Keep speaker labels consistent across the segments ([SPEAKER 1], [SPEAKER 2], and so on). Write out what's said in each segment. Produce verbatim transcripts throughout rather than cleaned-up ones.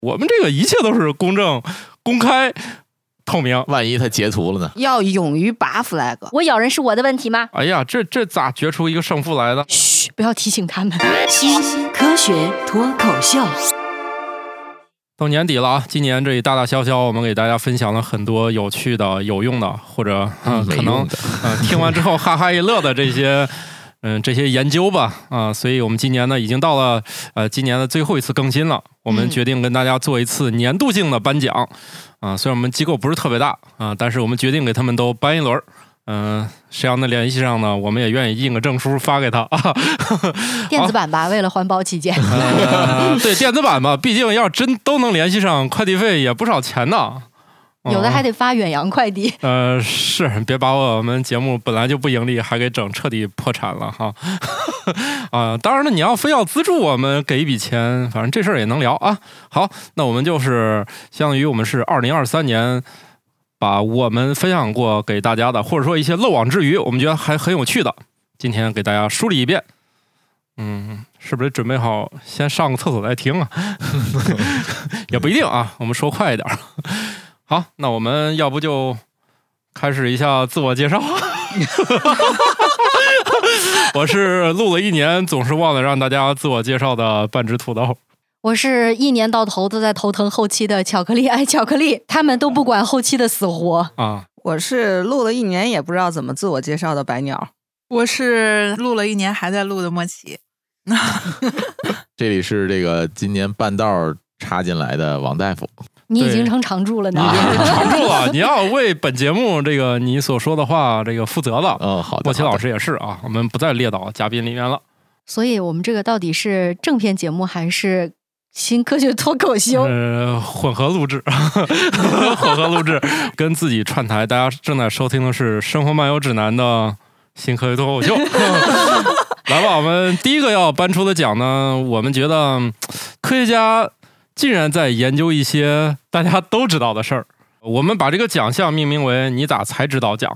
[SPEAKER 1] 我们这个一切都是公正、公开、透明。
[SPEAKER 2] 万一他截图了呢？
[SPEAKER 3] 要勇于拔 flag。
[SPEAKER 4] 我咬人是我的问题吗？
[SPEAKER 1] 哎呀，这这咋决出一个胜负来的？
[SPEAKER 4] 嘘，不要提醒他们。
[SPEAKER 5] 新科学脱口秀。
[SPEAKER 1] 到年底了啊，今年这一大大小小，我们给大家分享了很多有趣的、有用的，或者嗯、呃，可能呃听完之后哈哈一乐的这些。嗯，这些研究吧，啊，所以我们今年呢已经到了呃今年的最后一次更新了，我们决定跟大家做一次年度性的颁奖，啊，虽然我们机构不是特别大啊，但是我们决定给他们都颁一轮，嗯、呃，谁要能联系上呢，我们也愿意印个证书发给他啊。
[SPEAKER 4] 电子版吧，为了环保起见。
[SPEAKER 1] 呃、对，电子版吧，毕竟要真都能联系上，快递费也不少钱呢。
[SPEAKER 4] 有的还得发远洋快递。
[SPEAKER 1] 呃，是，别把我们节目本来就不盈利，还给整彻底破产了哈。啊，当然了，你要非要资助我们给一笔钱，反正这事儿也能聊啊。好，那我们就是相当于我们是二零二三年把我们分享过给大家的，或者说一些漏网之鱼，我们觉得还很有趣的，今天给大家梳理一遍。嗯，是不是准备好先上个厕所再听啊？也不一定啊，我们说快一点。好，那我们要不就开始一下自我介绍。我是录了一年总是忘了让大家自我介绍的半只土豆。
[SPEAKER 4] 我是一年到头都在头疼后期的巧克力爱巧克力，他们都不管后期的死活
[SPEAKER 1] 啊。
[SPEAKER 3] 我是录了一年也不知道怎么自我介绍的白鸟。
[SPEAKER 6] 我是录了一年还在录的莫奇。
[SPEAKER 2] 这里是这个今年半道插进来的王大夫。
[SPEAKER 4] 你已经成常驻了呢，
[SPEAKER 1] 你已经是常驻了。你要为本节目这个你所说的话这个负责的。
[SPEAKER 2] 嗯，好的。
[SPEAKER 1] 莫奇老师也是啊，我们不再列到嘉宾里面了。
[SPEAKER 4] 所以我们这个到底是正片节目还是新科学脱口秀？
[SPEAKER 1] 呃，混合录制，混合录制，跟自己串台。大家正在收听的是《生活漫游指南》的新科学脱口秀。来吧，我们第一个要颁出的奖呢，我们觉得科学家竟然在研究一些大家都知道的事儿，我们把这个奖项命名为你咋才知道奖。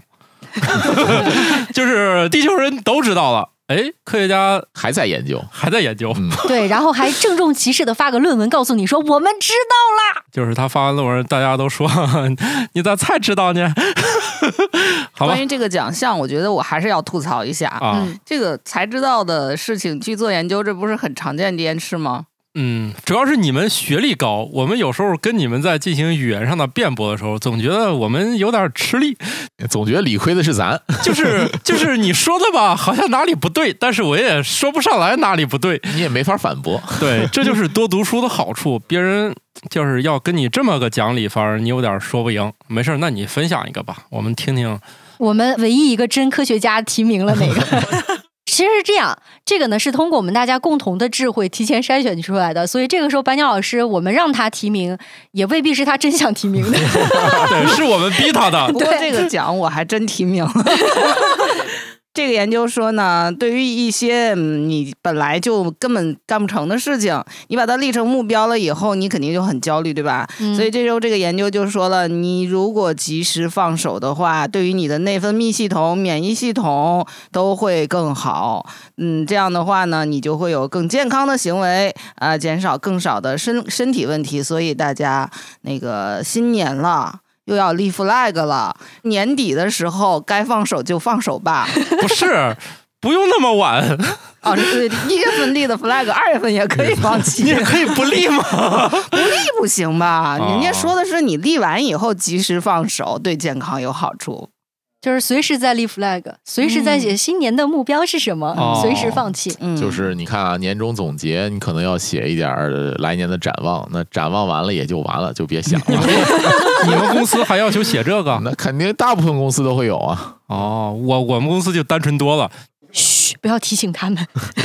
[SPEAKER 1] 就是地球人都知道了，哎，科学家
[SPEAKER 2] 还在研究，
[SPEAKER 1] 还在研究、
[SPEAKER 2] 嗯、
[SPEAKER 4] 对，然后还郑重其事的发个论文告诉你说我们知道了。
[SPEAKER 1] 就是他发完论文大家都说你咋才知道呢？好吧，
[SPEAKER 3] 关于这个奖项我觉得我还是要吐槽一下
[SPEAKER 1] 啊、
[SPEAKER 3] 嗯，这个才知道的事情去做研究，这不是很常见的一件事吗？
[SPEAKER 1] 嗯，主要是你们学历高，我们有时候跟你们在进行语言上的辩驳的时候，总觉得我们有点吃力，
[SPEAKER 2] 总觉得理亏的是咱，
[SPEAKER 1] 就是就是你说的吧，好像哪里不对，但是我也说不上来哪里不对，
[SPEAKER 2] 你也没法反驳。
[SPEAKER 1] 对，这就是多读书的好处，别人就是要跟你这么个讲理，反而你有点说不赢。没事，那你分享一个吧，我们听听。
[SPEAKER 4] 我们唯一一个真科学家提名了哪个？其实是这样，这个呢是通过我们大家共同的智慧提前筛选出来的，所以这个时候白鸟老师我们让他提名也未必是他真想提名的。
[SPEAKER 1] 对，是我们逼他的。
[SPEAKER 3] 不过这个奖我还真提名了。这个研究说呢，对于一些、嗯、你本来就根本干不成的事情，你把它立成目标了以后，你肯定就很焦虑，对吧？嗯、所以这时候这个研究就说了，你如果及时放手的话，对于你的内分泌系统、免疫系统都会更好。嗯，这样的话呢，你就会有更健康的行为啊、呃，减少更少的身身体问题。所以大家那个新年了。又要立 flag 了，年底的时候该放手就放手吧。
[SPEAKER 1] 不是，不用那么晚。
[SPEAKER 3] 哦，对，一月份立的 flag， 二月份也可以放弃。
[SPEAKER 1] 你也可以不立吗？
[SPEAKER 3] 不立不行吧？人家说的是你立完以后及时放手，对健康有好处。
[SPEAKER 4] 就是随时在立 flag， 随时在写新年的目标是什么，
[SPEAKER 1] 嗯、
[SPEAKER 4] 随时放弃。
[SPEAKER 2] 嗯，就是你看啊，年终总结你可能要写一点来年的展望，那展望完了也就完了，就别想了。
[SPEAKER 1] 你们公司还要求写这个？
[SPEAKER 2] 那肯定大部分公司都会有啊。
[SPEAKER 1] 哦，我我们公司就单纯多了。
[SPEAKER 4] 嘘，不要提醒他们。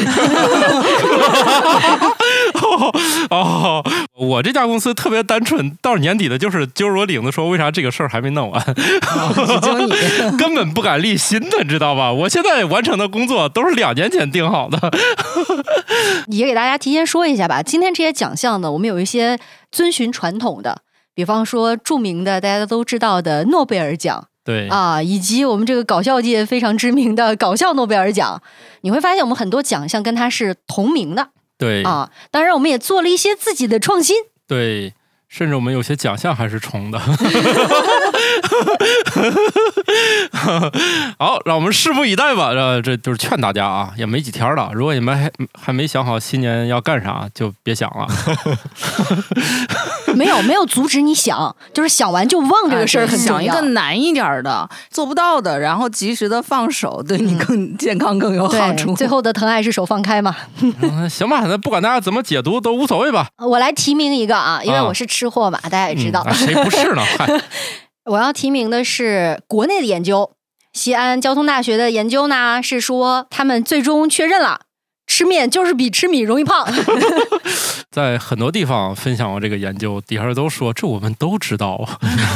[SPEAKER 1] 哦，我这家公司特别单纯，到年底的就是揪着我领子说，为啥这个事儿还没弄完？
[SPEAKER 3] 哦、
[SPEAKER 1] 根本不敢立新的，知道吧？我现在完成的工作都是两年前定好的。
[SPEAKER 4] 也给大家提前说一下吧，今天这些奖项呢，我们有一些遵循传统的，比方说著名的大家都知道的诺贝尔奖。
[SPEAKER 1] 对
[SPEAKER 4] 啊，以及我们这个搞笑界非常知名的搞笑诺贝尔奖，你会发现我们很多奖项跟它是同名的。
[SPEAKER 1] 对
[SPEAKER 4] 啊，当然我们也做了一些自己的创新。
[SPEAKER 1] 对，甚至我们有些奖项还是重的。好，让我们拭目以待吧。这这就是劝大家啊，也没几天了。如果你们还还没想好新年要干啥，就别想了。
[SPEAKER 4] 没有没有阻止你想，就是想完就忘这个事儿很重要。
[SPEAKER 3] 想一个难一点的，做不到的，然后及时的放手，对你更健康更有好处。
[SPEAKER 4] 最后的疼爱是手放开嘛。
[SPEAKER 1] 嗯、行吧，那不管大家怎么解读都无所谓吧。
[SPEAKER 4] 我来提名一个啊，因为我是吃货嘛，啊、大家也知道。
[SPEAKER 1] 嗯啊、谁不是呢？
[SPEAKER 4] 我要提名的是国内的研究，西安交通大学的研究呢，是说他们最终确认了吃面就是比吃米容易胖。
[SPEAKER 1] 在很多地方分享过这个研究，底下都说这我们都知道啊。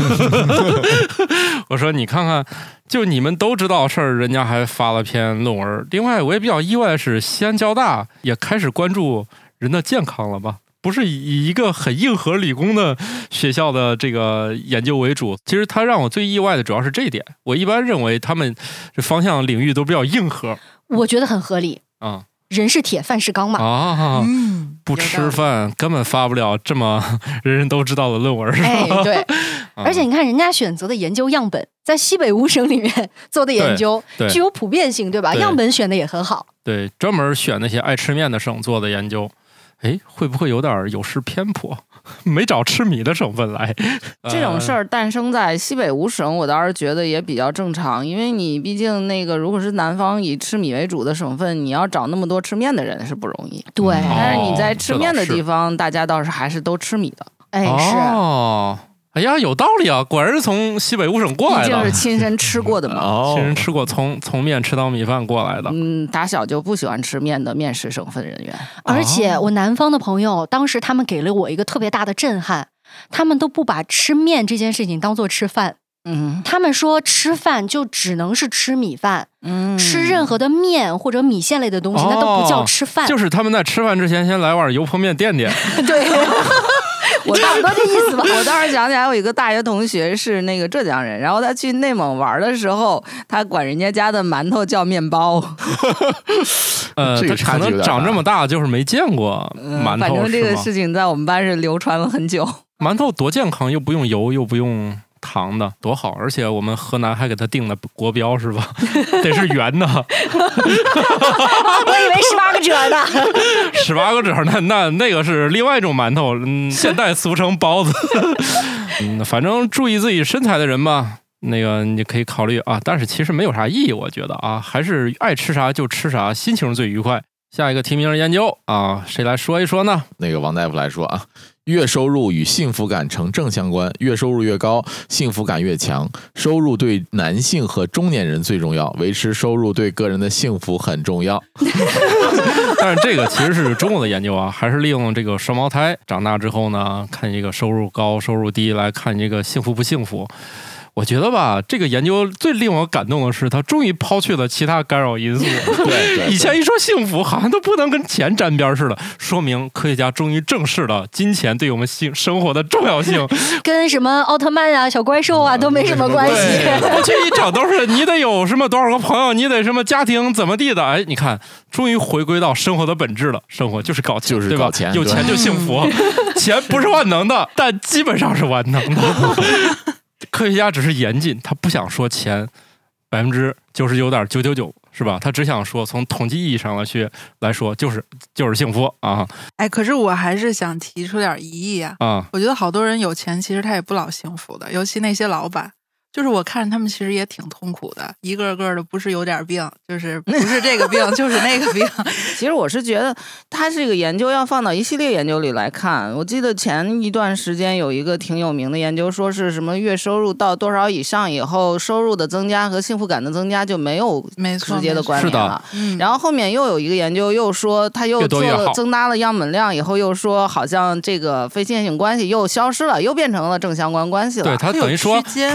[SPEAKER 1] 我说你看看，就你们都知道事儿，人家还发了篇论文。另外，我也比较意外的是，西安交大也开始关注人的健康了吧？不是以一个很硬核理工的学校的这个研究为主，其实它让我最意外的主要是这一点。我一般认为他们这方向领域都比较硬核，
[SPEAKER 4] 我觉得很合理
[SPEAKER 1] 啊。嗯，
[SPEAKER 4] 人是铁，饭是钢嘛。
[SPEAKER 1] 啊，嗯，不吃饭根本发不了这么人人都知道的论文。
[SPEAKER 4] 哎，对。而且你看，人家选择的研究样本在西北五省里面做的研究，具有普遍性，对吧？对，样本选的也很好。
[SPEAKER 1] 对，专门选那些爱吃面的省做的研究。哎，会不会有点有失偏颇？没找吃米的省份来。
[SPEAKER 3] 这种事儿诞生在西北五省，我倒是觉得也比较正常，因为你毕竟那个如果是南方以吃米为主的省份，你要找那么多吃面的人是不容易。
[SPEAKER 4] 对，
[SPEAKER 3] 但是你在吃面的地方，大家倒是还是都吃米的。
[SPEAKER 4] 哎，是。
[SPEAKER 1] 哦，哎呀，有道理啊！果然是从西北五省过来的，
[SPEAKER 3] 毕竟是亲身吃过的嘛。
[SPEAKER 1] 哦，亲身吃过，从从面吃到米饭过来的。
[SPEAKER 3] 嗯，打小就不喜欢吃面的面食省份人员。
[SPEAKER 4] 而且我南方的朋友，当时他们给了我一个特别大的震撼，他们都不把吃面这件事情当做吃饭。嗯，他们说吃饭就只能是吃米饭，嗯，吃任何的面或者米线类的东西，哦，那都不叫吃饭。
[SPEAKER 1] 就是他们在吃饭之前先来碗油泼面垫垫。
[SPEAKER 3] 对。我差不多这意思吧。我当时想起来，我有一个大学同学是那个浙江人，然后他去内蒙玩的时候，他管人家家的馒头叫面包。
[SPEAKER 1] 呃，他可能长这么大就是没见过馒头，嗯，
[SPEAKER 3] 反正这个事情在我们班是流传了很久。
[SPEAKER 1] 馒头多健康，又不用油，又不用糖的，多好！而且我们河南还给他定了国标，是吧？得是圆的。
[SPEAKER 4] 我以为十八个褶呢。
[SPEAKER 1] 十八个褶，那那那个是另外一种馒头，嗯，现代俗称包子。嗯，反正注意自己身材的人吧，那个你可以考虑啊，但是其实没有啥意义，我觉得啊，还是爱吃啥就吃啥，心情最愉快。下一个提名研究啊，谁来说一说呢？
[SPEAKER 2] 那个王大夫来说啊。月收入与幸福感成正相关，月收入越高，幸福感越强。收入对男性和中年人最重要，维持收入对个人的幸福很重要。
[SPEAKER 1] 但是这个其实是中国的研究啊，还是利用这个双胞胎长大之后呢，看这个收入高收入低来看这个幸福不幸福。我觉得吧，这个研究最令我感动的是，他终于抛去了其他干扰因素。
[SPEAKER 2] 对, 对, 对，
[SPEAKER 1] 以前一说幸福，好像都不能跟钱沾边似的，说明科学家终于正视了金钱对我们生活的重要性。
[SPEAKER 4] 跟什么奥特曼啊、小怪兽啊都没什么关系。
[SPEAKER 1] 过去一整都是你得有什么多少个朋友，你得什么家庭怎么地的。哎，你看，终于回归到生活的本质了。生活就是搞钱，
[SPEAKER 2] 就是搞钱，
[SPEAKER 1] 对吧？有钱就幸福。钱不是万能的，但基本上是万能的。科学家只是严谨，他不想说钱百分之九十九点九九九，是吧？他只想说从统计意义上来去来说，就是就是幸福啊！
[SPEAKER 6] 哎，可是我还是想提出点疑义啊！啊，我觉得好多人有钱，其实他也不老幸福的，尤其那些老板。就是我看他们其实也挺痛苦的，一个个的不是有点病，就是不是这个病就是那个病。
[SPEAKER 3] 其实我是觉得他这个研究要放到一系列研究里来看。我记得前一段时间有一个挺有名的研究，说是什么月收入到多少以上以后，收入的增加和幸福感的增加就没有直接的关联了。嗯，然后后面又有一个研究又说他又做了增大了样本量以后，又说好像这个非线性关系又消失了，又变成了正相关关系了。
[SPEAKER 1] 对，他等于说他肯定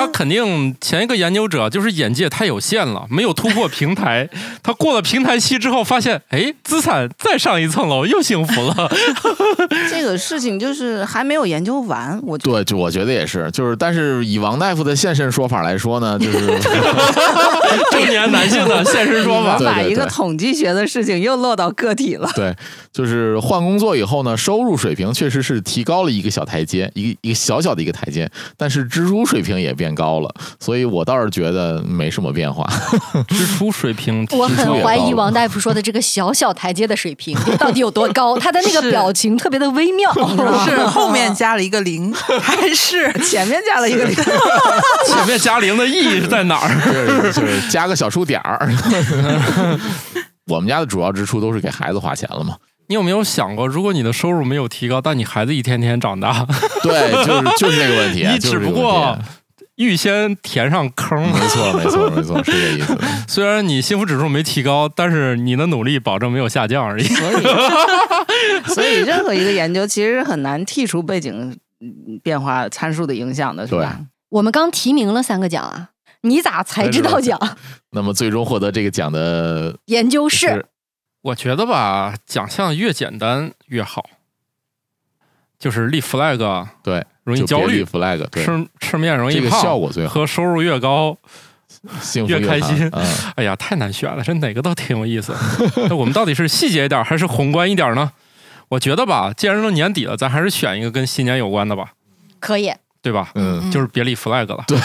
[SPEAKER 1] 定前一个研究者就是眼界太有限了，没有突破平台。他过了平台期之后，发现哎，资产再上一层楼，又幸福了。
[SPEAKER 3] 这个事情就是还没有研究完，我
[SPEAKER 2] 对，就我觉得也是，就是但是以王大夫的现身说法来说呢，就是
[SPEAKER 1] 中年男性的现身说法，
[SPEAKER 3] 把一个统计学的事情又落到个体了。
[SPEAKER 2] 对，就是换工作以后呢，收入水平确实是提高了一个小台阶，一个一个小小的一个台阶，但是支出水平也变高了，所以我倒是觉得没什么变化。
[SPEAKER 1] 支出水平，
[SPEAKER 4] 我很怀疑王大夫说的这个小小台阶的水平到底有多高，他的那个表情特别的微妙，
[SPEAKER 6] 是后面加了一个零，还是
[SPEAKER 3] 前面加了一个零？
[SPEAKER 1] 前面加零的意义是在哪儿？
[SPEAKER 2] 就是加个小数点儿。我们家的主要支出都是给孩子花钱了嘛。
[SPEAKER 1] 你有没有想过，如果你的收入没有提高，但你孩子一天天长大，
[SPEAKER 2] 对，就是就是这个问题，
[SPEAKER 1] 你只不过预先填上坑。
[SPEAKER 2] 没错，没错，没错，是这意思。
[SPEAKER 1] 虽然你幸福指数没提高，但是你的努力保证没有下降而已。
[SPEAKER 3] 所以，所以任何一个研究其实很难剔除背景变化参数的影响的，是吧？
[SPEAKER 4] 我们刚提名了三个奖啊，你咋才知道奖？
[SPEAKER 2] 那么最终获得这个奖的
[SPEAKER 4] 研究室。
[SPEAKER 1] 我觉得吧，奖项越简单越好，就是立 flag，
[SPEAKER 2] 对，
[SPEAKER 1] 容易焦虑
[SPEAKER 2] ，flag，
[SPEAKER 1] 吃吃面容易胖，
[SPEAKER 2] 这个效果最好，
[SPEAKER 1] 和收入越高，
[SPEAKER 2] 幸福
[SPEAKER 1] 越开心。
[SPEAKER 2] 嗯、
[SPEAKER 1] 哎呀，太难选了，这哪个都挺有意思。那我们到底是细节一点还是宏观一点呢？我觉得吧，既然都年底了，咱还是选一个跟新年有关的吧。
[SPEAKER 4] 可以，
[SPEAKER 1] 对吧？
[SPEAKER 2] 嗯，
[SPEAKER 1] 就是别立 flag 了。
[SPEAKER 2] 对。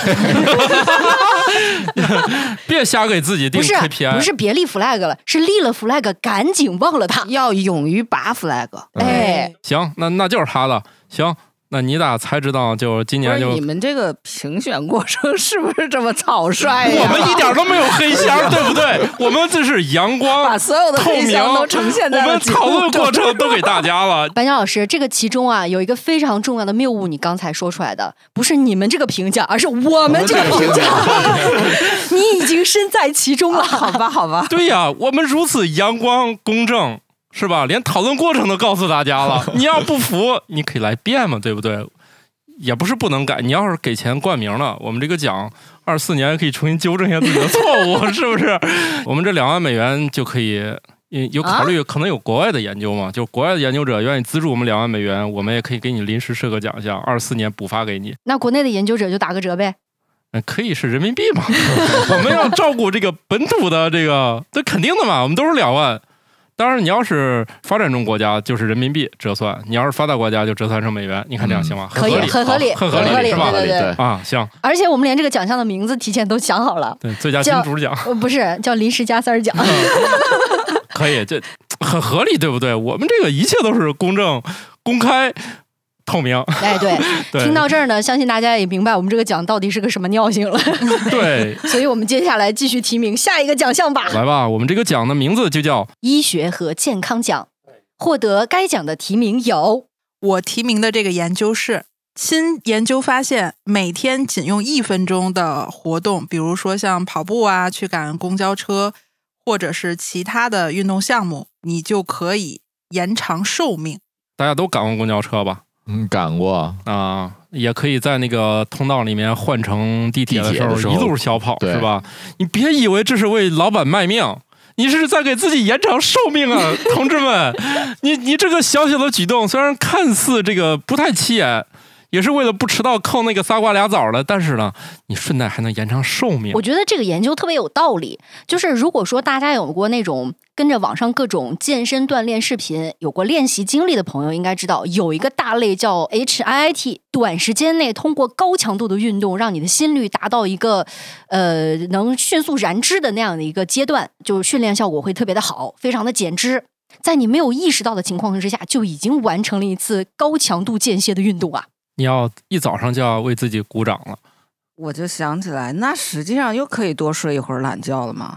[SPEAKER 1] 别瞎给自己定 K P I，
[SPEAKER 4] 不是不是别立 flag 了，是立了 flag 赶紧忘了它，
[SPEAKER 3] 要勇于拔 flag。
[SPEAKER 4] 哎，
[SPEAKER 1] 行，那那就是他的。行，那你咋才知道？就今年就
[SPEAKER 3] 你们这个评选过程是不是这么草率呀？
[SPEAKER 1] 我们一点都没有黑箱，对不对？我们这是阳光，
[SPEAKER 3] 把所有的黑箱都呈现在了
[SPEAKER 1] 我们讨论过程都给大家了。
[SPEAKER 4] 白鸟老师，这个其中啊有一个非常重要的谬误，你刚才说出来的不是你们这个评价，而是我们这个评价。你已经身在其中了，
[SPEAKER 3] 啊、好吧，好吧。
[SPEAKER 1] 对呀，我们如此阳光公正。是吧？连讨论过程都告诉大家了。你要不服，你可以来辩嘛，对不对？也不是不能改。你要是给钱冠名了，我们这个奖二四年可以重新纠正一下自己的错误，是不是？我们这两万美元就可以有考虑，可能有国外的研究嘛？就国外的研究者愿意资助我们两万美元，我们也可以给你临时设个奖项，二四年补发给你。
[SPEAKER 4] 那国内的研究者就打个折呗。
[SPEAKER 1] 可以是人民币嘛？我们要照顾这个本土的这个，这肯定的嘛。我们都是两万。当然，你要是发展中国家，就是人民币折算；你要是发达国家，就折算成美元。你看这样行吗？
[SPEAKER 4] 嗯、可以，很合理，
[SPEAKER 1] 很合理，是吧？
[SPEAKER 4] 对对对
[SPEAKER 1] 啊，行。
[SPEAKER 4] 而且我们连这个奖项的名字提前都想好了，
[SPEAKER 1] 对，最佳金主奖，
[SPEAKER 4] 不是叫临时加三儿奖。
[SPEAKER 1] 可以，这很合理，对不对？我们这个一切都是公正、公开。透明，
[SPEAKER 4] 哎，对，听到这儿呢，相信大家也明白我们这个奖到底是个什么尿性了。
[SPEAKER 1] 对，
[SPEAKER 4] 所以我们接下来继续提名下一个奖项吧。
[SPEAKER 1] 来吧，我们这个奖的名字就叫
[SPEAKER 4] 医学和健康奖。获得该奖的提名有
[SPEAKER 6] 我提名的这个研究是，新研究发现，每天仅用一分钟的活动，比如说像跑步啊、去赶公交车，或者是其他的运动项目，你就可以延长寿命。
[SPEAKER 1] 大家都赶过公交车吧？
[SPEAKER 2] 嗯，赶过
[SPEAKER 1] 啊，也可以在那个通道里面换乘地铁的时候一路小跑，是吧？你别以为这是为老板卖命，你是在给自己延长寿命啊，同志们！你你这个小小的举动，虽然看似这个不太起眼，也是为了不迟到扣那个仨瓜俩枣的，但是呢，你顺带还能延长寿命。
[SPEAKER 4] 我觉得这个研究特别有道理，就是如果说大家有过那种跟着网上各种健身锻炼视频，有过练习经历的朋友应该知道，有一个大类叫 H I I T， 短时间内通过高强度的运动，让你的心率达到一个呃能迅速燃脂的那样的一个阶段，就是训练效果会特别的好，非常的减脂。在你没有意识到的情况之下，就已经完成了一次高强度间歇的运动啊！
[SPEAKER 1] 你要一早上就要为自己鼓掌了。
[SPEAKER 3] 我就想起来，那实际上又可以多睡一会儿懒觉了吗？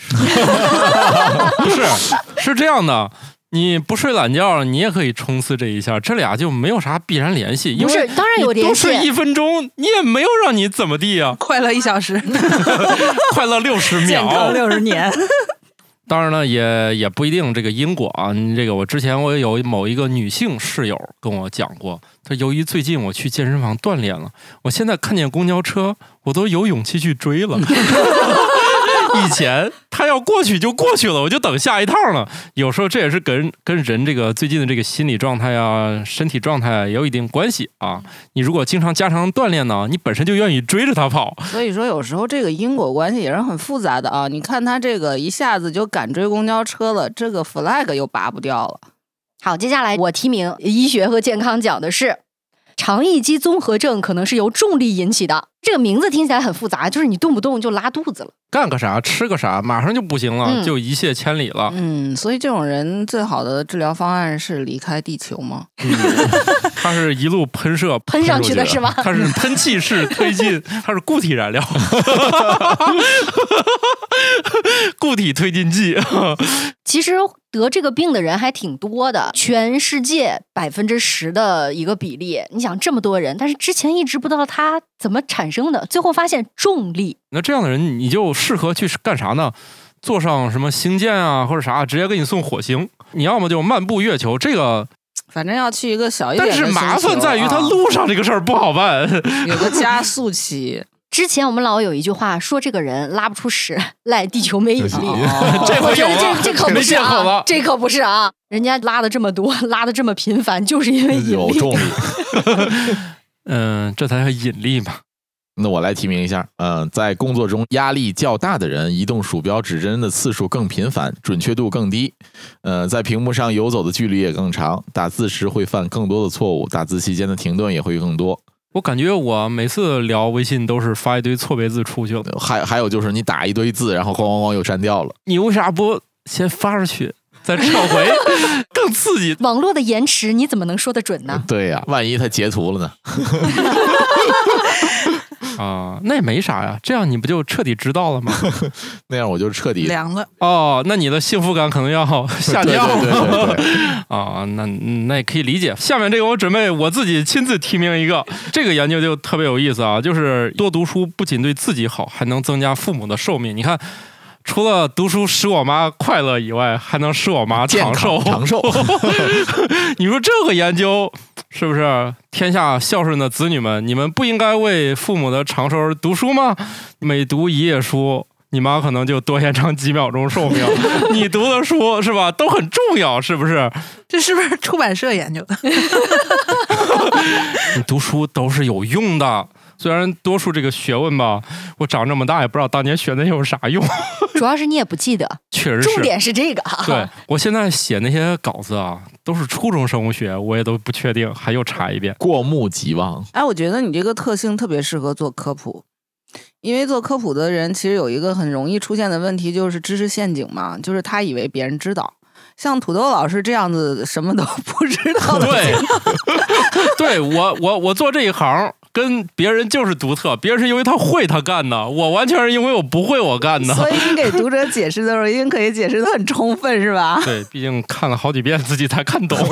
[SPEAKER 1] 不是，是这样的，你不睡懒觉，你也可以冲刺这一下，这俩就没有啥必然联系。因为
[SPEAKER 4] 不是，当然有联系。
[SPEAKER 1] 多睡一分钟，你也没有让你怎么地啊，
[SPEAKER 6] 快乐一小时，
[SPEAKER 1] 快乐六十秒，
[SPEAKER 3] 健康六十年。
[SPEAKER 1] 当然呢，也也不一定这个因果啊。这个我之前我有某一个女性室友跟我讲过，她由于最近我去健身房锻炼了，我现在看见公交车，我都有勇气去追了。以前他要过去就过去了，我就等下一趟了。有时候这也是跟跟人这个最近的这个心理状态啊、身体状态啊也有一定关系啊。你如果经常加强锻炼呢，你本身就愿意追着他跑。
[SPEAKER 3] 所以说，有时候这个因果关系也是很复杂的啊。你看他这个一下子就敢追公交车了，这个 flag 又拔不掉了。
[SPEAKER 4] 好，接下来我提名医学和健康讲的是肠易激综合症，可能是由重力引起的。这个名字听起来很复杂，就是你动不动就拉肚子了，
[SPEAKER 1] 干个啥吃个啥，马上就不行了，嗯、就一泻千里了。
[SPEAKER 3] 嗯，所以这种人最好的治疗方案是离开地球吗？
[SPEAKER 1] 嗯、他是一路喷射
[SPEAKER 4] 喷上去的是吗？
[SPEAKER 1] 他是喷气式推进，他是固体燃料，固体推进剂。
[SPEAKER 4] 其实得这个病的人还挺多的，全世界百分之十的一个比例。你想这么多人，但是之前一直不知道它怎么产生的，最后发现重力。
[SPEAKER 1] 那这样的人，你就适合去干啥呢？坐上什么星舰啊，或者啥，直接给你送火星。你要么就漫步月球，这个
[SPEAKER 3] 反正要去一个小一点的星球。
[SPEAKER 1] 但是麻烦在于，它路上这个事儿不好办，
[SPEAKER 3] 有个加速器。
[SPEAKER 4] 之前我们老有一句话说，这个人拉不出屎，赖地球没引力。
[SPEAKER 1] 哦、这
[SPEAKER 4] 我觉得这这可不是
[SPEAKER 1] 啊，
[SPEAKER 4] 这可不是啊，人家拉的这么多，拉的这么频繁，就是因为引力。
[SPEAKER 2] 有重力。
[SPEAKER 1] 嗯，这才叫引力嘛。
[SPEAKER 2] 那我来提名一下，嗯、呃，在工作中压力较大的人，移动鼠标指针的次数更频繁，准确度更低，呃，在屏幕上游走的距离也更长，打字时会犯更多的错误，打字期间的停顿也会更多。
[SPEAKER 1] 我感觉我每次聊微信都是发一堆错别字出去了，
[SPEAKER 2] 还还有就是你打一堆字，然后咣咣咣又删掉了。
[SPEAKER 1] 你为啥不先发出去再撤回，更刺激？
[SPEAKER 4] 网络的延迟你怎么能说得准呢？
[SPEAKER 2] 对呀、啊，万一他截图了呢？
[SPEAKER 1] 啊，那也没啥呀，这样你不就彻底知道了吗？
[SPEAKER 2] 那样我就彻底
[SPEAKER 6] 凉了。
[SPEAKER 1] 哦，那你的幸福感可能要下降了。
[SPEAKER 2] 对对对对对
[SPEAKER 1] 啊，那那也可以理解。下面这个我准备我自己亲自提名一个，这个研究就特别有意思啊，就是多读书不仅对自己好，还能增加父母的寿命。你看。除了读书使我妈快乐以外，还能使我妈长寿。
[SPEAKER 2] 长寿，
[SPEAKER 1] 你说这个研究是不是？天下孝顺的子女们，你们不应该为父母的长寿而读书吗？每读一页书，你妈可能就多延长几秒钟寿命。你读的书是吧，都很重要，是不是？
[SPEAKER 6] 这是不是出版社研究的？
[SPEAKER 1] 你读书都是有用的。虽然多数这个学问吧，我长这么大也不知道当年学那有啥用。
[SPEAKER 4] 主要是你也不记得，
[SPEAKER 1] 确实是。
[SPEAKER 4] 重点是这个。
[SPEAKER 1] 对，我现在写那些稿子啊，都是初中生物学，我也都不确定，还又查一遍。
[SPEAKER 2] 过目即忘。
[SPEAKER 3] 哎，我觉得你这个特性特别适合做科普，因为做科普的人其实有一个很容易出现的问题，就是知识陷阱嘛，就是他以为别人知道。像土豆老师这样子什么都不知道的，
[SPEAKER 1] 对，对我我我做这一行。跟别人就是独特，别人是因为他会他干的，我完全是因为我不会我干的。
[SPEAKER 3] 所以你给读者解释的时候，一定可以解释得很充分，是吧？
[SPEAKER 1] 对，毕竟看了好几遍自己才看懂。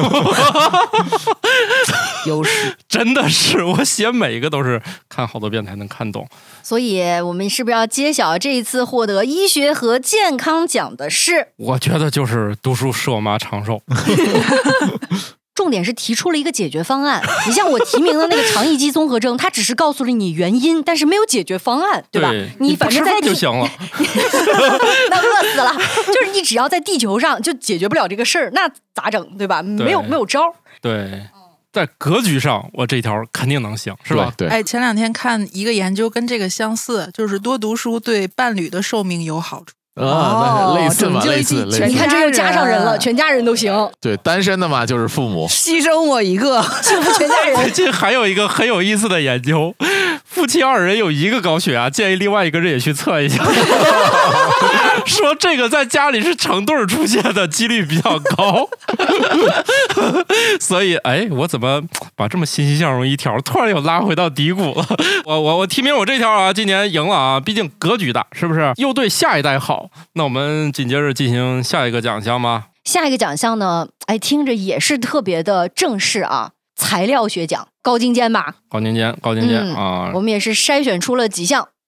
[SPEAKER 3] 优势
[SPEAKER 1] 真的是，我写每一个都是看好多遍才能看懂。
[SPEAKER 4] 所以我们是不是要揭晓这一次获得医学和健康奖的是？
[SPEAKER 1] 我觉得就是读书使我妈长寿。
[SPEAKER 4] 重点是提出了一个解决方案。你像我提名的那个肠易激综合征，它只是告诉了你原因，但是没有解决方案，对吧？
[SPEAKER 1] 对，
[SPEAKER 4] 你反正在
[SPEAKER 1] 地就行了。
[SPEAKER 4] 那饿死了，就是你只要在地球上就解决不了这个事儿，那咋整，对吧？没有没有招。
[SPEAKER 1] 对，在格局上，我这条肯定能行，是吧？
[SPEAKER 2] 对。
[SPEAKER 6] 哎，前两天看一个研究跟这个相似，就是多读书对伴侣的寿命有好处。
[SPEAKER 2] 啊，类似嘛，类似，类似。
[SPEAKER 4] 你看这又加上人了，全家人都行。
[SPEAKER 2] 对，单身的嘛就是父母，
[SPEAKER 3] 牺牲我一个，
[SPEAKER 4] 幸福全家人。
[SPEAKER 1] 最近还有一个很有意思的研究，夫妻二人有一个高血压，建议另外一个人也去测一下。说这个在家里是成对出现的几率比较高。所以，哎，我怎么把这么欣欣向荣一条突然又拉回到低谷了？我我我提名我这条啊，今年赢了啊，毕竟格局大，是不是？又对下一代好。那我们紧接着进行下一个奖项吗？
[SPEAKER 4] 下一个奖项呢，哎，听着也是特别的正式啊，材料学奖，高精尖吧？
[SPEAKER 1] 高精尖，高精尖、
[SPEAKER 4] 嗯、
[SPEAKER 1] 啊！
[SPEAKER 4] 我们也是筛选出了几项。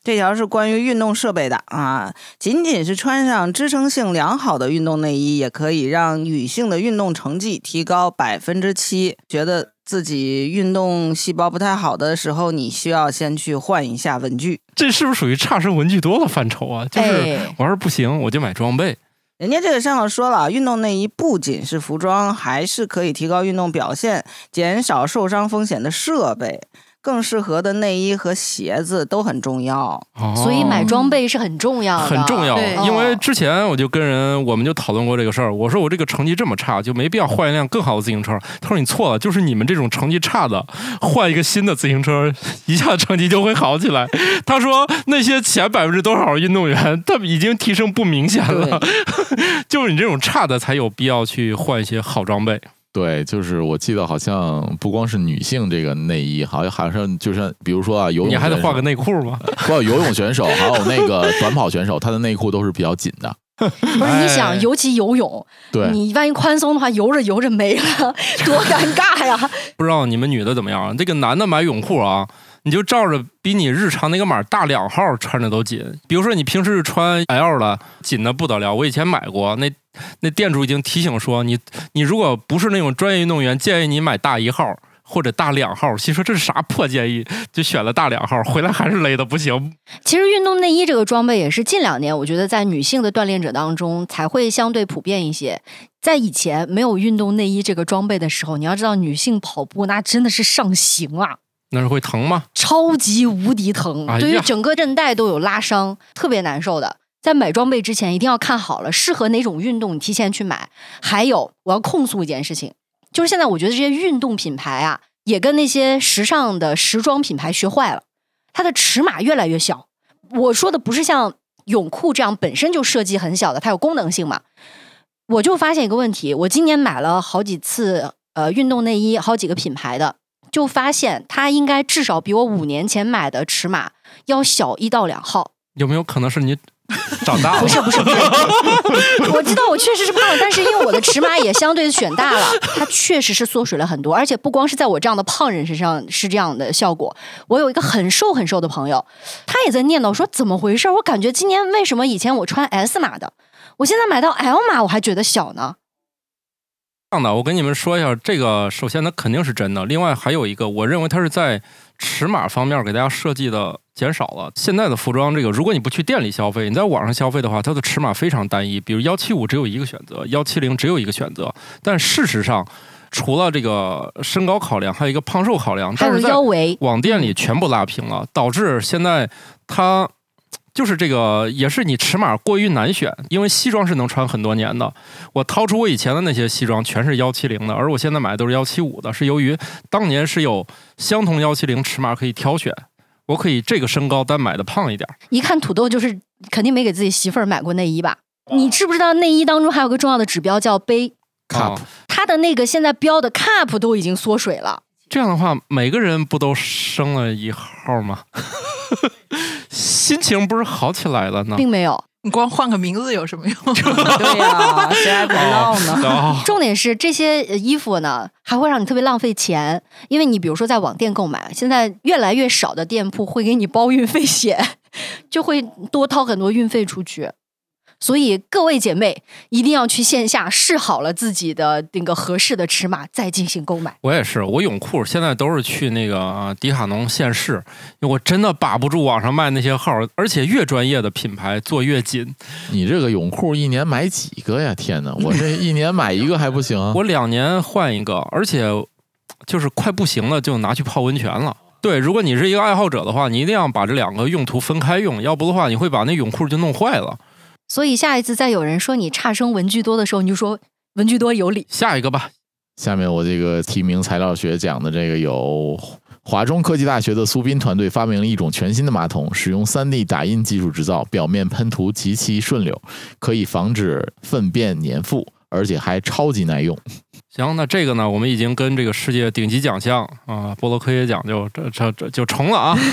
[SPEAKER 3] 这条是关于运动设备的啊，仅仅是穿上支撑性良好的运动内衣，也可以让女性的运动成绩提高百分之七。觉得自己运动细胞不太好的时候，你需要先去换一下文具。
[SPEAKER 1] 这是不是属于差生文具多的范畴啊？就是我要是不行，我就买装备。
[SPEAKER 3] 人家这个上头说了，运动内衣不仅是服装，还是可以提高运动表现、减少受伤风险的设备。更适合的内衣和鞋子都很重要，
[SPEAKER 1] 哦、
[SPEAKER 4] 所以买装备是很重要的，
[SPEAKER 1] 很重要。因为之前我就跟人，我们就讨论过这个事儿。我说我这个成绩这么差，就没必要换一辆更好的自行车。他说你错了，就是你们这种成绩差的，换一个新的自行车，一下成绩就会好起来。他说那些前百分之多少运动员，他们已经提升不明显了，就是你这种差的才有必要去换一些好装备。
[SPEAKER 2] 对，就是我记得好像不光是女性这个内衣，好像好像就是比如说啊，游泳
[SPEAKER 1] 你还得换个内裤吗？
[SPEAKER 2] 不，游泳选手还有那个短跑选手，他的内裤都是比较紧的。
[SPEAKER 4] 不是你想，尤其游泳，
[SPEAKER 2] 对，
[SPEAKER 4] 你万一宽松的话，游着游着没了，多尴尬呀！
[SPEAKER 1] 不知道你们女的怎么样？这个男的买泳裤啊，你就照着比你日常那个码大两号穿着都紧。比如说你平时穿 L 的，紧的不得了。我以前买过，那那店主已经提醒说，你你如果不是那种专业运动员，建议你买大一号或者大两号。心说这是啥破建议，就选了大两号，回来还是勒的不行。
[SPEAKER 4] 其实运动内衣这个装备也是近两年，我觉得在女性的锻炼者当中才会相对普遍一些。在以前没有运动内衣这个装备的时候，你要知道女性跑步那真的是上刑啊。
[SPEAKER 1] 那是会疼吗？
[SPEAKER 4] 超级无敌疼，
[SPEAKER 1] 哎、
[SPEAKER 4] 对于整个韧带都有拉伤，特别难受的。在买装备之前一定要看好了适合哪种运动，你提前去买。还有我要控诉一件事情，就是现在我觉得这些运动品牌啊，也跟那些时尚的时装品牌学坏了，它的尺码越来越小。我说的不是像泳裤这样本身就设计很小的，它有功能性嘛。我就发现一个问题，我今年买了好几次呃运动内衣，好几个品牌的，就发现它应该至少比我五年前买的尺码要小一到两号。
[SPEAKER 1] 有没有可能是你长大了？
[SPEAKER 4] 不是不是不是，我知道我确实是胖了，但是因为我的尺码也相对选大了，它确实是缩水了很多。而且不光是在我这样的胖人身上是这样的效果，我有一个很瘦很瘦的朋友，他也在念叨说怎么回事？我感觉今年为什么以前我穿 S 码的，我现在买到 L 码我还觉得小呢？
[SPEAKER 1] 这样的，我跟你们说一下，这个首先它肯定是真的，另外还有一个，我认为它是在尺码方面给大家设计的减少了。现在的服装这个，如果你不去店里消费，你在网上消费的话，它的尺码非常单一，比如一七五只有一个选择，一七零只有一个选择。但事实上，除了这个身高考量，还有一个胖瘦考量，
[SPEAKER 4] 还有腰围，
[SPEAKER 1] 网店里全部拉平了，导致现在它就是这个也是你尺码过于难选，因为西装是能穿很多年的。我掏出我以前的那些西装全是一七零的，而我现在买的都是一七五的，是由于当年是有相同一七零尺码可以挑选，我可以这个身高但买的胖一点。
[SPEAKER 4] 一看土豆就是肯定没给自己媳妇儿买过内衣吧？你知不知道内衣当中还有个重要的指标叫杯
[SPEAKER 2] cup，、哦、
[SPEAKER 4] 它的那个现在标的 cup 都已经缩水了。
[SPEAKER 1] 这样的话，每个人不都升了一号吗？心情不是好起来了呢？
[SPEAKER 4] 并没有，
[SPEAKER 6] 你光换个名字有什么用？
[SPEAKER 3] 对呀、啊，谁还不知道呢？
[SPEAKER 1] 哦、
[SPEAKER 4] 重点是这些衣服呢，还会让你特别浪费钱，因为你比如说在网店购买，现在越来越少的店铺会给你包运费险，就会多掏很多运费出去。所以各位姐妹一定要去线下试好了自己的那个合适的尺码再进行购买。
[SPEAKER 1] 我也是，我泳裤现在都是去那个迪卡侬线试，因为我真的把不住网上卖那些号，而且越专业的品牌做越紧。
[SPEAKER 2] 你这个泳裤一年买几个呀？天哪，我这一年买一个还不行？
[SPEAKER 1] 我两年换一个，而且就是快不行了就拿去泡温泉了。对，如果你是一个爱好者的话，你一定要把这两个用途分开用，要不的话你会把那泳裤就弄坏了。
[SPEAKER 4] 所以下一次再有人说你差生文具多的时候，你就说文具多有理。
[SPEAKER 1] 下一个吧。
[SPEAKER 2] 下面我这个提名材料学讲的这个有华中科技大学的苏斌团队发明了一种全新的马桶，使用 三 D 打印技术制造，表面喷涂极其顺溜，可以防止粪便粘附，而且还超级耐用。
[SPEAKER 1] 行，那这个呢，我们已经跟这个世界顶级奖项啊，波罗科学奖就这这这就重了啊！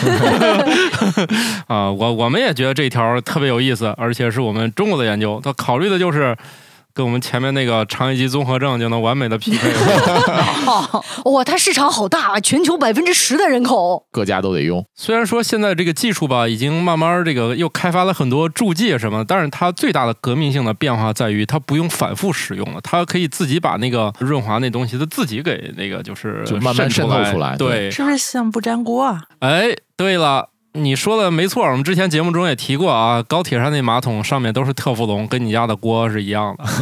[SPEAKER 1] 啊，我我们也觉得这条特别有意思，而且是我们中国的研究，它考虑的就是跟我们前面那个肠易激综合症就能完美的匹配。
[SPEAKER 4] 哇，它市场好大啊，全球百分之十的人口，
[SPEAKER 2] 各家都得用。
[SPEAKER 1] 虽然说现在这个技术吧，已经慢慢这个又开发了很多助剂什么，但是它最大的革命性的变化在于，它不用反复使用了，它可以自己把那个润滑那东西，它自己给那个就是
[SPEAKER 2] 就慢慢渗透出来。
[SPEAKER 1] 对，
[SPEAKER 6] 是不是像不粘锅啊？
[SPEAKER 1] 哎，对了。你说的没错，我们之前节目中也提过啊，高铁上那马桶上面都是特氟龙，跟你家的锅是一样的。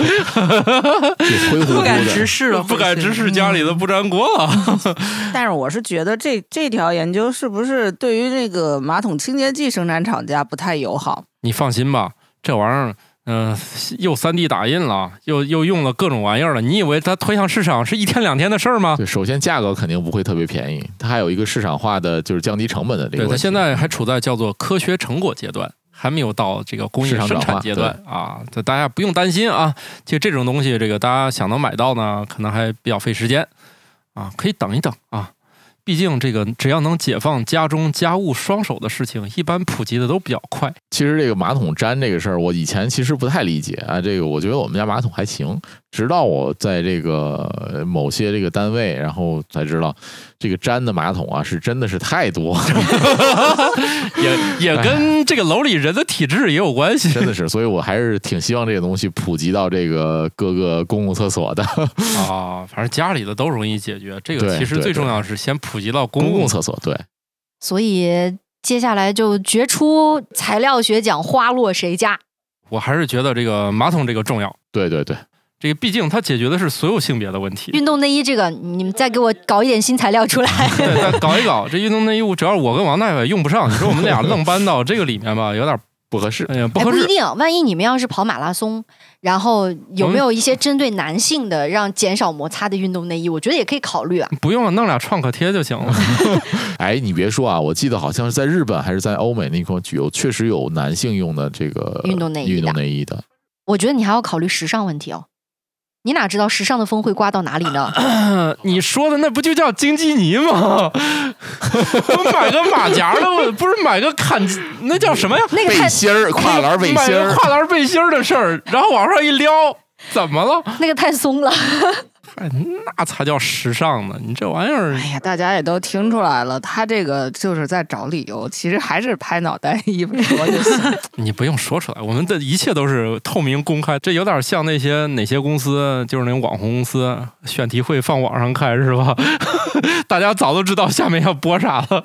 [SPEAKER 6] 不敢直视了，
[SPEAKER 1] 不敢直视家里的不粘锅了。
[SPEAKER 3] 但是我是觉得这这条研究是不是对于这个马桶清洁剂生产厂家不太友好？
[SPEAKER 1] 你放心吧，这玩意儿。嗯、呃，又 三 D 打印了，又又用了各种玩意儿了。你以为它推向市场是一天两天的事儿吗？
[SPEAKER 2] 对，首先价格肯定不会特别便宜，它还有一个市场化的，就是降低成本的这个。
[SPEAKER 1] 对，它现在还处在叫做科学成果阶段，还没有到这个工业生产阶段啊。这大家不用担心啊，就这种东西，这个大家想能买到呢，可能还比较费时间啊，可以等一等啊。毕竟这个只要能解放家中家务双手的事情，一般普及的都比较快。
[SPEAKER 2] 其实这个马桶粘这个事儿，我以前其实不太理解啊。这个我觉得我们家马桶还行，直到我在这个某些这个单位，然后才知道这个粘的马桶啊，是真的是太多，
[SPEAKER 1] 也也跟这个楼里人的体质也有关系，
[SPEAKER 2] 真的是。所以我还是挺希望这个东西普及到这个各个公共厕所的
[SPEAKER 1] 啊。反正家里的都容易解决，这个其实最重要是先普及到公
[SPEAKER 2] 共厕所。对，
[SPEAKER 4] 所以接下来就决出材料学奖花落谁家。
[SPEAKER 1] 我还是觉得这个马桶这个重要。
[SPEAKER 2] 对对对，
[SPEAKER 1] 这个毕竟它解决的是所有性别的问题。
[SPEAKER 4] 运动内衣这个，你们再给我搞一点新材料出来。
[SPEAKER 1] 对，再搞一搞这运动内衣，主要是我跟王大夫用不上。你说我们俩愣搬到这个里面吧，有点
[SPEAKER 2] 不合适。
[SPEAKER 1] 哎呀，不合适。
[SPEAKER 4] 哎，不一定，万一你们要是跑马拉松，然后有没有一些针对男性的让减少摩擦的运动内衣？我觉得也可以考虑啊。
[SPEAKER 1] 不用了，弄俩创可贴就行了。
[SPEAKER 2] 哎，你别说啊，我记得好像是在日本还是在欧美那块有确实有男性用的这个
[SPEAKER 4] 运动内衣的。
[SPEAKER 2] 运动内衣的。
[SPEAKER 4] 我觉得你还要考虑时尚问题哦。你哪知道时尚的风会刮到哪里呢？
[SPEAKER 1] 你说的那不就叫金基尼吗？我买个马甲的，我不是买个坎，那叫什么呀？
[SPEAKER 4] 那个
[SPEAKER 2] 背心儿，跨栏背心儿，
[SPEAKER 1] 买个跨栏背心儿的事儿，然后往上一撩，怎么了？
[SPEAKER 4] 那个太松了。
[SPEAKER 1] 哎，那才叫时尚呢！你这玩意儿，
[SPEAKER 3] 哎呀，大家也都听出来了，他这个就是在找理由，其实还是拍脑袋一说就行。
[SPEAKER 1] 你不用说出来，我们的一切都是透明公开。这有点像那些哪些公司，就是那种网红公司，选题会放网上看是吧？大家早都知道下面要播啥了。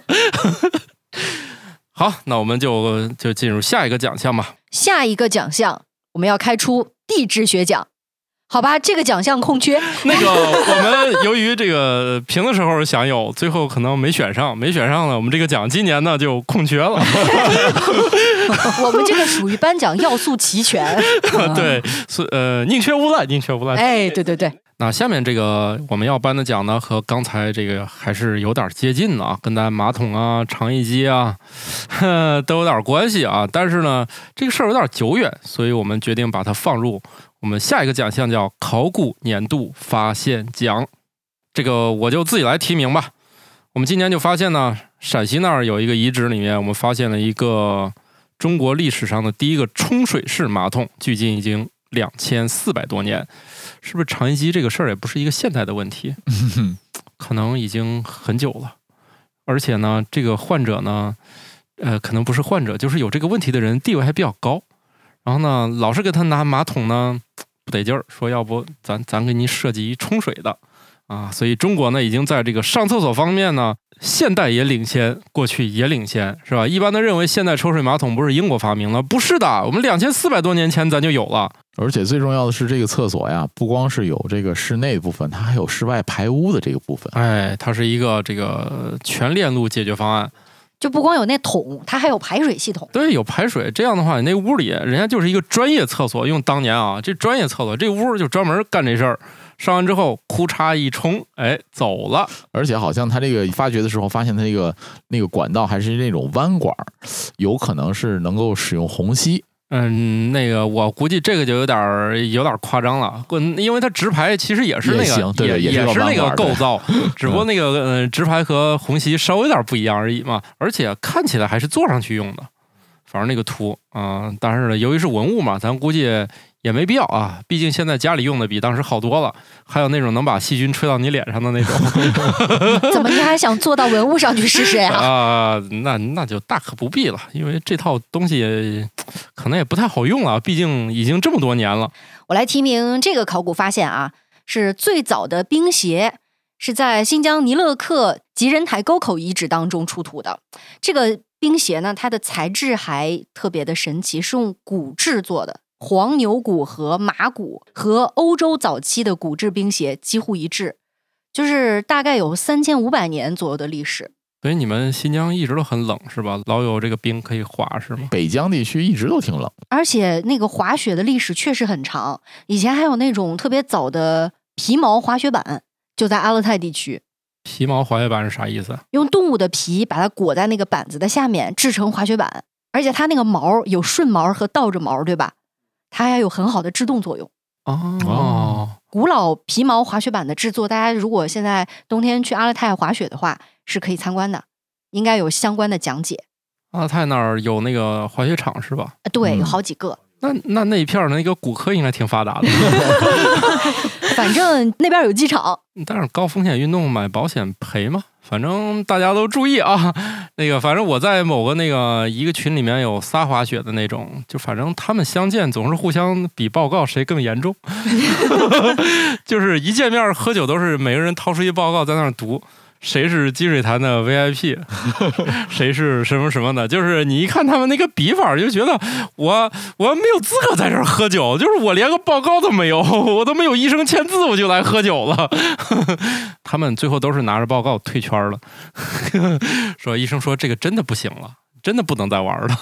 [SPEAKER 1] 好，那我们就就进入下一个奖项吧。
[SPEAKER 4] 下一个奖项我们要开出地质学奖。好吧，这个奖项空缺。
[SPEAKER 1] 那个我们由于这个评的时候想有，最后可能没选上，没选上了，我们这个奖今年呢就空缺了。
[SPEAKER 4] 我们这个属于颁奖要素齐全。
[SPEAKER 1] 对，是呃宁缺毋滥，宁缺毋滥。
[SPEAKER 4] 哎，对对对。
[SPEAKER 1] 那下面这个我们要颁的奖呢，和刚才这个还是有点接近的啊，跟咱马桶啊、肠易激啊呵都有点关系啊。但是呢，这个事儿有点久远，所以我们决定把它放入我们下一个奖项，叫考古年度发现奖。这个我就自己来提名吧。我们今年就发现呢，陕西那儿有一个遗址里面，我们发现了一个中国历史上的第一个冲水式马桶，距今已经两千四百多年。是不是肠易激这个事儿也不是一个现代的问题，可能已经很久了。而且呢，这个患者呢，呃，可能不是患者，就是有这个问题的人地位还比较高。然后呢，老是给他拿马桶呢不得劲儿，说要不咱咱给你设计一冲水的啊。所以中国呢，已经在这个上厕所方面呢，现代也领先，过去也领先，是吧？一般的认为现代抽水马桶不是英国发明了，不是的，我们两千四百多年前咱就有了。
[SPEAKER 2] 而且最重要的是，这个厕所呀，不光是有这个室内部分，它还有室外排污的这个部分。
[SPEAKER 1] 哎，它是一个这个全链路解决方案。
[SPEAKER 4] 就不光有那桶，它还有排水系统。
[SPEAKER 1] 对，有排水。这样的话，你那屋里人家就是一个专业厕所。用当年啊，这专业厕所，这屋就专门干这事儿。上完之后，裤嚓一冲，哎，走了。
[SPEAKER 2] 而且好像他这个发掘的时候，发现他那个那个管道还是那种弯管，有可能是能够使用虹吸。
[SPEAKER 1] 嗯，那个我估计这个就有点有点夸张了，因为它直排其实也是那个
[SPEAKER 2] 对
[SPEAKER 1] 也
[SPEAKER 2] 也
[SPEAKER 1] 是那个构造，只不过那个呃直排和虹吸稍微有点不一样而已嘛，而且看起来还是坐上去用的。反正那个图啊、呃，但是呢，由于是文物嘛，咱估计也没必要啊，毕竟现在家里用的比当时好多了，还有那种能把细菌吹到你脸上的那种。
[SPEAKER 4] 怎么你还想做到文物上去试试呀？
[SPEAKER 1] 啊、呃，那那就大可不必了，因为这套东西可能也不太好用了，毕竟已经这么多年了。
[SPEAKER 4] 我来提名这个考古发现啊，是最早的冰鞋，是在新疆尼勒克吉人台沟口遗址当中出土的。这个冰鞋呢，它的材质还特别的神奇，是用骨质做的。黄牛骨和马骨和欧洲早期的骨质冰鞋几乎一致，就是大概有三千五百年左右的历史。
[SPEAKER 1] 所以你们新疆一直都很冷是吧？老有这个冰可以滑是吗？
[SPEAKER 2] 北疆地区一直都挺冷，
[SPEAKER 4] 而且那个滑雪的历史确实很长，以前还有那种特别早的皮毛滑雪板，就在阿勒泰地区。
[SPEAKER 1] 皮毛滑雪板是啥意思？
[SPEAKER 4] 用动物的皮把它裹在那个板子的下面制成滑雪板，而且它那个毛有顺毛和倒着毛，对吧？它还有很好的制动作用。
[SPEAKER 1] 哦，
[SPEAKER 4] 古老皮毛滑雪板的制作，大家如果现在冬天去阿勒泰滑雪的话，是可以参观的，应该有相关的讲解。
[SPEAKER 1] 阿勒泰那儿有那个滑雪场是吧？
[SPEAKER 4] 对，
[SPEAKER 1] 嗯、
[SPEAKER 4] 有好几个。
[SPEAKER 1] 那那那一片那个骨科应该挺发达的。
[SPEAKER 4] 反正那边有机场。
[SPEAKER 1] 但是高风险运动买保险赔吗？反正大家都注意啊。那个反正我在某个那个一个群里面有仨滑雪的那种，就反正他们相见总是互相比报告谁更严重。就是一见面喝酒都是每个人掏出一报告在那儿读。谁是积水潭的 V I P， 谁是什么什么的，就是你一看他们那个笔法，就觉得我我没有资格在这儿喝酒，就是我连个报告都没有，我都没有医生签字，我就来喝酒了。他们最后都是拿着报告退圈了，说医生说这个真的不行了，真的不能再玩了。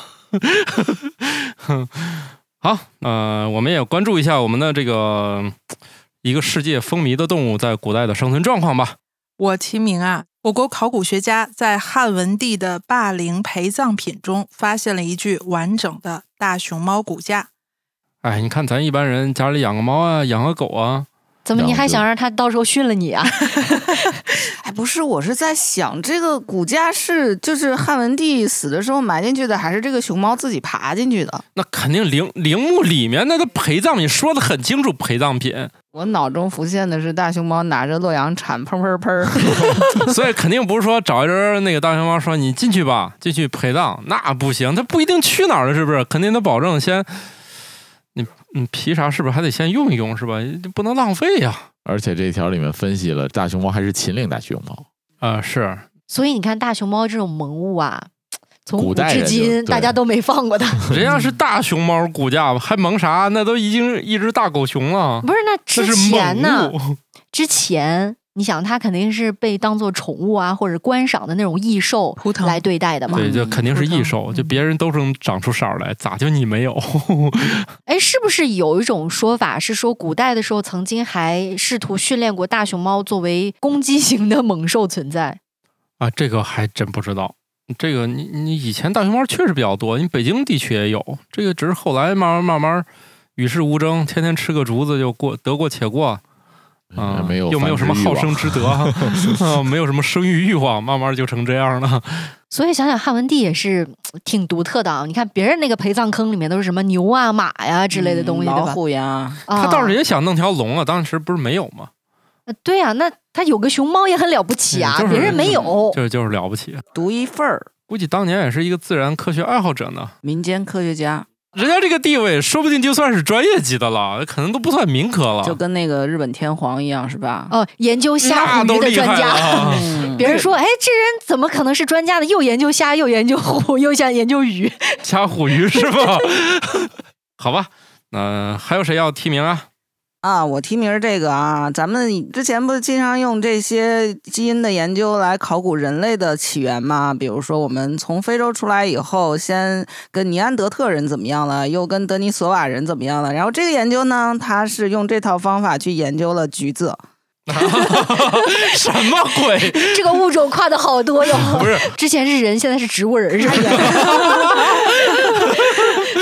[SPEAKER 1] 好，呃，我们也关注一下我们的这个一个世界风靡的动物在古代的生存状况吧。
[SPEAKER 6] 我提名啊，我国考古学家在汉文帝的霸陵陪葬品中发现了一具完整的大熊猫骨架。
[SPEAKER 1] 哎，你看咱一般人家里养个猫啊，养个狗啊，
[SPEAKER 4] 怎么你还想让他到时候训了你啊？
[SPEAKER 3] 哎，不是，我是在想这个骨架是就是汉文帝死的时候埋进去的，还是这个熊猫自己爬进去的？
[SPEAKER 1] 那肯定陵陵墓里面那个陪葬品说的很清楚，陪葬品。
[SPEAKER 3] 我脑中浮现的是大熊猫拿着洛阳铲砰砰砰。
[SPEAKER 1] 所以肯定不是说找一只那个大熊猫说你进去吧，进去陪葬，那不行，它不一定去哪儿了，是不是？肯定得保证先你你皮啥是不是还得先用一用，是吧？不能浪费呀。
[SPEAKER 2] 而且这条里面分析了大熊猫还是秦岭大熊猫
[SPEAKER 1] 啊、呃，是。
[SPEAKER 4] 所以你看大熊猫这种萌物啊，从古
[SPEAKER 2] 古代
[SPEAKER 4] 至今大家都没放过它。
[SPEAKER 1] 人家是大熊猫骨架，还萌啥？那都已经一只大狗熊了。
[SPEAKER 4] 不是，那之前呢？之前你想，它肯定是被当做宠物啊，或者观赏的那种异兽来对待的嘛。
[SPEAKER 1] 对，就肯定是异兽，就别人都能长出色来，咋就你没有？
[SPEAKER 4] 哎，是不是有一种说法是说，古代的时候曾经还试图训练过大熊猫作为攻击型的猛兽存在？
[SPEAKER 1] 啊，这个还真不知道。这个你你以前大熊猫确实比较多，你北京地区也有，这个只是后来慢慢慢慢与世无争，天天吃个竹子就过得过且过，啊、
[SPEAKER 2] 嗯，没有
[SPEAKER 1] 又没有什么好生之德，啊，没有什么生育欲望，慢慢就成这样了。
[SPEAKER 4] 所以想想汉文帝也是挺独特的啊！你看别人那个陪葬坑里面都是什么牛啊、马呀之类的东西，
[SPEAKER 3] 嗯、
[SPEAKER 4] 对吧？
[SPEAKER 3] 老虎呀，
[SPEAKER 1] 他倒是也想弄条龙啊，当时不是没有吗？
[SPEAKER 4] 对啊，那他有个熊猫也很了不起啊，
[SPEAKER 1] 嗯就是、
[SPEAKER 4] 别人没有，
[SPEAKER 1] 就是就是了不起，
[SPEAKER 3] 独一份儿。
[SPEAKER 1] 估计当年也是一个自然科学爱好者呢，
[SPEAKER 3] 民间科学家，
[SPEAKER 1] 人家这个地位说不定就算是专业级的了，可能都不算民科了，
[SPEAKER 3] 就跟那个日本天皇一样，是吧？
[SPEAKER 4] 哦，研究虾虎鱼的专家，
[SPEAKER 3] 嗯、
[SPEAKER 4] 别人说，哎，这人怎么可能是专家呢？又研究虾，又研究虎，又想研究鱼，
[SPEAKER 1] 虾虎鱼是吧？好吧，那、呃、还有谁要提名啊？
[SPEAKER 3] 啊，我提名这个啊，咱们之前不是经常用这些基因的研究来考古人类的起源吗？比如说我们从非洲出来以后，先跟尼安德特人怎么样了，又跟德尼索瓦人怎么样了，然后这个研究呢，它是用这套方法去研究了橘子。
[SPEAKER 1] 什么鬼？
[SPEAKER 4] 这个物种跨的好多哟！
[SPEAKER 1] 不是，
[SPEAKER 4] 之前是人，现在是植物人，是吧？
[SPEAKER 3] 哎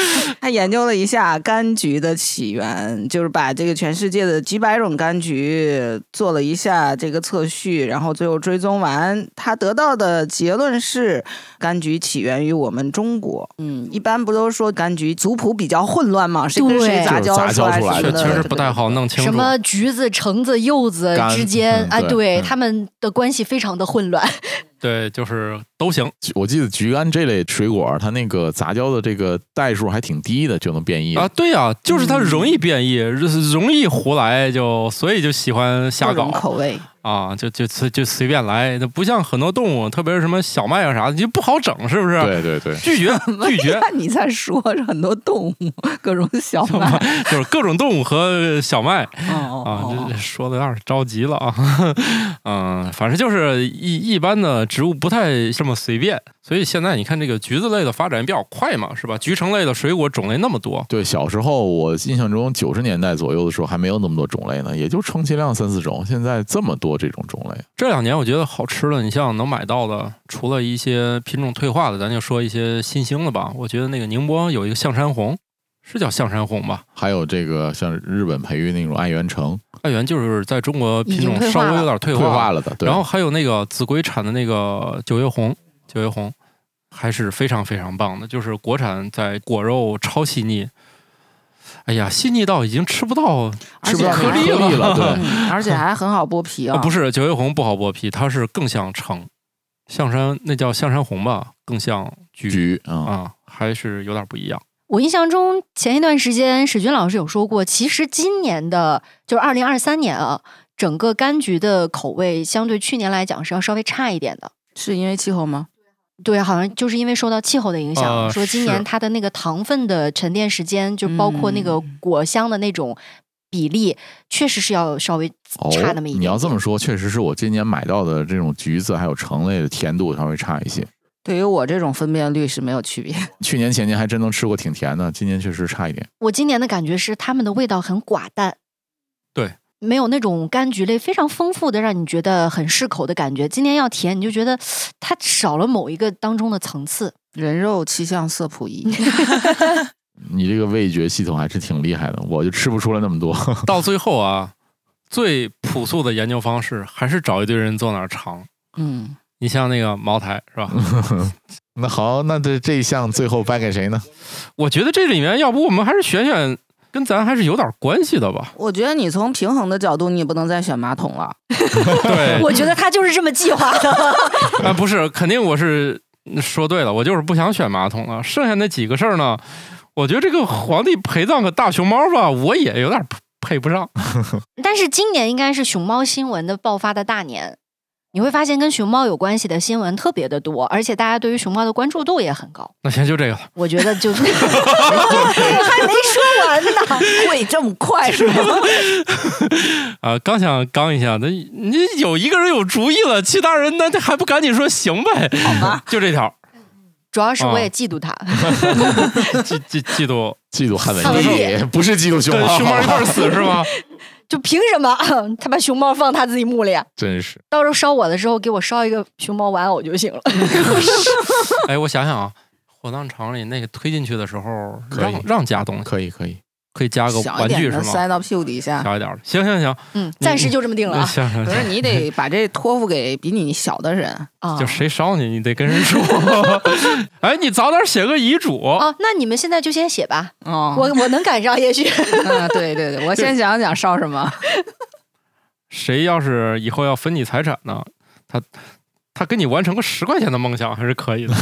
[SPEAKER 3] 他研究了一下柑橘的起源，就是把这个全世界的几百种柑橘做了一下这个测序，然后最后追踪完，他得到的结论是柑橘起源于我们中国。嗯，一般不都说柑橘族谱比较混乱吗？谁跟谁杂交出来的？
[SPEAKER 1] 确实不太好弄清楚。
[SPEAKER 4] 什么橘子、橙子、柚子之间啊，对，对、嗯、他们的关系非常的混乱。
[SPEAKER 1] 对，就是都行。
[SPEAKER 2] 我记得橘柑这类水果，它那个杂交的这个代数还挺低的，就能变异
[SPEAKER 1] 啊。对呀、啊，就是它容易变异，嗯、容易胡来就，就所以就喜欢瞎搞
[SPEAKER 3] 口味。
[SPEAKER 1] 啊，就就就就随便来，它不像很多动物，特别是什么小麦啊啥的，就不好整，是不是？
[SPEAKER 2] 对对对，
[SPEAKER 1] 拒绝拒绝。
[SPEAKER 3] 你在说很多动物，各种小麦，
[SPEAKER 1] 就是各种动物和小麦
[SPEAKER 3] 哦
[SPEAKER 1] 啊，这说的有点着急了啊。嗯，反正就是一一般的植物不太这么随便，所以现在你看这个橘子类的发展比较快嘛，是吧？橘橙类的水果种类那么多。
[SPEAKER 2] 对，小时候我印象中九十年代左右的时候还没有那么多种类呢，也就充其量三四种，现在这么多这种种类。
[SPEAKER 1] 这两年我觉得好吃的，你像能买到的，除了一些品种退化的，咱就说一些新兴的吧。我觉得那个宁波有一个象山红，是叫象山红吧？
[SPEAKER 2] 还有这个像日本培育那种爱媛橙，
[SPEAKER 1] 爱媛就是在中国品种稍微有点退化
[SPEAKER 2] 退化了的。对，
[SPEAKER 1] 然后还有那个紫龟产的那个九月红，九月红还是非常非常棒的，就是国产在果肉超细腻。哎呀，细腻到已经吃不到，
[SPEAKER 2] 吃不到
[SPEAKER 1] 颗粒
[SPEAKER 2] 了，对、
[SPEAKER 3] 嗯，而且还很好剥皮啊。
[SPEAKER 1] 啊不是九月红不好剥皮，它是更像橙，象山那叫象山红吧，更像橘
[SPEAKER 2] 橘、嗯、
[SPEAKER 1] 啊，还是有点不一样。
[SPEAKER 4] 我印象中前一段时间史军老师有说过，其实今年的就是二零二三年啊，整个柑橘的口味相对去年来讲是要稍微差一点的，
[SPEAKER 3] 是因为气候吗？
[SPEAKER 4] 对，好像就是因为受到气候的影响、
[SPEAKER 1] 呃、
[SPEAKER 4] 说今年它的那个糖分的沉淀时间，就包括那个果香的那种比例，嗯、确实是要稍微差那么一点点、哦。
[SPEAKER 2] 你要这么说，确实是我今年买到的这种橘子还有橙类的甜度稍微差一些。
[SPEAKER 3] 对于我这种分辨率是没有区别。
[SPEAKER 2] 去年前年还真能吃过挺甜的，今年确实差一点。
[SPEAKER 4] 我今年的感觉是它们的味道很寡淡。
[SPEAKER 1] 对。
[SPEAKER 4] 没有那种柑橘类非常丰富的让你觉得很适口的感觉，今年要甜你就觉得它少了某一个当中的层次。
[SPEAKER 3] 人肉七象色谱仪。
[SPEAKER 2] 你这个味觉系统还是挺厉害的，我就吃不出来那么多。
[SPEAKER 1] 到最后啊，最朴素的研究方式还是找一堆人坐那儿尝。
[SPEAKER 3] 嗯，
[SPEAKER 1] 你像那个茅台是吧？
[SPEAKER 2] 那好，那这这一项最后颁给谁呢？
[SPEAKER 1] 我觉得这里面要不我们还是选选跟咱还是有点关系的吧。
[SPEAKER 3] 我觉得你从平衡的角度，你也不能再选马桶了。
[SPEAKER 1] 对，
[SPEAKER 4] 我觉得他就是这么计划的。
[SPEAKER 1] 啊，不是，肯定我是说对了，我就是不想选马桶了。剩下那几个事儿呢，我觉得这个皇帝陪葬个大熊猫吧，我也有点配不上。
[SPEAKER 4] 但是今年应该是熊猫新闻的爆发的大年。你会发现跟熊猫有关系的新闻特别的多，而且大家对于熊猫的关注度也很高。
[SPEAKER 1] 那行就这个了，
[SPEAKER 4] 我觉得就还没说完呢，
[SPEAKER 3] 会这么快是吗？
[SPEAKER 1] 啊，刚想刚一下，那你有一个人有主意了，其他人那还不赶紧说行呗？
[SPEAKER 3] 好吧，
[SPEAKER 1] 就这条。
[SPEAKER 4] 主要是我也嫉妒他，
[SPEAKER 1] 嫉嫉嫉妒
[SPEAKER 2] 嫉妒汉文帝，不是嫉妒熊猫，
[SPEAKER 1] 熊猫一块死是吗？
[SPEAKER 4] 就凭什么他把熊猫放他自己墓里啊？
[SPEAKER 2] 真是，
[SPEAKER 4] 到时候烧我的时候给我烧一个熊猫玩偶就行了。
[SPEAKER 1] 哎，我想想啊，火葬场里那个推进去的时候让让加东西，
[SPEAKER 2] 可以可以
[SPEAKER 1] 可以加个玩具是吗？
[SPEAKER 3] 塞到屁股底下，
[SPEAKER 1] 小一点的。行行行，
[SPEAKER 4] 嗯，暂时就这么定了、啊。
[SPEAKER 1] 行行，
[SPEAKER 3] 可是你得把这托付给比你小的人
[SPEAKER 4] 啊，
[SPEAKER 1] 就谁烧你，你得跟人说。哎，你早点写个遗嘱
[SPEAKER 4] 哦。那你们现在就先写吧。
[SPEAKER 3] 哦，
[SPEAKER 4] 我我能赶上，也许。
[SPEAKER 3] 嗯，对对对，我先讲讲烧什么。
[SPEAKER 1] 谁要是以后要分你财产呢？他他给你完成个十块钱的梦想还是可以的。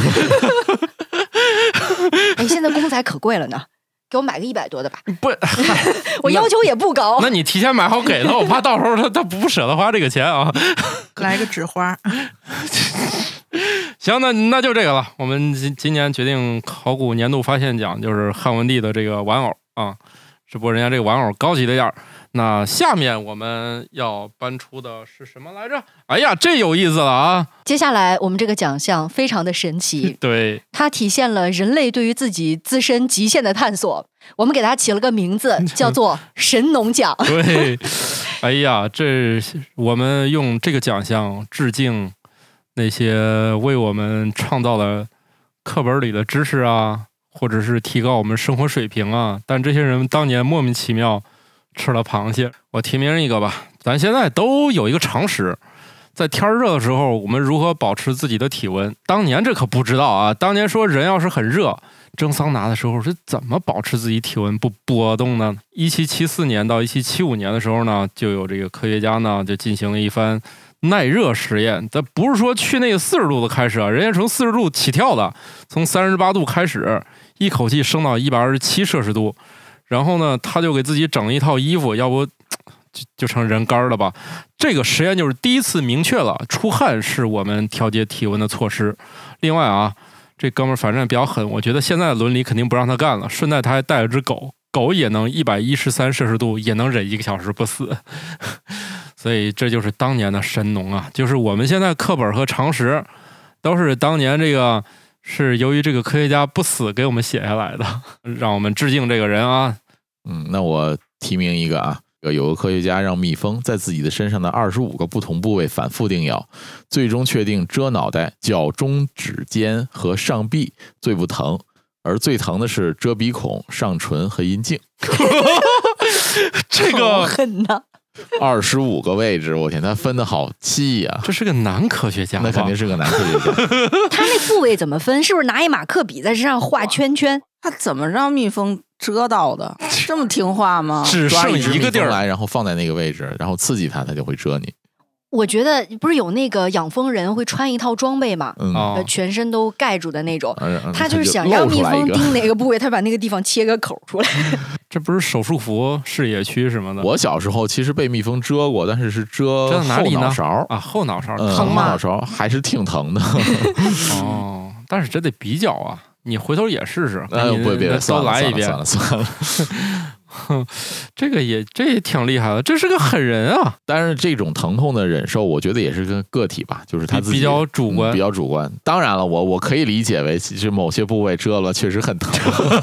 [SPEAKER 4] 哎，现在公仔可贵了呢。给我买个一百多的吧，
[SPEAKER 1] 不，
[SPEAKER 4] 我要求也不高。
[SPEAKER 1] 那你提前买好给他，我怕到时候他他不舍得花这个钱啊。
[SPEAKER 6] 来个纸花。
[SPEAKER 1] 行，那那就这个了。我们今今年决定考古年度发现奖就是汉文帝的这个玩偶啊，只不过人家这个玩偶高级了一点。那下面我们要搬出的是什么来着？哎呀，这有意思了啊！
[SPEAKER 4] 接下来我们这个奖项非常的神奇，
[SPEAKER 1] 对，
[SPEAKER 4] 它体现了人类对于自己自身极限的探索。我们给它起了个名字，叫做神农奖。
[SPEAKER 1] 对，哎呀，这我们用这个奖项致敬那些为我们创造了课本里的知识啊， 或者是提高我们生活水平啊，但这些人当年莫名其妙吃了螃蟹。我提名一个吧，咱现在都有一个常识，在天热的时候我们如何保持自己的体温。当年这可不知道啊，当年说人要是很热蒸桑拿的时候是怎么保持自己体温不波动呢？一七七四年到一七七五年的时候呢，就有这个科学家呢就进行了一番耐热实验。但不是说去那个四十度的开始啊，人家从四十度起跳的，从三十八度开始一口气升到一百二十七摄氏度，然后呢他就给自己整一套衣服，要不就, 就成人干了吧。这个实验就是第一次明确了出汗是我们调节体温的措施。另外啊，这哥们儿反正比较狠，我觉得现在的伦理肯定不让他干了。顺带他还带了只狗，狗也能一百一十三摄氏度，也能忍一个小时不死。所以这就是当年的神农啊，就是我们现在课本和常识都是当年这个是由于这个科学家不死给我们写下来的，让我们致敬这个人啊。
[SPEAKER 2] 嗯，那我提名一个啊。有个科学家让蜜蜂在自己的身上的二十五个不同部位反复叮咬，最终确定蛰脑袋、脚中指尖和上臂最不疼，而最疼的是蛰鼻孔、上唇和阴茎。
[SPEAKER 1] 这个
[SPEAKER 4] 狠呐！
[SPEAKER 2] 二十五个位置，我天，他分的好细呀、啊！
[SPEAKER 1] 这是个男科学家，
[SPEAKER 2] 那肯定是个男科学家。
[SPEAKER 4] 他那部位怎么分？是不是拿一马克笔在身上画圈圈？
[SPEAKER 3] 他怎么让蜜蜂蛰到的？这么听话吗？
[SPEAKER 1] 只剩一个地儿
[SPEAKER 2] 来，然后放在那个位置，然后刺激它，它就会蛰你。
[SPEAKER 4] 我觉得不是有那个养蜂人会穿一套装备嘛，
[SPEAKER 2] 嗯
[SPEAKER 4] 呃，全身都盖住的那种。
[SPEAKER 2] 嗯、
[SPEAKER 4] 他就是想让蜜蜂叮哪个部位，他把那个地方切个口出来。
[SPEAKER 1] 这不是手术服、视野区什么的。
[SPEAKER 2] 我小时候其实被蜜蜂蛰过，但是是蛰后脑勺
[SPEAKER 1] 啊，后脑勺
[SPEAKER 2] 疼吗？后脑勺还是挺疼的。
[SPEAKER 1] 哦，但是这得比较啊。你回头也试试，
[SPEAKER 2] 哎，不别别，
[SPEAKER 1] 都来一遍，
[SPEAKER 2] 算了算了。
[SPEAKER 1] 这个也这也挺厉害的，这是个狠人啊！
[SPEAKER 2] 但是这种疼痛的忍受，我觉得也是个个体吧，就是他自己
[SPEAKER 1] 比较主观、
[SPEAKER 2] 嗯，比较主观。当然了，我我可以理解为，其实某些部位蛰了确实很疼。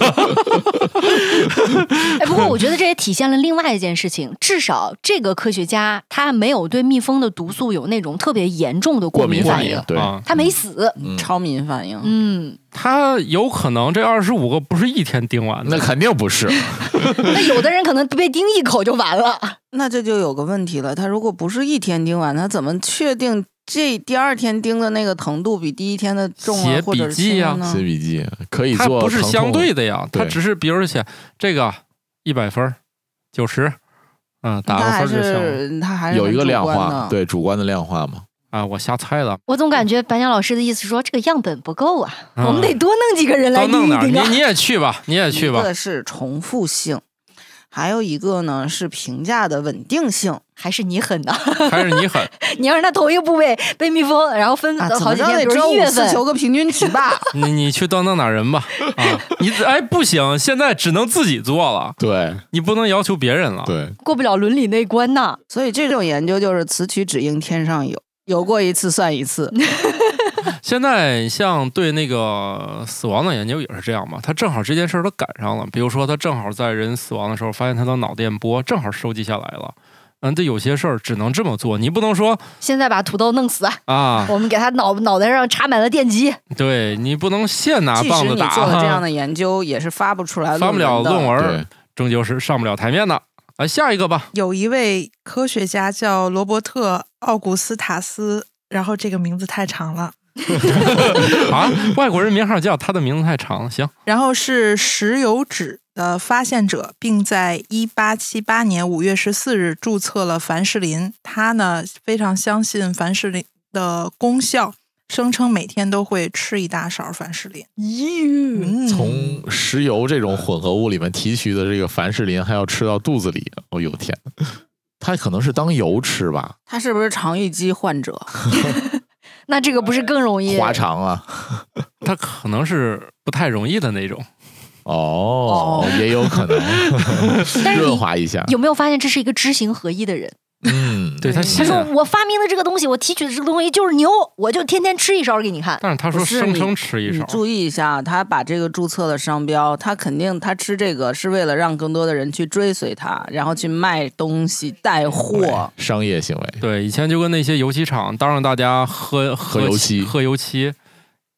[SPEAKER 4] 哎，不过我觉得这也体现了另外一件事情，至少这个科学家他没有对蜜蜂的毒素有那种特别严重的过
[SPEAKER 2] 敏
[SPEAKER 4] 反
[SPEAKER 2] 应，对，
[SPEAKER 1] 啊、
[SPEAKER 4] 他没死、
[SPEAKER 3] 嗯，超敏反应。
[SPEAKER 4] 嗯，
[SPEAKER 1] 他有可能这二十五个不是一天叮完的，
[SPEAKER 2] 那肯定不是。
[SPEAKER 4] 那有的人可能被叮一口就完了。
[SPEAKER 3] 那这就有个问题了，他如果不是一天叮完，他怎么确定这第二天叮的那个疼度比第一天的重啊，
[SPEAKER 1] 写笔记呀、
[SPEAKER 3] 啊，
[SPEAKER 2] 写笔记可以做，
[SPEAKER 1] 它不是相对的呀，它只是比如写这个一百分、九十，嗯，打个分就行。
[SPEAKER 3] 他还是
[SPEAKER 2] 有一个量化，对主观的量化嘛。
[SPEAKER 1] 啊，我瞎猜了。
[SPEAKER 4] 我总感觉白鸟老师的意思说，这个样本不够啊，嗯、我们得多弄几个人来
[SPEAKER 1] 叮一
[SPEAKER 4] 叮啊。
[SPEAKER 1] 你你也去吧，你也去吧。
[SPEAKER 3] 一个是重复性。还有一个呢是评价的稳定性，
[SPEAKER 4] 还是你狠的？
[SPEAKER 1] 还是你狠？
[SPEAKER 4] 你要是那同一个部位被蜜蜂，然后分好几天，比如一月份，
[SPEAKER 3] 求个平均值吧。
[SPEAKER 1] 你你去当当哪人吧啊！你哎不行，现在只能自己做了。
[SPEAKER 2] 对，
[SPEAKER 1] 你不能要求别人了。
[SPEAKER 2] 对，
[SPEAKER 4] 过不了伦理那关呐。
[SPEAKER 3] 所以这种研究就是此曲只应天上有，有过一次算一次。
[SPEAKER 1] 现在像对那个死亡的研究也是这样嘛，他正好这件事儿都赶上了，比如说他正好在人死亡的时候发现他的脑电波正好收集下来了。嗯，这有些事儿只能这么做，你不能说
[SPEAKER 4] 现在把土豆弄死
[SPEAKER 1] 啊，
[SPEAKER 4] 我们给他脑脑袋上插满了电击。
[SPEAKER 1] 对，你不能现拿棒子打。
[SPEAKER 3] 即使你做了这样的研究，也是发不出来论文的，
[SPEAKER 1] 发不了论文，终究是上不了台面的。啊，下一个吧。
[SPEAKER 6] 有一位科学家叫罗伯特·奥古斯塔斯，然后这个名字太长了。
[SPEAKER 1] 啊，外国人名号叫他的名字太长了，行。
[SPEAKER 6] 然后是石油酯的发现者，并在一八七八年五月十四日注册了凡士林。他呢非常相信凡士林的功效，声称每天都会吃一大勺凡士林。
[SPEAKER 2] 嗯、从石油这种混合物里面提取的这个凡士林，还要吃到肚子里，哦呦天！他可能是当油吃吧？
[SPEAKER 3] 他是不是肠易激患者？
[SPEAKER 4] 那这个不是更容易
[SPEAKER 2] 滑肠啊？
[SPEAKER 1] 他可能是不太容易的那种。
[SPEAKER 2] 哦，也有可能润滑一下。
[SPEAKER 4] 有没有发现这是一个知行合一的人？
[SPEAKER 2] 嗯，
[SPEAKER 1] 对，他
[SPEAKER 4] 他说我发明的这个东西，我提取的这个东西就是牛，我就天天吃一勺给你看。
[SPEAKER 1] 但是他说声称吃一勺，
[SPEAKER 3] 你注意一下，他把这个注册的商标，他肯定他吃这个是为了让更多的人去追随他，然后去卖东西带货，
[SPEAKER 2] 商业行为。
[SPEAKER 1] 对，以前就跟那些油漆厂，当让大家喝
[SPEAKER 2] 喝油漆，
[SPEAKER 1] 喝油漆。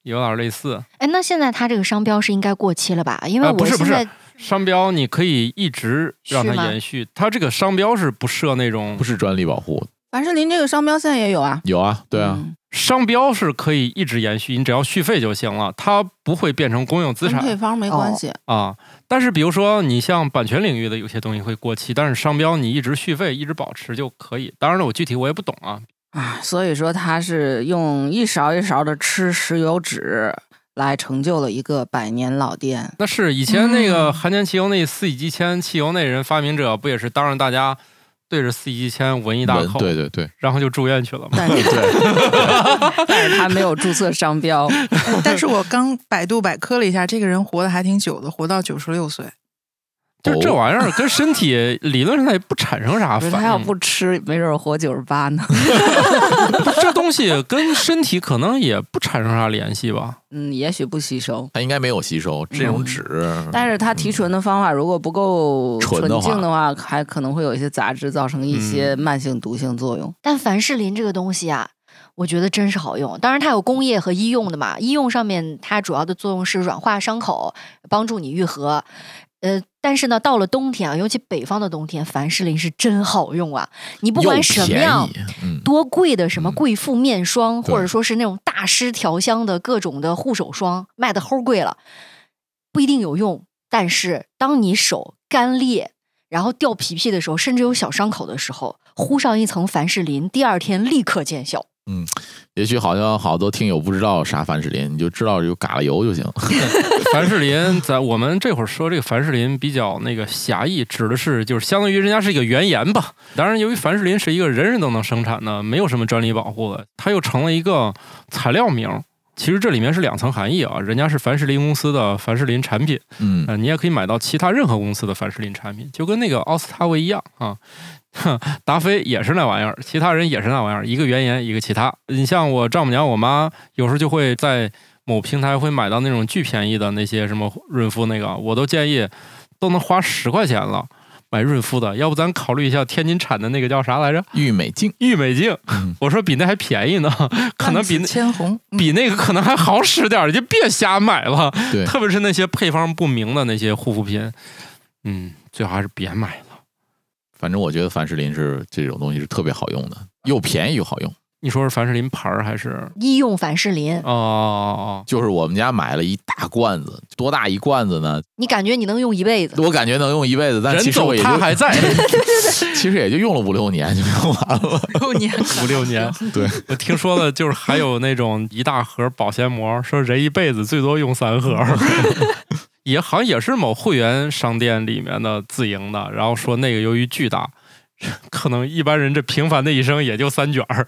[SPEAKER 1] 有点类似。
[SPEAKER 4] 哎，那现在它这个商标是应该过期了吧？因为我现在、
[SPEAKER 1] 呃、不是不是商标，你可以一直让它延续。它这个商标是不设那种，
[SPEAKER 2] 不是专利保护。
[SPEAKER 3] 凡士林这个商标现在也有啊，
[SPEAKER 2] 有啊，对啊。
[SPEAKER 3] 嗯
[SPEAKER 1] 商标是可以一直延续，你只要续费就行了，它不会变成公有资产，
[SPEAKER 3] 跟配方没关系、
[SPEAKER 1] 哦、啊。但是比如说你像版权领域的有些东西会过期，但是商标你一直续费一直保持就可以。当然了，我具体我也不懂啊。
[SPEAKER 3] 啊，所以说它是用一勺一勺的吃石油纸来成就了一个百年老店。
[SPEAKER 1] 那是以前那个含铅汽油那四乙基铅汽油那人发明者不也是当着大家对着四乙基铅闻一大口，
[SPEAKER 2] 对对对，
[SPEAKER 1] 然后就住院去了嘛。
[SPEAKER 3] 但是对，但是他没有注册商标。
[SPEAKER 6] 但是我刚百度百科了一下，这个人活得还挺久的，活到九十六岁。
[SPEAKER 1] 就这玩意儿跟身体理论上也不产生啥反应。
[SPEAKER 3] 他要不吃，没准活九十八呢。
[SPEAKER 1] 这东西跟身体可能也不产生啥联系吧？
[SPEAKER 3] 嗯，也许不吸收。
[SPEAKER 2] 它应该没有吸收这种纸、
[SPEAKER 3] 嗯，但是它提纯的方法如果不够纯净的话，还可能会有一些杂质造成一些慢性毒性作用。
[SPEAKER 4] 嗯、但凡士林这个东西啊，我觉得真是好用。当然，它有工业和医用的嘛。医用上面它主要的作用是软化伤口，帮助你愈合。呃，但是呢，到了冬天啊，尤其北方的冬天，凡士林是真好用啊！你不管什么样、嗯、多贵的什么贵妇面霜，嗯、或者说是那种大师调香的各种的护手霜，卖的齁贵了，不一定有用。但是当你手干裂，然后掉皮皮的时候，甚至有小伤口的时候，敷上一层凡士林，第二天立刻见效。
[SPEAKER 2] 嗯，也许好像好多听友不知道啥凡士林，你就知道有嘎啦油就行。
[SPEAKER 1] 凡士林在我们这会儿说这个凡士林比较那个狭义，指的是就是相当于人家是一个原研吧。当然，由于凡士林是一个人人都能生产的，没有什么专利保护的，它又成了一个材料名。其实这里面是两层含义啊，人家是凡士林公司的凡士林产品，嗯、呃，你也可以买到其他任何公司的凡士林产品，就跟那个奥司他韦一样啊。达菲也是那玩意儿，其他人也是那玩意儿，一个原研一个其他。你像我丈母娘我妈有时候就会在某平台会买到那种巨便宜的那些什么润肤，那个我都建议都能花十块钱了买润肤的，要不咱考虑一下天津产的那个叫啥来着？
[SPEAKER 2] 郁美净。
[SPEAKER 1] 郁美净、嗯、我说比那还便宜呢，可能比那
[SPEAKER 6] 千红
[SPEAKER 1] 比那个可能还好使点，就别瞎买了。
[SPEAKER 2] 对，
[SPEAKER 1] 特别是那些配方不明的那些护肤品，嗯，最好还是别买了。
[SPEAKER 2] 反正我觉得凡士林是这种东西是特别好用的，又便宜又好用。
[SPEAKER 1] 你说是凡士林牌还是
[SPEAKER 4] 医用凡士林？
[SPEAKER 1] 哦哦哦，
[SPEAKER 2] 就是我们家买了一大罐子，多大一罐子呢？
[SPEAKER 4] 你感觉你能用一辈子？
[SPEAKER 2] 我感觉能用一辈子，但其实我也就
[SPEAKER 1] 他还在，
[SPEAKER 2] 其实也就用了五六年就用完了。
[SPEAKER 6] 六年，
[SPEAKER 1] 五六年。
[SPEAKER 2] 对，
[SPEAKER 1] 我听说了，就是还有那种一大盒保鲜膜，说人一辈子最多用三盒。也好像也是某会员商店里面的自营的，然后说那个由于巨大，可能一般人这平凡的一生也就三卷儿。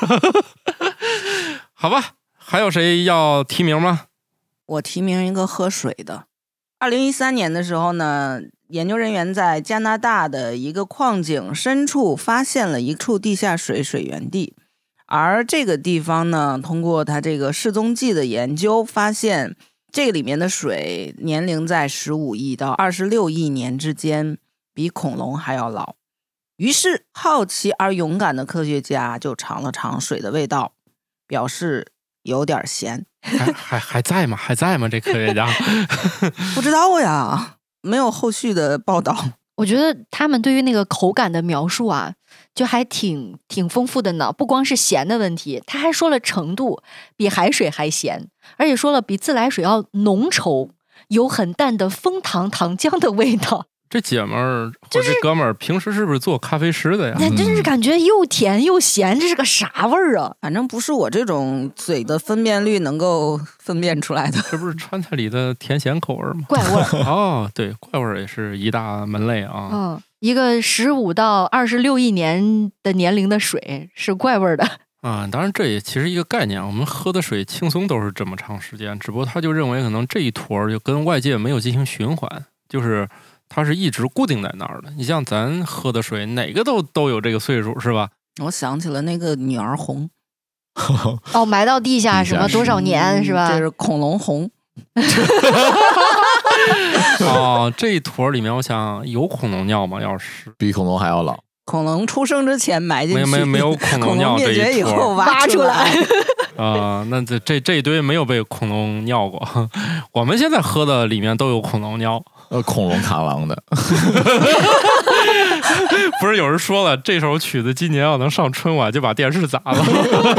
[SPEAKER 1] 好吧，还有谁要提名吗？
[SPEAKER 3] 我提名一个喝水的。二零一三年的时候呢，研究人员在加拿大的一个矿井深处发现了一处地下水水源地，而这个地方呢，通过它这个示踪剂的研究，发现这个里面的水年龄在十五亿到二十六亿年之间，比恐龙还要老。于是好奇而勇敢的科学家就尝了尝水的味道，表示有点咸。
[SPEAKER 1] 还还还在吗？还在吗？这科学家
[SPEAKER 3] 不知道呀，没有后续的报道。
[SPEAKER 4] 我觉得他们对于那个口感的描述啊，就还挺挺丰富的呢。不光是咸的问题，他还说了程度比海水还咸，而且说了比自来水要浓稠，有很淡的枫糖糖浆的味道。
[SPEAKER 1] 这姐们儿或者这哥们儿平时是不是做咖啡师的呀？
[SPEAKER 4] 那真是感觉又甜又咸，这是个啥味儿啊？
[SPEAKER 3] 反正不是我这种嘴的分辨率能够分辨出来的。
[SPEAKER 1] 这不是川菜里的甜咸口味吗？
[SPEAKER 4] 怪味儿
[SPEAKER 1] 哦，对，怪味儿也是一大门类啊。
[SPEAKER 4] 嗯，一个十五到二十六亿年的年龄的水是怪味儿的。
[SPEAKER 1] 啊，当然这也其实一个概念，我们喝的水轻松都是这么长时间，只不过他就认为可能这一坨就跟外界没有进行循环，就是它是一直固定在那儿的。你像咱喝的水，哪个都都有这个岁数，是吧？
[SPEAKER 3] 我想起了那个女儿红，
[SPEAKER 4] 哦，埋到地下什么多少年是吧？
[SPEAKER 3] 这是恐龙红。
[SPEAKER 1] 哦，这一坨里面，我想有恐龙尿吗？要是
[SPEAKER 2] 比恐龙还要老。
[SPEAKER 3] 恐龙出生之前埋进去，
[SPEAKER 1] 没没没有恐龙尿这一坨，
[SPEAKER 3] 灭绝以后
[SPEAKER 4] 挖出来。
[SPEAKER 1] 啊、呃，那这这这一堆没有被恐龙尿过，我们现在喝的里面都有恐龙尿。
[SPEAKER 2] 呃，恐龙卡郎的。
[SPEAKER 1] 不是有人说了，这首曲子今年要能上春晚，就把电视砸了。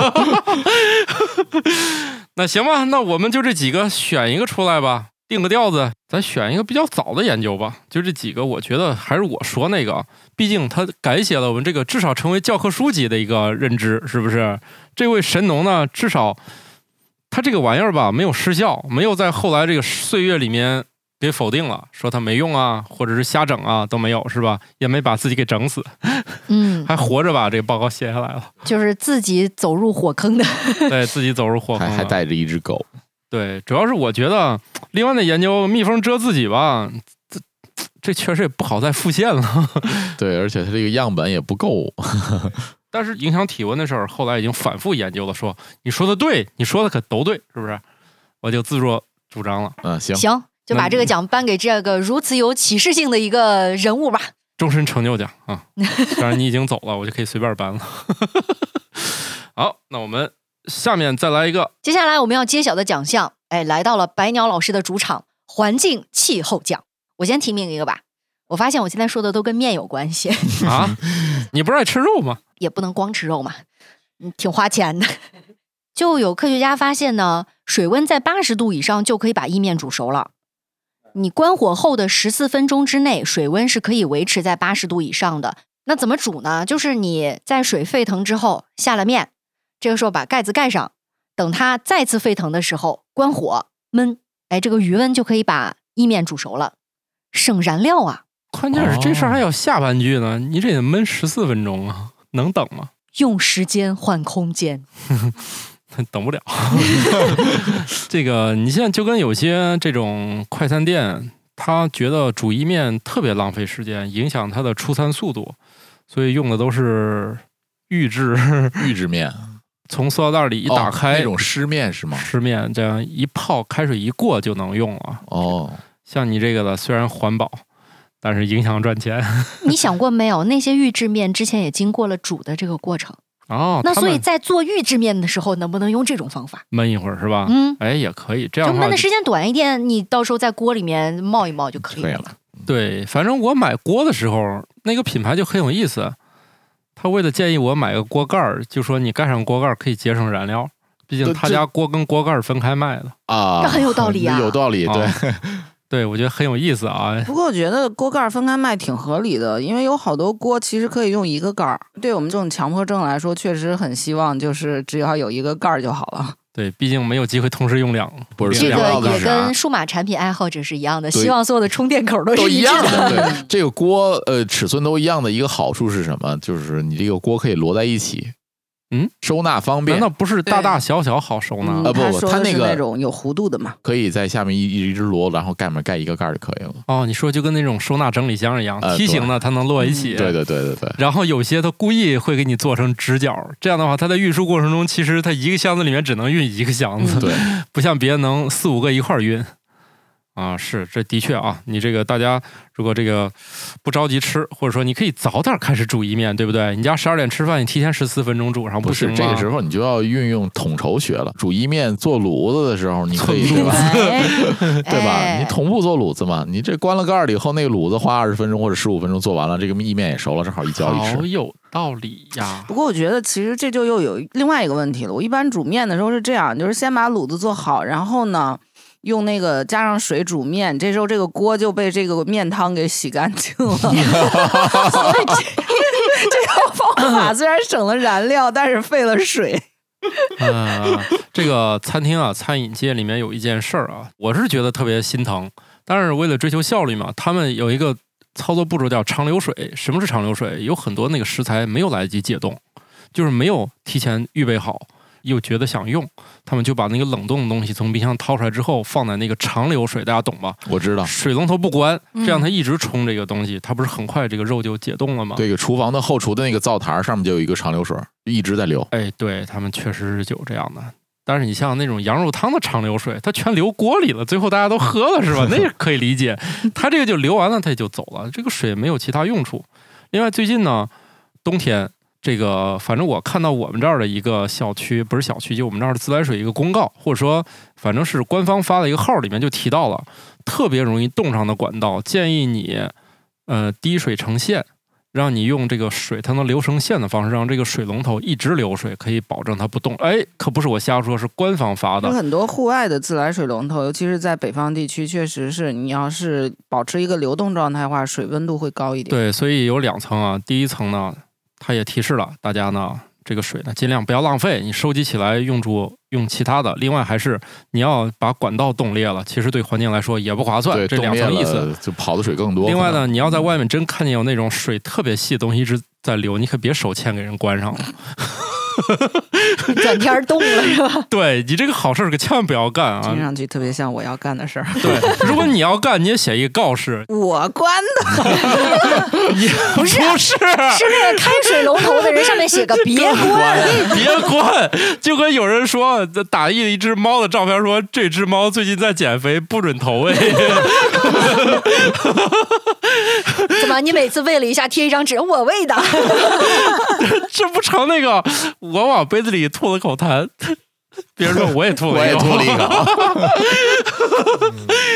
[SPEAKER 1] 那行吧，那我们就这几个选一个出来吧，定个调子，咱选一个比较早的研究吧。就这几个，我觉得还是我说那个，毕竟它改写了我们这个至少成为教科书级的一个认知，是不是？这位神农呢，至少他这个玩意儿吧，没有失效，没有在后来这个岁月里面给否定了，说它没用啊，或者是瞎整啊，都没有，是吧？也没把自己给整死，
[SPEAKER 4] 嗯，
[SPEAKER 1] 还活着把这个报告写下来了，
[SPEAKER 4] 就是自己走入火坑的，
[SPEAKER 1] 对自己走入火坑
[SPEAKER 2] 还还带着一只狗。
[SPEAKER 1] 对，主要是我觉得另外的研究蜜蜂蛰自己吧，这这确实也不好再复现了。
[SPEAKER 2] 对，而且它这个样本也不够。
[SPEAKER 1] 但是影响体温的事儿，后来已经反复研究了，说你说的对，你说的可都对，是不是？我就自作主张了。
[SPEAKER 2] 嗯，行
[SPEAKER 4] 行。就把这个奖颁给这个如此有启示性的一个人物吧，
[SPEAKER 1] 终身成就奖啊！当然你已经走了，我就可以随便颁了。好，那我们下面再来一个。
[SPEAKER 4] 接下来我们要揭晓的奖项，哎，来到了白鸟老师的主场——环境气候奖。我先提名一个吧。我发现我现在说的都跟面有关系
[SPEAKER 1] 啊！你不是爱吃肉吗？
[SPEAKER 4] 也不能光吃肉嘛，挺花钱的。就有科学家发现呢，水温在八十度以上就可以把意面煮熟了。你关火后的十四分钟之内，水温是可以维持在八十度以上的。那怎么煮呢？就是你在水沸腾之后下了面，这个时候把盖子盖上，等它再次沸腾的时候关火焖，哎，这个余温就可以把意面煮熟了，省燃料啊！
[SPEAKER 1] 关键是这事儿还有下半句呢，你这得焖十四分钟啊，能等吗？
[SPEAKER 4] 用时间换空间。
[SPEAKER 1] 等不了。这个你现在就跟有些这种快餐店，他觉得煮意面特别浪费时间，影响他的出餐速度，所以用的都是预制
[SPEAKER 2] 预制面，
[SPEAKER 1] 从塑料袋里一打开、
[SPEAKER 2] 哦、那种湿面是吗？
[SPEAKER 1] 湿面这样一泡，开水一过就能用了。
[SPEAKER 2] 哦，
[SPEAKER 1] 像你这个的虽然环保，但是影响赚钱。
[SPEAKER 4] 你想过没有？那些预制面之前也经过了煮的这个过程。
[SPEAKER 1] 哦，
[SPEAKER 4] 那所以在做预制面的时候，能不能用这种方法
[SPEAKER 1] 焖一会儿是吧？
[SPEAKER 4] 嗯，
[SPEAKER 1] 哎，也可以，这样
[SPEAKER 4] 就焖的时间短一点，你到时候在锅里面冒一冒就可以了。
[SPEAKER 1] 对，反正我买锅的时候，那个品牌就很有意思，他为了建议我买个锅盖儿，就说你盖上锅盖儿可以节省燃料，毕竟他家锅跟锅盖儿分开卖的
[SPEAKER 2] 啊，
[SPEAKER 4] 那很有道理啊，
[SPEAKER 2] 有道理，对。
[SPEAKER 1] 啊对，我觉得很有意思啊。
[SPEAKER 3] 不过我觉得锅盖分开卖挺合理的，因为有好多锅其实可以用一个盖儿。对我们这种强迫症来说，确实很希望就是只要有一个盖儿就好了。
[SPEAKER 1] 对，毕竟没有机会同时用两。
[SPEAKER 2] 不是
[SPEAKER 4] 这个也跟数码产品爱好者是一样的，希望所有的充电口都是
[SPEAKER 2] 一样的。对，这个锅呃尺寸都一样的一个好处是什么？就是你这个锅可以摞在一起。嗯，收纳方便，
[SPEAKER 1] 难道不是大大小小好收纳？
[SPEAKER 2] 啊不不，它那个
[SPEAKER 3] 那种有弧度的嘛，
[SPEAKER 2] 可以在下面一一直摞，然后盖面盖一个盖就可以了。
[SPEAKER 1] 哦，你说就跟那种收纳整理箱一样，梯形的它能摞一起。
[SPEAKER 2] 对对对对对。
[SPEAKER 1] 然后有些它故意会给你做成直角，这样的话，它在运输过程中，其实它一个箱子里面只能运一个箱子，
[SPEAKER 2] 对，
[SPEAKER 1] 不像别人能四五个一块运。啊，是，这的确啊，你这个大家如果这个不着急吃，或者说你可以早点开始煮意面，对不对？你家十二点吃饭，你提前十四分钟煮，然后
[SPEAKER 2] 不是这个时候你就要运用统筹学了。煮意面做炉子的时候，你可以对吧？对吧？你同步做炉子嘛，你这关了盖了以后，那个炉子花二十分钟或者十五分钟做完了，这个意面也熟了，正好一浇一吃。
[SPEAKER 1] 好有道理呀！
[SPEAKER 3] 不过我觉得其实这就又有另外一个问题了。我一般煮面的时候是这样，就是先把炉子做好，然后呢。用那个加上水煮面，这时候这个锅就被这个面汤给洗干净了。所以这这套方法虽然省了燃料，但是费了水。
[SPEAKER 1] 啊，这个餐厅啊，餐饮界里面有一件事儿啊，我是觉得特别心疼。但是为了追求效率嘛，他们有一个操作步骤叫长流水。什么是长流水？有很多那个食材没有来得及解冻，就是没有提前预备好。又觉得想用，他们就把那个冷冻的东西从冰箱掏出来之后，放在那个长流水，大家懂吧？
[SPEAKER 2] 我知道，
[SPEAKER 1] 水龙头不关，这样它一直冲这个东西，它不是很快这个肉就解冻了吗？
[SPEAKER 2] 对，个厨房的后厨的那个灶台上面就有一个长流水，一直在流。
[SPEAKER 1] 哎，对他们确实是有这样的。但是你像那种羊肉汤的长流水，它全流锅里了，最后大家都喝了是吧？那也可以理解。它这个就流完了，它也就走了，这个水没有其他用处。另外最近呢，冬天这个反正我看到我们这儿的一个小区，不是小区，就我们这儿的自来水一个公告，或者说反正是官方发的一个号，里面就提到了特别容易冻上的管道，建议你呃滴水成线，让你用这个水它能流成线的方式，让这个水龙头一直流水，可以保证它不动。哎，可不是我瞎说，是官方发的。
[SPEAKER 3] 有很多户外的自来水龙头，尤其是在北方地区，确实是你要是保持一个流动状态的话，水温度会高一点。
[SPEAKER 1] 对，所以有两层啊。第一层呢，它也提示了大家呢，这个水呢尽量不要浪费，你收集起来用住用其他的。另外还是你要把管道冻裂了，其实对环境来说也不划算。
[SPEAKER 2] 对，
[SPEAKER 1] 这两层意思，
[SPEAKER 2] 就跑的水更多。
[SPEAKER 1] 另外呢，你要在外面真看见有那种水特别细的东西一直在流，你可别手欠给人关上了。
[SPEAKER 4] 转天冻了是吧？
[SPEAKER 1] 对，你这个好事可千万不要干啊！
[SPEAKER 3] 听上去特别像我要干的事儿。
[SPEAKER 1] 对，如果你要干，你也写一个告示。
[SPEAKER 3] 我关的，
[SPEAKER 1] 不是不是，
[SPEAKER 4] 是那个开水龙头的人上面写个别关，
[SPEAKER 1] 别关，就跟有人说打印了一只猫的照片，说这只猫最近在减肥，不准投喂。
[SPEAKER 4] 怎么？你每次喂了一下贴一张纸，我喂的，
[SPEAKER 1] 这不成那个我往杯子里吐了口痰，别人说我也吐了一口，
[SPEAKER 2] 我也吐了一口。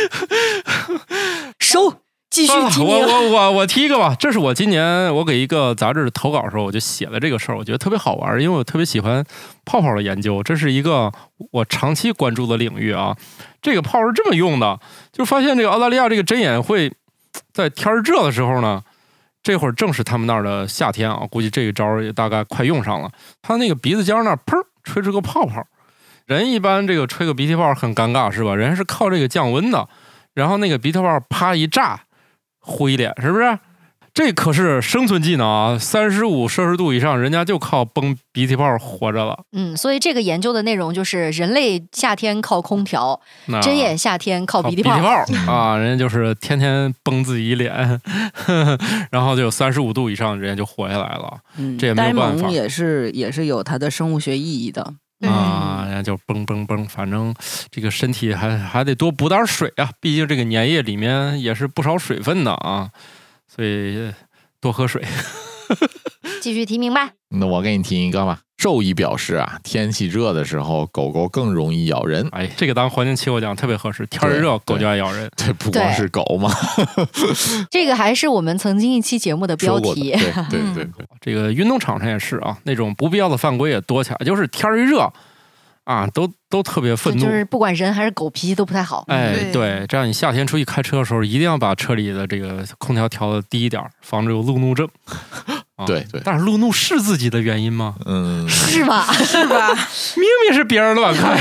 [SPEAKER 4] 收，继续提名。
[SPEAKER 1] 啊、我我我我提一个吧，这是我今年我给一个杂志投稿的时候，我就写了这个事儿，我觉得特别好玩，因为我特别喜欢泡泡的研究，这是一个我长期关注的领域啊。这个泡是这么用的，就发现这个澳大利亚这个针眼会在天热的时候呢。这会儿正是他们那儿的夏天啊，估计这个招也大概快用上了。他那个鼻子尖那儿砰吹出个泡泡，人一般这个吹个鼻涕泡很尴尬是吧？人家是靠这个降温的，然后那个鼻涕泡啪一炸，呼一脸，是不是？这可是生存技能啊！三十五摄氏度以上，人家就靠崩鼻涕泡活着了。
[SPEAKER 4] 嗯，所以这个研究的内容就是人类夏天靠空调，针眼夏天靠鼻涕泡。
[SPEAKER 1] 鼻涕泡啊，人家就是天天崩自己一脸，呵呵然后就有三十五度以上，人家就活下来了。
[SPEAKER 3] 嗯，
[SPEAKER 1] 这也没有办法，
[SPEAKER 3] 也是也是有它的生物学意义的。
[SPEAKER 1] 啊，人家就蹦蹦蹦，反正这个身体还还得多补点水啊，毕竟这个粘液里面也是不少水分的啊。所以多喝水。
[SPEAKER 4] 继续提名吧。
[SPEAKER 2] 那我给你提一个吧。兽医表示啊，天气热的时候，狗狗更容易咬人。
[SPEAKER 1] 哎，这个当环境气候讲特别合适。天热，狗就爱咬人。
[SPEAKER 2] 对，不光是狗嘛。
[SPEAKER 4] 这个还是我们曾经一期节目的标题。
[SPEAKER 2] 对对对对，
[SPEAKER 1] 这个运动场上也是啊，那种不必要的犯规也多起来，就是天一热。啊，都都特别愤怒，
[SPEAKER 4] 就是不管人还是狗脾气都不太好。
[SPEAKER 1] 哎，对，这样你夏天出去开车的时候，一定要把车里的这个空调调的低一点，防止有路怒症。啊、
[SPEAKER 2] 对对，
[SPEAKER 1] 但是路怒是自己的原因吗？
[SPEAKER 2] 嗯，
[SPEAKER 4] 是吧？
[SPEAKER 3] 是吧？
[SPEAKER 1] 明明是别人乱开。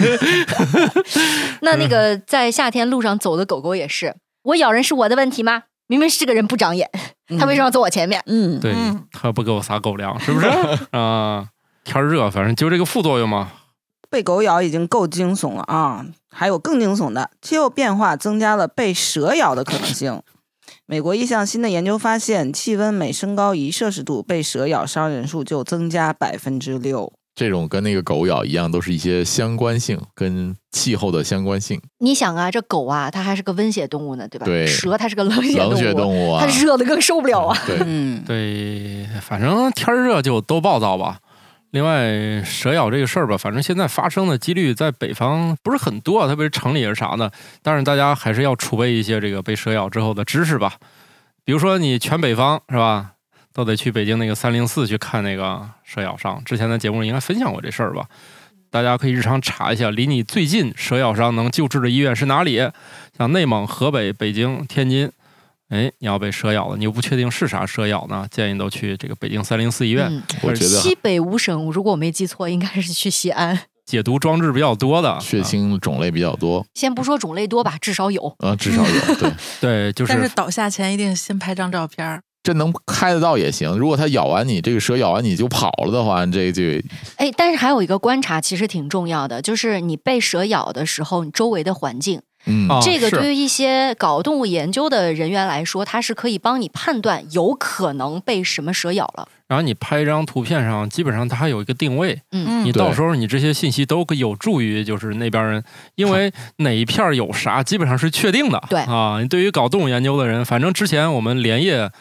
[SPEAKER 4] 那那个在夏天路上走的狗狗也是，我咬人是我的问题吗？明明是这个人不长眼，嗯、他为什么要走我前面？
[SPEAKER 3] 嗯，
[SPEAKER 1] 对、嗯、他不给我撒狗粮，是不是？啊，天热，反正就这个副作用嘛。
[SPEAKER 3] 被狗咬已经够惊悚了啊，还有更惊悚的，气候变化增加了被蛇咬的可能性。美国一项新的研究发现，气温每升高一摄氏度，被蛇咬伤人数就增加百分之六。
[SPEAKER 2] 这种跟那个狗咬一样，都是一些相关性，跟气候的相关性。
[SPEAKER 4] 你想啊，这狗啊，它还是个温血动物呢，对吧？
[SPEAKER 2] 对，
[SPEAKER 4] 蛇它是个冷血动物，
[SPEAKER 2] 冷血动物啊，
[SPEAKER 4] 它热的更受不了啊。
[SPEAKER 2] 对，
[SPEAKER 3] 嗯，
[SPEAKER 1] 对，反正天热就都暴躁吧。另外，蛇咬这个事儿吧，反正现在发生的几率在北方不是很多，特别是城里是啥的。但是大家还是要储备一些这个被蛇咬之后的知识吧。比如说，你全北方是吧，都得去北京那个三零四去看那个蛇咬伤。之前在节目里应该分享过这事儿吧？大家可以日常查一下，离你最近蛇咬伤能救治的医院是哪里？像内蒙、河北、北京、天津。哎，你要被蛇咬了，你又不确定是啥蛇咬呢？建议都去这个北京三零四医院。嗯、
[SPEAKER 2] 我觉得
[SPEAKER 4] 西北五省，如果我没记错，应该是去西安。
[SPEAKER 1] 解毒装置比较多的，
[SPEAKER 2] 血清种类比较多。
[SPEAKER 4] 先不说种类多吧，至少有
[SPEAKER 2] 啊，至少有。对
[SPEAKER 1] 对，就是。
[SPEAKER 6] 但是倒下前一定先拍张照片。
[SPEAKER 2] 这能开得到也行。如果它咬完你，这个蛇咬完你就跑了的话，这就
[SPEAKER 4] 哎，但是还有一个观察，其实挺重要的，就是你被蛇咬的时候，你周围的环境。
[SPEAKER 2] 嗯，
[SPEAKER 4] 这个对于一些搞动物研究的人员来说，它是可以帮你判断有可能被什么蛇咬了。
[SPEAKER 1] 然后你拍一张图片上，基本上它还有一个定位，
[SPEAKER 4] 嗯，
[SPEAKER 1] 你到时候你这些信息都有助于就是那边人，因为哪一片有啥，基本上是确定的。
[SPEAKER 4] 对
[SPEAKER 1] 啊，你对于搞动物研究的人，反正之前我们连夜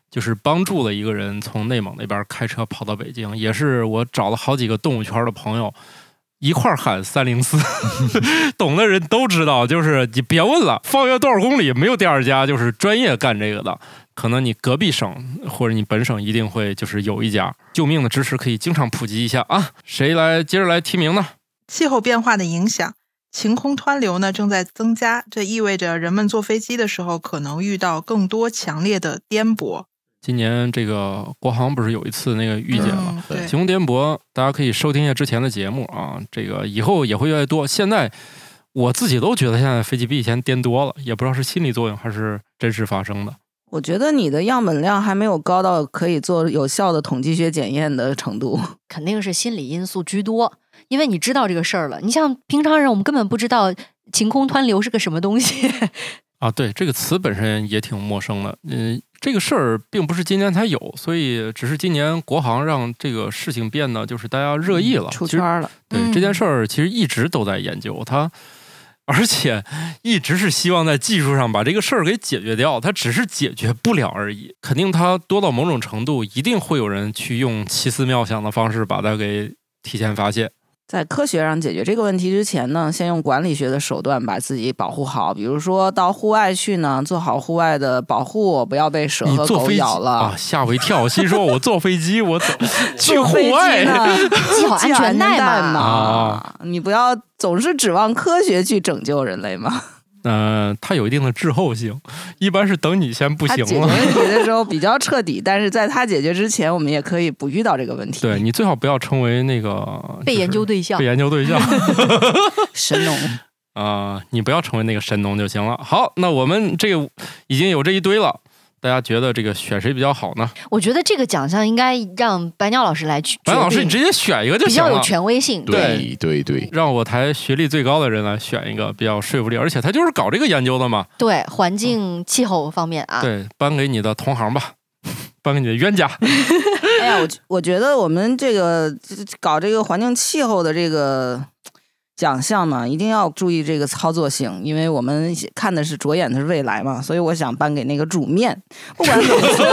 [SPEAKER 1] 就是帮助了一个人从内蒙那边开车跑到北京，也是我找了好几个动物圈的朋友一块喊三零四，懂的人都知道，就是你别问了，方圆多少公里没有第二家就是专业干这个的，可能你隔壁省或者你本省一定会就是有一家。救命的知识可以经常普及一下啊！谁来接着来提名呢？
[SPEAKER 7] 气候变化的影响。晴空湍流呢正在增加，这意味着人们坐飞机的时候可能遇到更多强烈的颠簸。
[SPEAKER 1] 今年这个国航不是有一次那个预检吗？
[SPEAKER 7] 对，
[SPEAKER 1] 晴空颠簸，大家可以收听一下之前的节目啊。这个以后也会越来越多。现在我自己都觉得现在飞机比以前颠多了，也不知道是心理作用还是真实发生的。
[SPEAKER 3] 我觉得你的样本量还没有高到可以做有效的统计学检验的程度，
[SPEAKER 4] 肯定是心理因素居多。因为你知道这个事儿了，你像平常人我们根本不知道晴空湍流是个什么东西
[SPEAKER 1] 啊。对，这个词本身也挺陌生的。嗯，这个事儿并不是今年才有，所以只是今年国航让这个事情变得就是大家热议了，
[SPEAKER 3] 嗯、出圈了。
[SPEAKER 1] 对、嗯、这件事儿其实一直都在研究它，而且一直是希望在技术上把这个事儿给解决掉，它只是解决不了而已。肯定它多到某种程度，一定会有人去用奇思妙想的方式把它给提前发现。
[SPEAKER 3] 在科学上解决这个问题之前呢，先用管理学的手段把自己保护好，比如说到户外去呢，做好户外的保护，不要被蛇和狗咬了
[SPEAKER 1] 啊！吓我一跳，我心说我坐飞机，我怎么去户外
[SPEAKER 3] 呢？
[SPEAKER 4] 系好安全带嘛！
[SPEAKER 3] 啊，你不要总是指望科学去拯救人类嘛。
[SPEAKER 1] 嗯、呃，它有一定的滞后性，一般是等你先不行了。
[SPEAKER 3] 解决问题的时候比较彻底，但是在它解决之前，我们也可以不遇到这个问题。
[SPEAKER 1] 对，你最好不要成为那个
[SPEAKER 4] 被研究对象，
[SPEAKER 1] 被研究对象
[SPEAKER 3] 神农
[SPEAKER 1] 啊、呃，你不要成为那个神农就行了。好，那我们这个已经有这一堆了。大家觉得这个选谁比较好呢？
[SPEAKER 4] 我觉得这个奖项应该让白鸟老师来去。
[SPEAKER 1] 白鸟老师，你直接选一个就行了，
[SPEAKER 4] 比较有权威性。
[SPEAKER 2] 对对对，
[SPEAKER 1] 让我台学历最高的人来选一个比较说服力，而且他就是搞这个研究的嘛。
[SPEAKER 4] 对，环境气候方面啊。
[SPEAKER 1] 对，颁给你的同行吧，颁给你的冤家。
[SPEAKER 3] 哎呀，我我觉得我们这个搞这个环境气候的这个奖项呢，一定要注意这个操作性，因为我们看的是着眼的是未来嘛，所以我想颁给那个煮面。不管怎么说，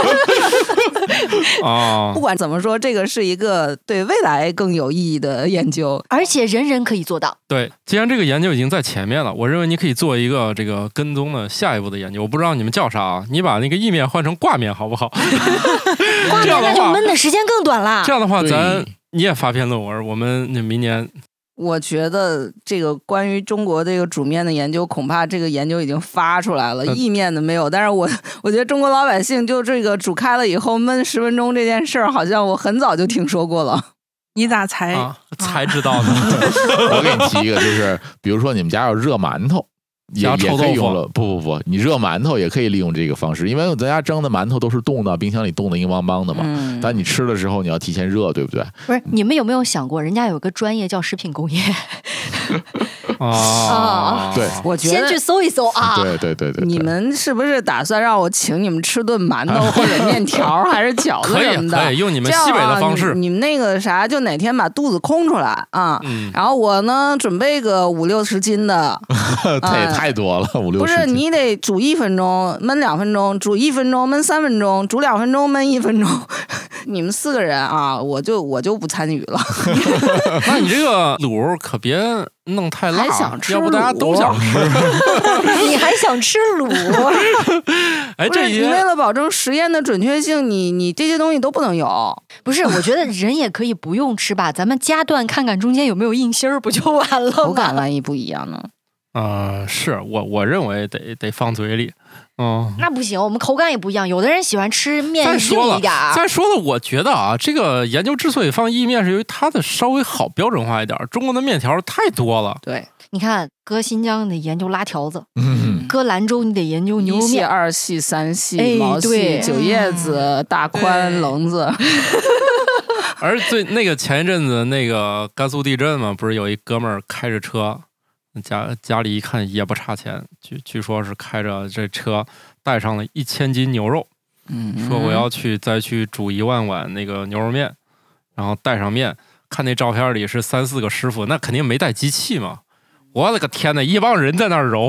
[SPEAKER 1] 哦，
[SPEAKER 3] 不管怎么说，这个是一个对未来更有意义的研究，
[SPEAKER 4] 而且人人可以做到。
[SPEAKER 1] 对，既然这个研究已经在前面了，我认为你可以做一个这个跟踪的下一步的研究。我不知道你们叫啥啊？你把那个意面换成挂面好不好？
[SPEAKER 4] 挂面那就焖的时间更短了。
[SPEAKER 1] 这样的话，咱你也发篇论文，我们那明年。
[SPEAKER 3] 我觉得这个关于中国这个煮面的研究，恐怕这个研究已经发出来了，呃、意面的没有。但是我我觉得中国老百姓就这个煮开了以后焖十分钟这件事儿，好像我很早就听说过了。
[SPEAKER 7] 你咋才、
[SPEAKER 1] 啊、才知道呢？
[SPEAKER 2] 我给你提一个，就是比如说你们家要热馒头。也也可以用了，不不不，你热馒头也可以利用这个方式，因为咱家蒸的馒头都是冻的，冰箱里冻的硬邦邦的嘛。嗯、但你吃的时候你要提前热，对不对？
[SPEAKER 4] 不是，你们有没有想过，人家有个专业叫食品工业？
[SPEAKER 1] 啊，
[SPEAKER 2] 对，
[SPEAKER 3] 我觉得
[SPEAKER 4] 先去搜一搜啊。
[SPEAKER 2] 对对对 对, 对，
[SPEAKER 3] 你们是不是打算让我请你们吃顿馒头或者面条还是饺子什么的？
[SPEAKER 1] 可以，可以用你们西北的方式。
[SPEAKER 3] 啊、你, 你们那个啥，就哪天把肚子空出来啊？嗯、然后我呢，准备个五六十斤的，
[SPEAKER 2] 这也太多了，五六十斤。
[SPEAKER 3] 不是，你得煮一分钟，焖两分钟，煮一分钟，焖三分钟，煮两分钟，焖一分钟。你们四个人啊，我就我就不参与了。
[SPEAKER 1] 那你这个卤可别弄太辣，
[SPEAKER 3] 还想吃
[SPEAKER 1] 要不大家都想吃。
[SPEAKER 4] 你还想吃卤？
[SPEAKER 1] 哎，这
[SPEAKER 3] 你为了保证实验的准确性，你你这些东西都不能有。
[SPEAKER 4] 不是，我觉得人也可以不用吃吧，咱们夹断看看中间有没有硬芯儿，不就完了吗？
[SPEAKER 3] 口感万一不一样呢？
[SPEAKER 1] 呃，是我我认为得得放嘴里。哦，
[SPEAKER 4] 那不行，我们口感也不一样。有的人喜欢吃面硬一点。
[SPEAKER 1] 再说了，我觉得啊，这个研究之所以放意面，是因为它的稍微好标准化一点。中国的面条太多了。
[SPEAKER 3] 对，
[SPEAKER 4] 你看，搁新疆你得研究拉条子，嗯，搁兰州你得研究牛肉面，
[SPEAKER 3] 一细、二细、三细、哎、毛细、九叶子、大宽、棱子。
[SPEAKER 1] 而最那个前一阵子那个甘肃地震嘛，不是有一哥们儿开着车。家家里一看也不差钱，据据说是开着这车带上了一千斤牛肉，嗯，说我要去再去煮一万碗那个牛肉面，然后带上面，看那照片里是三四个师傅，那肯定没带机器嘛。我的个天哪，一帮人在那儿揉，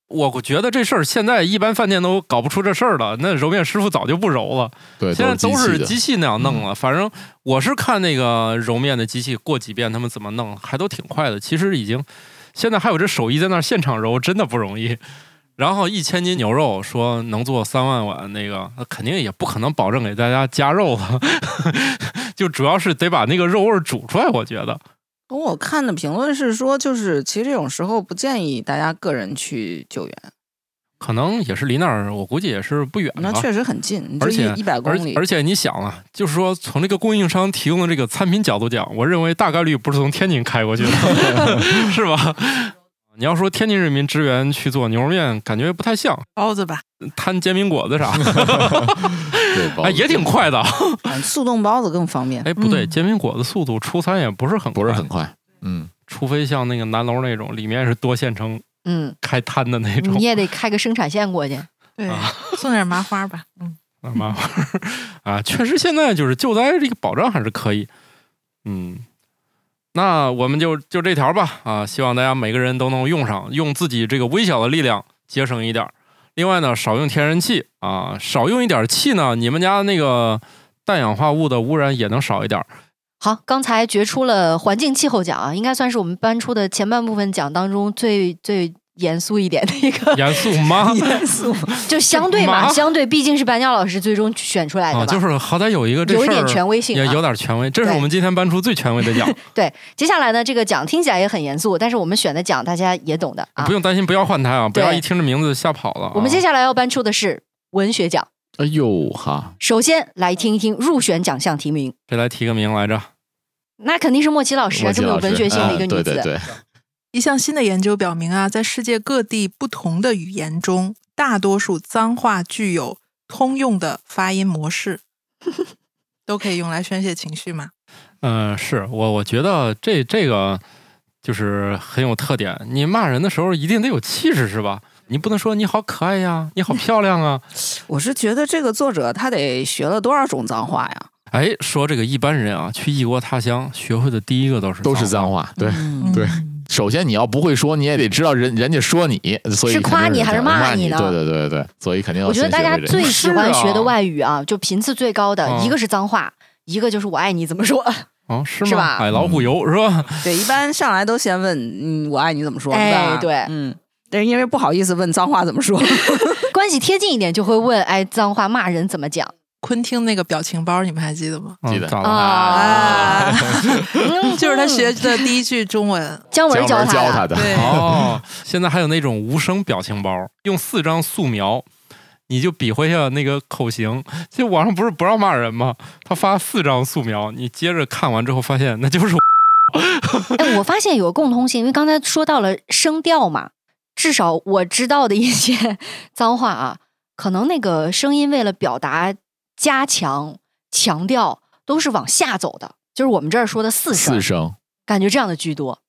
[SPEAKER 1] 我觉得这事儿现在一般饭店都搞不出这事儿了，那揉面师傅早就不揉了，
[SPEAKER 2] 对，
[SPEAKER 1] 现在都是机
[SPEAKER 2] 器
[SPEAKER 1] 那样弄了。嗯、反正我是看那个揉面的机器过几遍他们怎么弄，还都挺快的。其实已经现在还有这手艺在那儿现场揉，真的不容易。然后一千斤牛肉说能做三万碗，那个那肯定也不可能保证给大家加肉了，就主要是得把那个肉味煮出来。我觉得，
[SPEAKER 3] 我看的评论是说，就是其实这种时候不建议大家个人去救援，
[SPEAKER 1] 可能也是离那儿，我估计也是不远。
[SPEAKER 3] 那确实很近，
[SPEAKER 1] 而且
[SPEAKER 3] 一百公里。
[SPEAKER 1] 而且你想啊，就是说从这个供应商提供的这个餐品角度讲，我认为大概率不是从天津开过去的，是吧？你要说天津人民支援去做牛肉面，感觉不太像。
[SPEAKER 6] 包子吧，
[SPEAKER 1] 摊煎饼果子啥，对，哎，也挺快的。
[SPEAKER 3] 速冻包子更方便。
[SPEAKER 1] 哎，不对，煎饼果子速度出餐也不是很
[SPEAKER 2] 不是很快，嗯，
[SPEAKER 1] 除非像那个南楼那种，里面是多线程，
[SPEAKER 4] 嗯，
[SPEAKER 1] 开摊的那种，
[SPEAKER 4] 你也得开个生产线过去。
[SPEAKER 6] 对，啊、送点麻花吧，嗯，
[SPEAKER 1] 麻花啊，确实现在就是救灾这个保障还是可以，嗯。那我们就就这条吧啊！希望大家每个人都能用上，用自己这个微小的力量节省一点。另外呢，少用天然气啊，少用一点气呢，你们家那个氮氧化物的污染也能少一点。
[SPEAKER 4] 好，刚才决出了环境气候奖啊，应该算是我们颁出的前半部分奖当中最最严肃一点的一个。
[SPEAKER 1] 严肃吗？
[SPEAKER 3] 严肃，
[SPEAKER 4] 就相对嘛，相对，毕竟是白鸟老师最终选出来的吧、
[SPEAKER 1] 啊，就是好歹有一个这
[SPEAKER 4] 有一点权威性、啊，
[SPEAKER 1] 也有点权威，这是我们今天颁出最权威的奖。
[SPEAKER 4] 对，接下来呢，这个奖听起来也很严肃，但是我们选的奖大家也懂的啊，
[SPEAKER 1] 不用担心，不要换台啊，不要一听这名字吓跑了、啊。
[SPEAKER 4] 我们接下来要颁出的是文学奖。
[SPEAKER 2] 哎呦哈！
[SPEAKER 4] 首先来听一听入选奖项提名，
[SPEAKER 1] 谁来提个名来着？
[SPEAKER 4] 那肯定是莫奇老师啊，这么有文学性的一个女子。
[SPEAKER 2] 嗯、对对对。
[SPEAKER 6] 一项新的研究表明啊，在世界各地不同的语言中，大多数脏话具有通用的发音模式，都可以用来宣泄情绪吗？
[SPEAKER 1] 嗯、呃，是我我觉得这这个就是很有特点。你骂人的时候一定得有气势，是吧？你不能说你好可爱呀，你好漂亮啊。
[SPEAKER 3] 我是觉得这个作者他得学了多少种脏话呀？
[SPEAKER 1] 哎，说这个一般人啊，去异国他乡学会的第一个都是
[SPEAKER 2] 都是脏话，对、
[SPEAKER 3] 嗯、
[SPEAKER 2] 对。首先你要不会说，你也得知道人人家说你，所以
[SPEAKER 4] 是夸你还是骂你呢？
[SPEAKER 2] 对对对对，所以肯定要。
[SPEAKER 4] 我觉得大家最喜欢学的外语啊，就频次最高的、啊、一个是脏话，一个就是我爱你怎么说。
[SPEAKER 1] 哦，是吗？
[SPEAKER 4] 是吧？
[SPEAKER 1] 哎，老虎油、嗯、是吧？
[SPEAKER 3] 对，一般上来都先问，嗯，我爱你怎么说？
[SPEAKER 4] 哎，对，
[SPEAKER 3] 嗯，但是因为不好意思问脏话怎么说，
[SPEAKER 4] 关系贴近一点就会问，哎，脏话骂人怎么讲？
[SPEAKER 6] 昆汀那个表情包你们还记得吗？
[SPEAKER 2] 记得
[SPEAKER 6] 啊，就是他学的第一句中文，
[SPEAKER 4] 姜文教
[SPEAKER 2] 他他的。
[SPEAKER 6] 对
[SPEAKER 1] 哦，现在还有那种无声表情包，用四张素描，你就比划一下那个口型。其实网上不是不让骂人吗？他发四张素描，你接着看完之后发现那就是我。
[SPEAKER 4] 哎，我发现有个共通性，因为刚才说到了声调嘛，至少我知道的一些脏话啊，可能那个声音为了表达。加强强调都是往下走的，就是我们这儿说的四声，
[SPEAKER 2] 四声
[SPEAKER 4] 感觉这样的居多。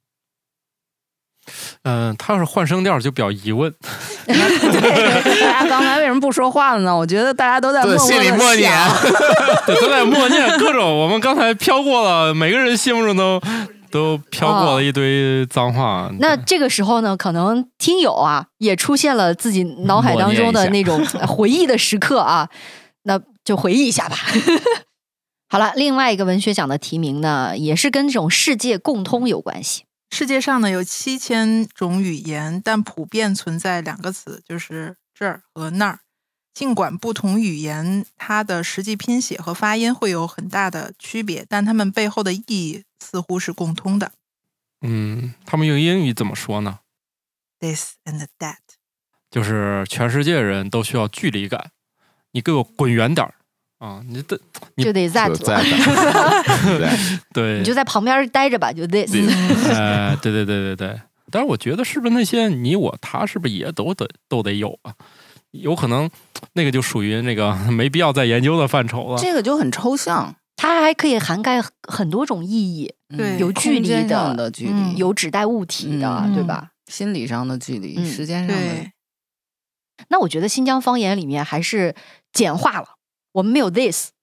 [SPEAKER 1] 嗯、呃，他要是换声调就表疑问。
[SPEAKER 3] 对，大家刚才为什么不说话了呢？我觉得大家都在默默
[SPEAKER 2] 心里默念，
[SPEAKER 1] 对，都在默念各种。我们刚才飘过了，每个人心目中都都飘过了一堆脏话。
[SPEAKER 4] 哦、那这个时候呢，可能听友啊也出现了自己脑海当中的那种回忆的时刻啊。那就回忆一下吧。好了，另外一个文学奖的提名呢，也是跟这种世界共通有关系。
[SPEAKER 6] 世界上呢有七千种语言，但普遍存在两个词，就是这儿和那儿。尽管不同语言它的实际拼写和发音会有很大的区别，但它们背后的意义似乎是共通的。
[SPEAKER 1] 嗯，他们用英语怎么说呢？
[SPEAKER 6] This and that，
[SPEAKER 1] 就是全世界人都需要距离感。你给我滚远点儿啊！你的你
[SPEAKER 4] 就得 that，
[SPEAKER 1] 对，
[SPEAKER 4] 你就在旁边待着吧，就 this。
[SPEAKER 1] 哎、呃，对对对对对。但是我觉得是不是那些你我他是不是也都得都得有啊？有可能那个就属于那个没必要再研究的范畴了。
[SPEAKER 3] 这个就很抽象，
[SPEAKER 4] 它还可以涵盖很多种意义，
[SPEAKER 6] 对，
[SPEAKER 4] 有距离的，
[SPEAKER 3] 的距离、
[SPEAKER 4] 嗯，有指代物体的，
[SPEAKER 3] 嗯、
[SPEAKER 4] 对吧？
[SPEAKER 3] 心理上的距离，
[SPEAKER 4] 嗯、
[SPEAKER 3] 时间上的。
[SPEAKER 4] 那我觉得新疆方言里面还是简化了，我们没有 this，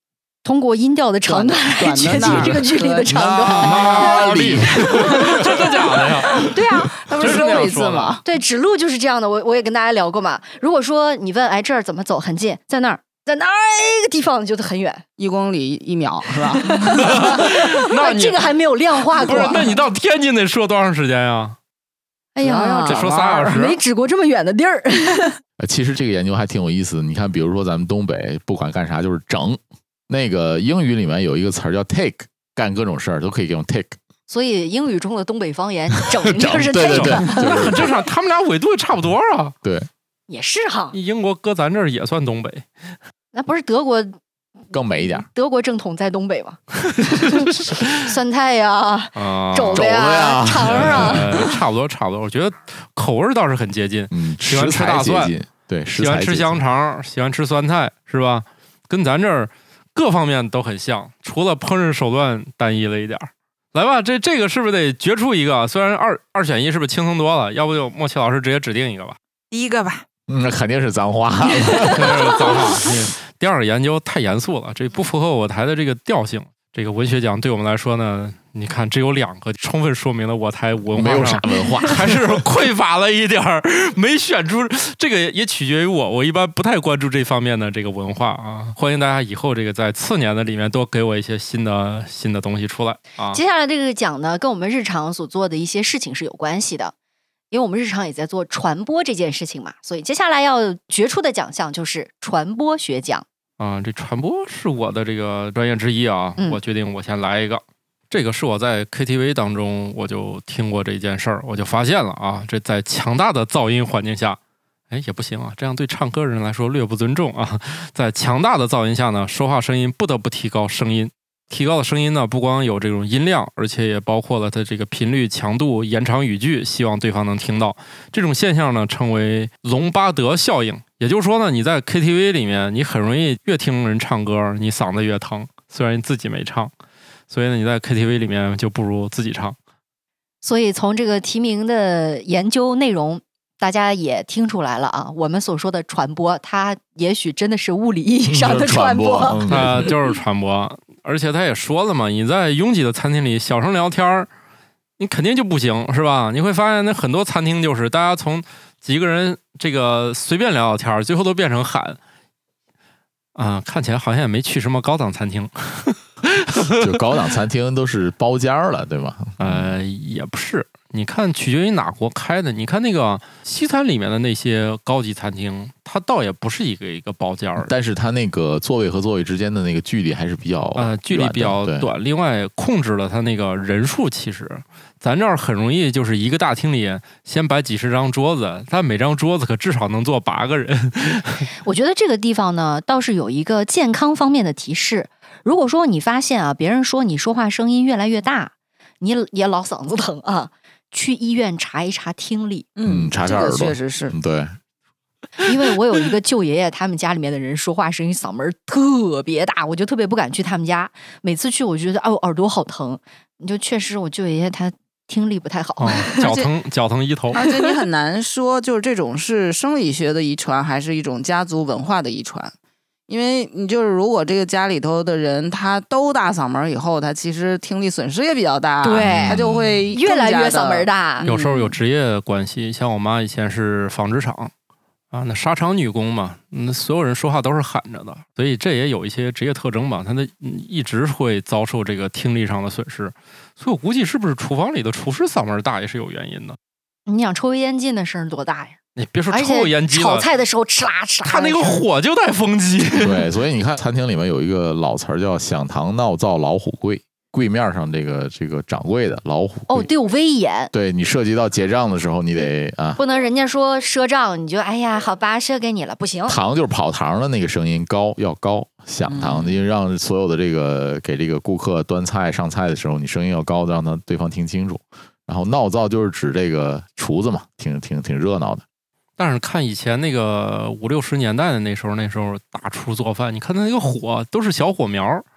[SPEAKER 4] 通过音调的长短来决定这个距离的长短。
[SPEAKER 2] 哪里？
[SPEAKER 1] 真的假的呀？
[SPEAKER 4] 对啊，
[SPEAKER 3] 他不是说过一次吗？
[SPEAKER 4] 对，指路就是这样的。我我也跟大家聊过嘛。如果说你问，哎，这儿怎么走？很近，在那儿，在那儿一个地方就很远，
[SPEAKER 3] 一公里一秒是吧？
[SPEAKER 1] 那
[SPEAKER 4] 这个还没有量化过。
[SPEAKER 1] 不是，那你到天津得说多长时间呀？
[SPEAKER 4] 哎呀，
[SPEAKER 1] 这说仨小时，
[SPEAKER 4] 没指过这么远的地儿。
[SPEAKER 2] 其实这个研究还挺有意思的。你看，比如说咱们东北，不管干啥就是整。那个英语里面有一个词儿叫 take， 干各种事儿都可以用 take。
[SPEAKER 4] 所以英语中的东北方言整就是
[SPEAKER 2] take， 对对对，
[SPEAKER 1] 那很正常，他们俩纬度也差不多啊。
[SPEAKER 2] 对，
[SPEAKER 4] 也是哈。
[SPEAKER 1] 英国搁咱这儿也算东北，
[SPEAKER 4] 那不是德国
[SPEAKER 2] 更美一点。
[SPEAKER 4] 德国正统在东北嘛，酸菜呀、
[SPEAKER 1] 啊、
[SPEAKER 4] 肘子呀、肠啊、
[SPEAKER 1] 呃，差不多差不多。我觉得口味倒是很接近，
[SPEAKER 2] 嗯，
[SPEAKER 1] 喜欢吃大蒜，
[SPEAKER 2] 对，
[SPEAKER 1] 喜欢吃香肠，喜欢吃酸菜，是吧？跟咱这儿各方面都很像，除了烹饪手段单一了一点。来吧，这这个是不是得决出一个？虽然二二选一是不是轻松多了？要不就莫奇老师直接指定一个吧。
[SPEAKER 7] 第一个吧。
[SPEAKER 2] 嗯，那肯定是脏话。
[SPEAKER 1] 肯定是脏话。第二个研究太严肃了，这不符合我台的这个调性。这个文学奖对我们来说呢，你看只有两个，充分说明了我台文化
[SPEAKER 2] 没有啥文化，
[SPEAKER 1] 还是匮乏了一点儿，没选出。这个也取决于我，我一般不太关注这方面的这个文化啊。欢迎大家以后这个在次年的里面多给我一些新的新的东西出来啊。
[SPEAKER 4] 接下来这个奖呢，跟我们日常所做的一些事情是有关系的，因为我们日常也在做传播这件事情嘛，所以接下来要决出的奖项就是传播学奖。
[SPEAKER 1] 啊，这传播是我的这个专业之一啊，
[SPEAKER 4] 嗯、
[SPEAKER 1] 我决定我先来一个。这个是我在 K T V 当中我就听过这件事儿，我就发现了啊，这在强大的噪音环境下，哎也不行啊，这样对唱歌的人来说略不尊重啊。在强大的噪音下呢，说话声音不得不提高声音。提高的声音呢，不光有这种音量，而且也包括了它这个频率、强度、延长语句，希望对方能听到。这种现象呢，称为隆巴德效应。也就是说呢，你在 K T V 里面，你很容易越听人唱歌，你嗓子越疼，虽然你自己没唱。所以呢，你在 K T V 里面就不如自己唱。
[SPEAKER 4] 所以从这个提名的研究内容，大家也听出来了啊，我们所说的传播，它也许真的是物理意义上的传播，
[SPEAKER 1] 它、嗯、就是传播。而且他也说了嘛，你在拥挤的餐厅里小声聊天，你肯定就不行，是吧？你会发现那很多餐厅就是大家从几个人这个随便聊聊天，最后都变成喊。啊、呃，看起来好像也没去什么高档餐厅。
[SPEAKER 2] 就高档餐厅都是包间了，对吗？
[SPEAKER 1] 呃，也不是，你看取决于哪国开的。你看那个西餐里面的那些高级餐厅，它倒也不是一个一个包间儿，
[SPEAKER 2] 但是它那个座位和座位之间的那个距离还是比较
[SPEAKER 1] 呃距离比较短。另外，控制了它那个人数，其实咱这儿很容易就是一个大厅里先摆几十张桌子，但每张桌子可至少能坐八个人。
[SPEAKER 4] 我觉得这个地方呢，倒是有一个健康方面的提示。如果说你发现啊，别人说你说话声音越来越大，你也老嗓子疼啊，去医院查一查听力。
[SPEAKER 2] 嗯，查查耳朵，
[SPEAKER 3] 这个确实是、
[SPEAKER 2] 嗯、对。
[SPEAKER 4] 因为我有一个舅爷爷，他们家里面的人说话声音嗓门特别大，我就特别不敢去他们家。每次去我觉得啊，我耳朵好疼。你就确实我舅爷爷他听力不太好，
[SPEAKER 1] 哦、脚疼脚疼一头。
[SPEAKER 3] 而且你很难说，就是这种是生理学的遗传，还是一种家族文化的遗传。因为你就是如果这个家里头的人他都大嗓门以后，他其实听力损失也比较大，
[SPEAKER 4] 对，
[SPEAKER 3] 他就会
[SPEAKER 4] 越来越嗓门大。
[SPEAKER 1] 有时候有职业关系，像我妈以前是纺织厂啊，那纱厂女工嘛，那所有人说话都是喊着的，所以这也有一些职业特征吧，他的一直会遭受这个听力上的损失。所以我估计是不是厨房里的厨师嗓门大也是有原因的。
[SPEAKER 4] 你想抽烟机那声多大呀？
[SPEAKER 1] 你别说抽烟机了，
[SPEAKER 4] 炒菜的时候哧啦哧啦，
[SPEAKER 1] 他那个火就带风机。
[SPEAKER 2] 对，所以你看餐厅里面有一个老词儿叫响堂闹灶老虎柜，柜面上这个这个掌柜的老虎
[SPEAKER 4] 哦，得有威严。
[SPEAKER 2] 对，你涉及到结账的时候，你得啊，
[SPEAKER 4] 不能人家说赊账你就哎呀好吧赊给你了，不行。
[SPEAKER 2] 堂就是跑堂的那个声音高要高，响堂就让所有的这个给这个顾客端菜上菜的时候，你声音要高，让他对方听清楚。然后闹灶就是指这个厨子嘛，挺挺挺热闹的。
[SPEAKER 1] 但是看以前那个五六十年代的那时候，那时候大厨做饭，你看他那个火都是小火苗，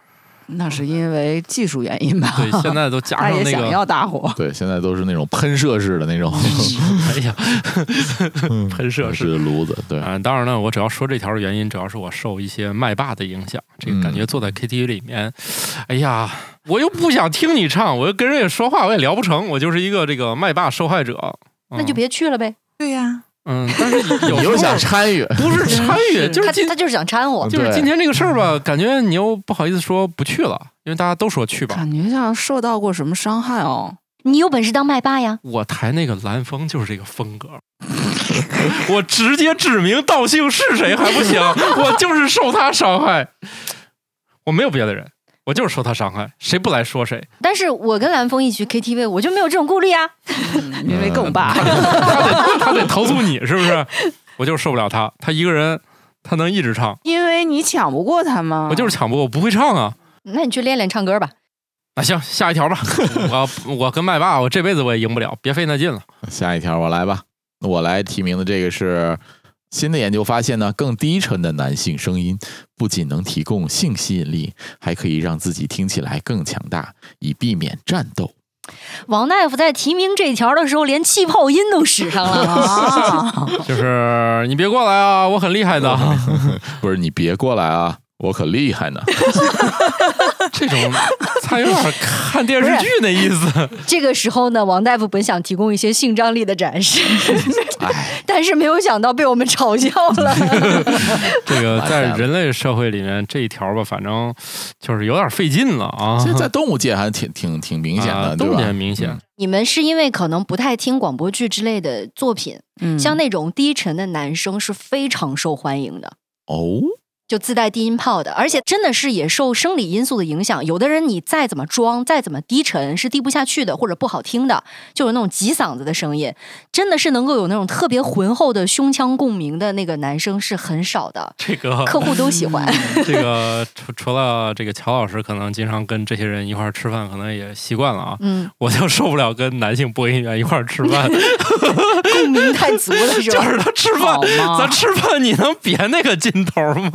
[SPEAKER 3] 那是因为技术原因吧？
[SPEAKER 1] 对，现在都加上那个，
[SPEAKER 3] 他也想要大火。
[SPEAKER 2] 对，现在都是那种喷射式的那种，
[SPEAKER 1] 哎呀，喷射式
[SPEAKER 2] 的炉子。对
[SPEAKER 1] 啊，当然呢，我只要说这条原因，主要是我受一些麦霸的影响。这个感觉坐在 K T V 里面，嗯、哎呀，我又不想听你唱，我又跟人家说话，我也聊不成，我就是一个这个麦霸受害者。
[SPEAKER 4] 嗯、那就别去了呗。
[SPEAKER 7] 对呀。
[SPEAKER 1] 嗯，但是有
[SPEAKER 2] 又想参与，
[SPEAKER 1] 不是参与，就是
[SPEAKER 4] 他他就是想掺和，
[SPEAKER 1] 就是今天这个事儿吧，感觉你又不好意思说不去了，因为大家都说去吧，
[SPEAKER 3] 感觉像受到过什么伤害哦。
[SPEAKER 4] 你有本事当麦霸呀！
[SPEAKER 1] 我台那个蓝风就是这个风格，我直接指名道姓是谁还不行，我就是受他伤害，我没有别的人。我就是受他伤害，谁不来说谁。
[SPEAKER 4] 但是我跟蓝峰一起 K T V， 我就没有这种顾虑啊，
[SPEAKER 3] 嗯、因为更霸，
[SPEAKER 1] 他得他得投诉你是不是？我就是受不了他，他一个人他能一直唱，
[SPEAKER 3] 因为你抢不过他吗？
[SPEAKER 1] 我就是抢不过，我不会唱啊。
[SPEAKER 4] 那你去练练唱歌吧。
[SPEAKER 1] 啊，行，下一条吧。我我跟麦霸，我这辈子我也赢不了，别费那劲了。
[SPEAKER 2] 下一条我来吧，我来提名的这个是。新的研究发现呢，更低沉的男性声音不仅能提供性吸引力，还可以让自己听起来更强大，以避免战斗。
[SPEAKER 4] 王大夫在提名这条的时候，连气泡音都使上了啊！
[SPEAKER 1] 就是你别过来啊，我很厉害的。
[SPEAKER 2] 不是你别过来啊，我可厉害呢。
[SPEAKER 1] 这种他有点看电视剧那意思。
[SPEAKER 4] 这个时候呢，王大夫本想提供一些性张力的展示，但是没有想到被我们嘲笑了。
[SPEAKER 1] 这个在人类社会里面这一条吧，反正就是有点费劲了啊。
[SPEAKER 2] 这在动物界还挺挺挺明显的，
[SPEAKER 1] 啊、动物界很明显。
[SPEAKER 4] 你们是因为可能不太听广播剧之类的作品，嗯、像那种低沉的男声是非常受欢迎的
[SPEAKER 2] 哦。
[SPEAKER 4] 就自带低音炮的，而且真的是也受生理因素的影响。有的人你再怎么装，再怎么低沉，是低不下去的，或者不好听的，就有那种挤嗓子的声音，真的是能够有那种特别浑厚的胸腔共鸣的那个男生是很少的。
[SPEAKER 1] 这个
[SPEAKER 4] 客户都喜欢。
[SPEAKER 1] 这个除除了这个乔老师，可能经常跟这些人一块吃饭，可能也习惯了啊。嗯，我就受不了跟男性播音员一块吃饭，
[SPEAKER 4] 共鸣太足了，是吧？
[SPEAKER 1] 就是他吃饭，咱吃饭你能别那个劲头吗？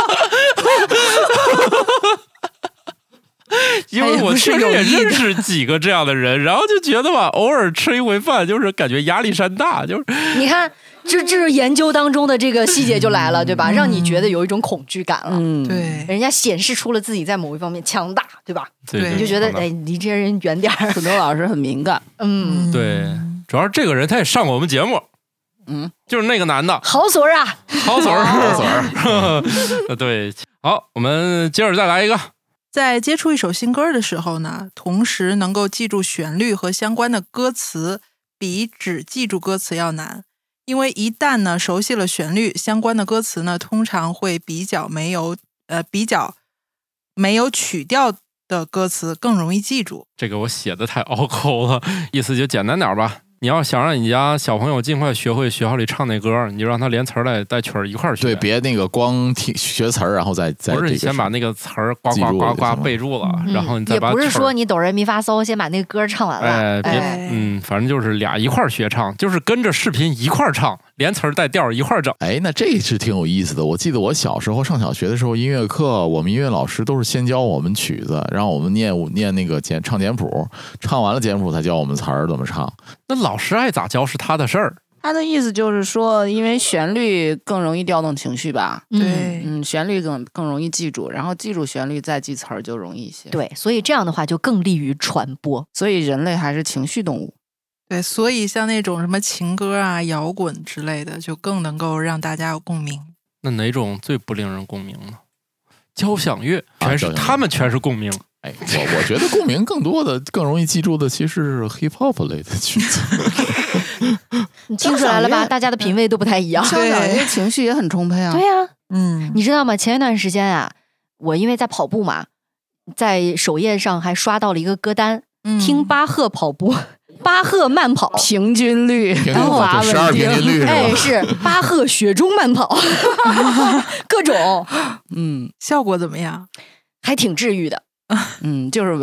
[SPEAKER 1] 因为我确实也认识几个这样的人，然后就觉得吧，偶尔吃一回饭就是感觉压力山大，就是
[SPEAKER 4] 你看，这这是研究当中的这个细节就来了，对吧？让你觉得有一种恐惧感了，
[SPEAKER 7] 嗯，对，
[SPEAKER 4] 人家显示出了自己在某一方面强大，对吧？
[SPEAKER 1] 对，
[SPEAKER 4] 你就觉得哎，离这些人远点儿。
[SPEAKER 3] 土豆老师很敏感，
[SPEAKER 4] 嗯，
[SPEAKER 1] 对，主要是这个人他也上过我们节目。嗯，就是那个男的，
[SPEAKER 4] 好嘴儿啊，
[SPEAKER 1] 好嘴儿，好嘴儿。对，好，我们接着再来一个。
[SPEAKER 7] 在接触一首新歌的时候呢，同时能够记住旋律和相关的歌词，比只记住歌词要难。因为一旦呢熟悉了旋律，相关的歌词呢通常会比较没有呃比较没有曲调的歌词更容易记住。
[SPEAKER 1] 这个我写的太拗口了，意思就简单点吧。你要想让你家小朋友尽快学会学校里唱那歌，你就让他连词儿带带曲儿一块儿学。
[SPEAKER 2] 对，别那个光听学词儿，然后再再
[SPEAKER 1] 不是你先把那个词儿呱呱呱呱背住了，然后你再把
[SPEAKER 4] 也不是说你哆来咪发嗦先把那个歌唱完了。
[SPEAKER 1] 哎，别
[SPEAKER 4] 哎
[SPEAKER 1] 嗯，反正就是俩一块儿学唱，就是跟着视频一块儿唱，连词儿带调一块儿整。
[SPEAKER 2] 哎，那这是挺有意思的。我记得我小时候上小学的时候，音乐课我们音乐老师都是先教我们曲子，让我们念念那个简唱简谱，唱完了简谱才教我们词儿怎么唱。
[SPEAKER 1] 那老师爱咋教是他的事儿。
[SPEAKER 3] 他的意思就是说，因为旋律更容易调动情绪吧？
[SPEAKER 7] 对，
[SPEAKER 3] 嗯，旋律更更容易记住，然后记住旋律再记词儿就容易一些。
[SPEAKER 4] 对，所以这样的话就更利于传播。
[SPEAKER 3] 所以人类还是情绪动物。
[SPEAKER 7] 对，所以像那种什么情歌啊、摇滚之类的，就更能够让大家有共鸣。
[SPEAKER 1] 那哪种最不令人共鸣呢？交响乐，全是、啊、他们全是共鸣。
[SPEAKER 2] 哎，我我觉得共鸣更多的、更容易记住的，其实是 hip hop 类的曲子。
[SPEAKER 4] 你听出来了吧？大家的品味都不太一样。
[SPEAKER 3] 交响乐情绪也很充沛啊。
[SPEAKER 4] 对呀、啊，
[SPEAKER 7] 嗯，
[SPEAKER 4] 你知道吗？前一段时间啊，我因为在跑步嘛，在首页上还刷到了一个歌单，嗯、听巴赫跑步。巴赫慢跑
[SPEAKER 3] 平均率，
[SPEAKER 2] 然后十二平均率是吧？
[SPEAKER 4] 哎，是巴赫雪中慢跑，各种，
[SPEAKER 3] 嗯，
[SPEAKER 7] 效果怎么样？
[SPEAKER 4] 还挺治愈的，
[SPEAKER 3] 嗯，就是稳。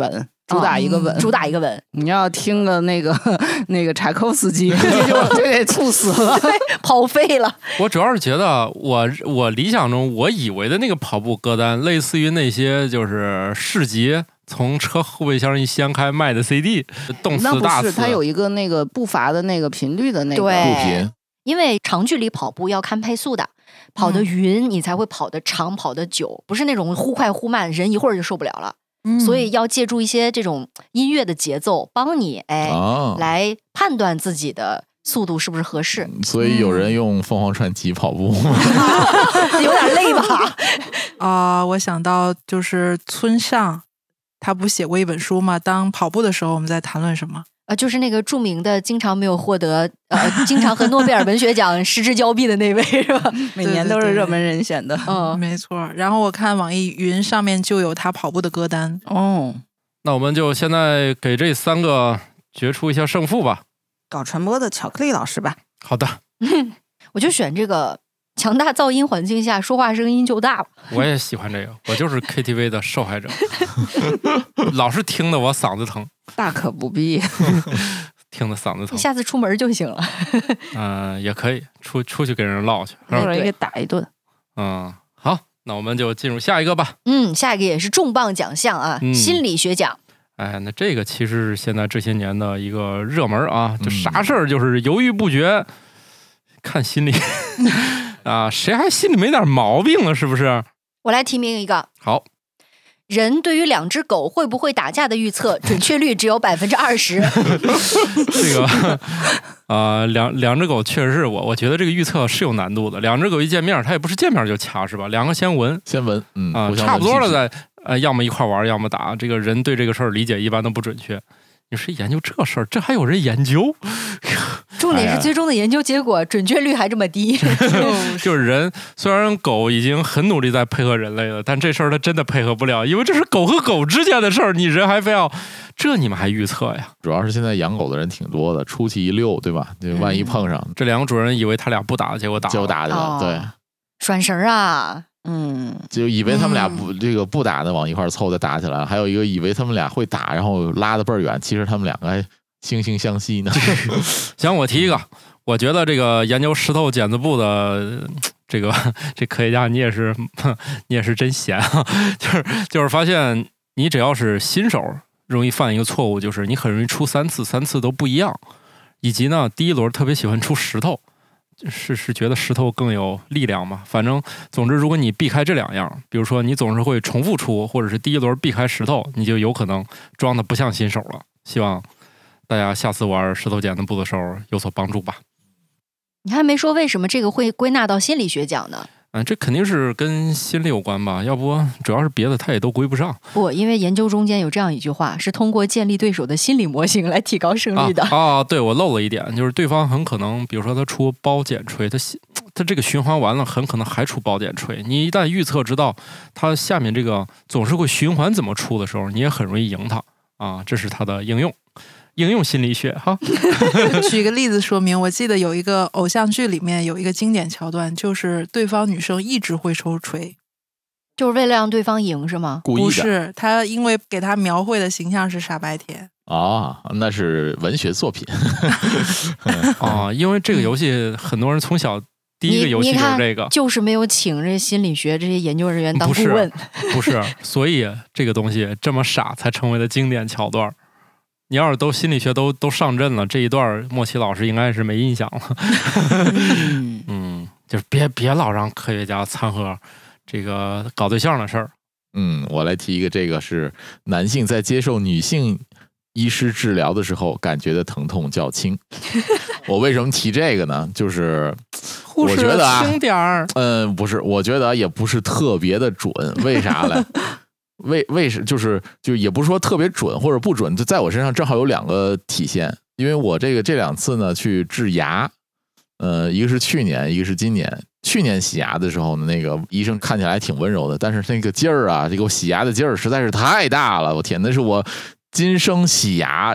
[SPEAKER 3] 主打一个稳，
[SPEAKER 4] 嗯、主打一个稳。
[SPEAKER 3] 你要听个那个那个柴可夫斯基，这就就得猝死了，
[SPEAKER 4] 跑废了。
[SPEAKER 1] 我主要是觉得我，我我理想中我以为的那个跑步歌单，类似于那些就是市集从车后备箱一掀开卖的 C D， 动词大词，
[SPEAKER 3] 它有一个那个步伐的那个频率的那个
[SPEAKER 4] 对
[SPEAKER 2] 步频。
[SPEAKER 4] 因为长距离跑步要看配速的，跑得匀你才会跑得长，跑得久，不是那种忽快忽慢，人一会儿就受不了了。嗯、所以要借助一些这种音乐的节奏，帮你哎、哦、来判断自己的速度是不是合适。
[SPEAKER 2] 所以有人用凤凰传奇跑步，
[SPEAKER 4] 嗯、有点累吧？
[SPEAKER 7] 啊、呃，我想到就是村上，他不写过一本书吗？当跑步的时候，我们在谈论什么？
[SPEAKER 4] 呃，就是那个著名的、经常没有获得呃，经常和诺贝尔文学奖失之交臂的那位是吧？
[SPEAKER 3] 每年都是热门人选的，
[SPEAKER 7] 嗯，没错。然后我看网易云上面就有他跑步的歌单
[SPEAKER 3] 哦。
[SPEAKER 1] 那我们就现在给这三个决出一下胜负吧。
[SPEAKER 3] 搞传播的巧克力老师吧。
[SPEAKER 1] 好的，
[SPEAKER 4] 我就选这个。强大噪音环境下说话声音就大了。
[SPEAKER 1] 我也喜欢这个，我就是 K T V 的受害者，老是听得我嗓子疼。
[SPEAKER 3] 大可不必，
[SPEAKER 1] 听得嗓子疼。
[SPEAKER 4] 你下次出门就行了。
[SPEAKER 1] 嗯、呃，也可以出出去给人唠去，
[SPEAKER 3] 一会儿给打一顿。
[SPEAKER 1] 嗯，好，那我们就进入下一个吧。
[SPEAKER 4] 嗯，下一个也是重磅奖项啊，嗯、心理学奖。
[SPEAKER 1] 哎，那这个其实是现在这些年的一个热门啊，就啥事儿就是犹豫不决，嗯、看心理。啊，谁还心里没点毛病了？是不是？
[SPEAKER 4] 我来提名一个。
[SPEAKER 1] 好，
[SPEAKER 4] 人对于两只狗会不会打架的预测，准确率只有百分之二十。
[SPEAKER 1] 这个啊、呃，两两只狗确实是我，我觉得这个预测是有难度的。两只狗一见面，它也不是见面就掐，是吧？两个先闻，
[SPEAKER 2] 先闻，嗯
[SPEAKER 1] 啊、呃，差不多了再呃，要么一块玩，要么打。这个人对这个事儿理解一般都不准确。你说研究这事儿，这还有人研究？
[SPEAKER 4] 重点是最终的研究结果、哎、准确率还这么低。
[SPEAKER 1] 就是人，虽然狗已经很努力在配合人类了，但这事儿它真的配合不了，因为这是狗和狗之间的事儿，你人还非要这你们还预测呀？
[SPEAKER 2] 主要是现在养狗的人挺多的，出去一溜，对吧？就万一碰上、
[SPEAKER 1] 嗯、这两个主人以为他俩不打，结果打了，
[SPEAKER 2] 结果打去了，
[SPEAKER 4] 哦、
[SPEAKER 2] 对，
[SPEAKER 4] 拴绳啊。
[SPEAKER 3] 嗯，
[SPEAKER 2] 就以为他们俩不、嗯、这个不打的往一块凑的打起来了，还有一个以为他们俩会打，然后拉得倍儿远，其实他们两个还惺惺相惜呢。
[SPEAKER 1] 行，我提一个，我觉得这个研究石头剪子布的这个这科学家，你也是你也是真闲啊！就是就是发现，你只要是新手，容易犯一个错误，就是你很容易出三次，三次都不一样，以及呢，第一轮特别喜欢出石头。是是觉得石头更有力量吗？反正总之，如果你避开这两样，比如说你总是会重复出，或者是第一轮避开石头，你就有可能装的不像新手了。希望大家下次玩石头剪子布的时候有所帮助吧。
[SPEAKER 4] 你还没说为什么这个会归纳到心理学奖呢？
[SPEAKER 1] 嗯，这肯定是跟心理有关吧，要不主要是别的它也都归不上。
[SPEAKER 4] 不，因为研究中间有这样一句话，是通过建立对手的心理模型来提高胜率的。
[SPEAKER 1] 啊，啊对，我漏了一点，就是对方很可能，比如说他出褒减锤，他他这个循环完了，很可能还出褒减锤。你一旦预测知道他下面这个总是会循环怎么出的时候，你也很容易赢他啊，这是它的应用。应用心理学哈，
[SPEAKER 7] 举一个例子说明。我记得有一个偶像剧里面有一个经典桥段，就是对方女生一直会抽锤，
[SPEAKER 4] 就是为了让对方赢是吗？
[SPEAKER 2] 故意的。
[SPEAKER 7] 不是，他因为给他描绘的形象是傻白甜。
[SPEAKER 2] 哦，那是文学作品。
[SPEAKER 1] 啊，因为这个游戏很多人从小第一个游戏就是这个，
[SPEAKER 4] 就是没有请这心理学这些研究人员当顾问，
[SPEAKER 1] 不是，不是，所以这个东西这么傻才成为了经典桥段。你要是都心理学都都上阵了，这一段莫奇老师应该是没印象了。嗯，就是别别老让科学家掺和这个搞对象的事儿。
[SPEAKER 2] 嗯，我来提一个，这个是男性在接受女性医师治疗的时候感觉的疼痛较轻。我为什么提这个呢？就是我觉得啊，
[SPEAKER 1] 轻点儿。
[SPEAKER 2] 嗯，不是，我觉得也不是特别的准。为啥呢？为为什就是就也不是说特别准或者不准，就在我身上正好有两个体现。因为我这个这两次呢去治牙，呃，一个是去年，一个是今年。去年洗牙的时候呢，那个医生看起来挺温柔的，但是那个劲儿啊，这个洗牙的劲儿实在是太大了。我天，那是我今生洗牙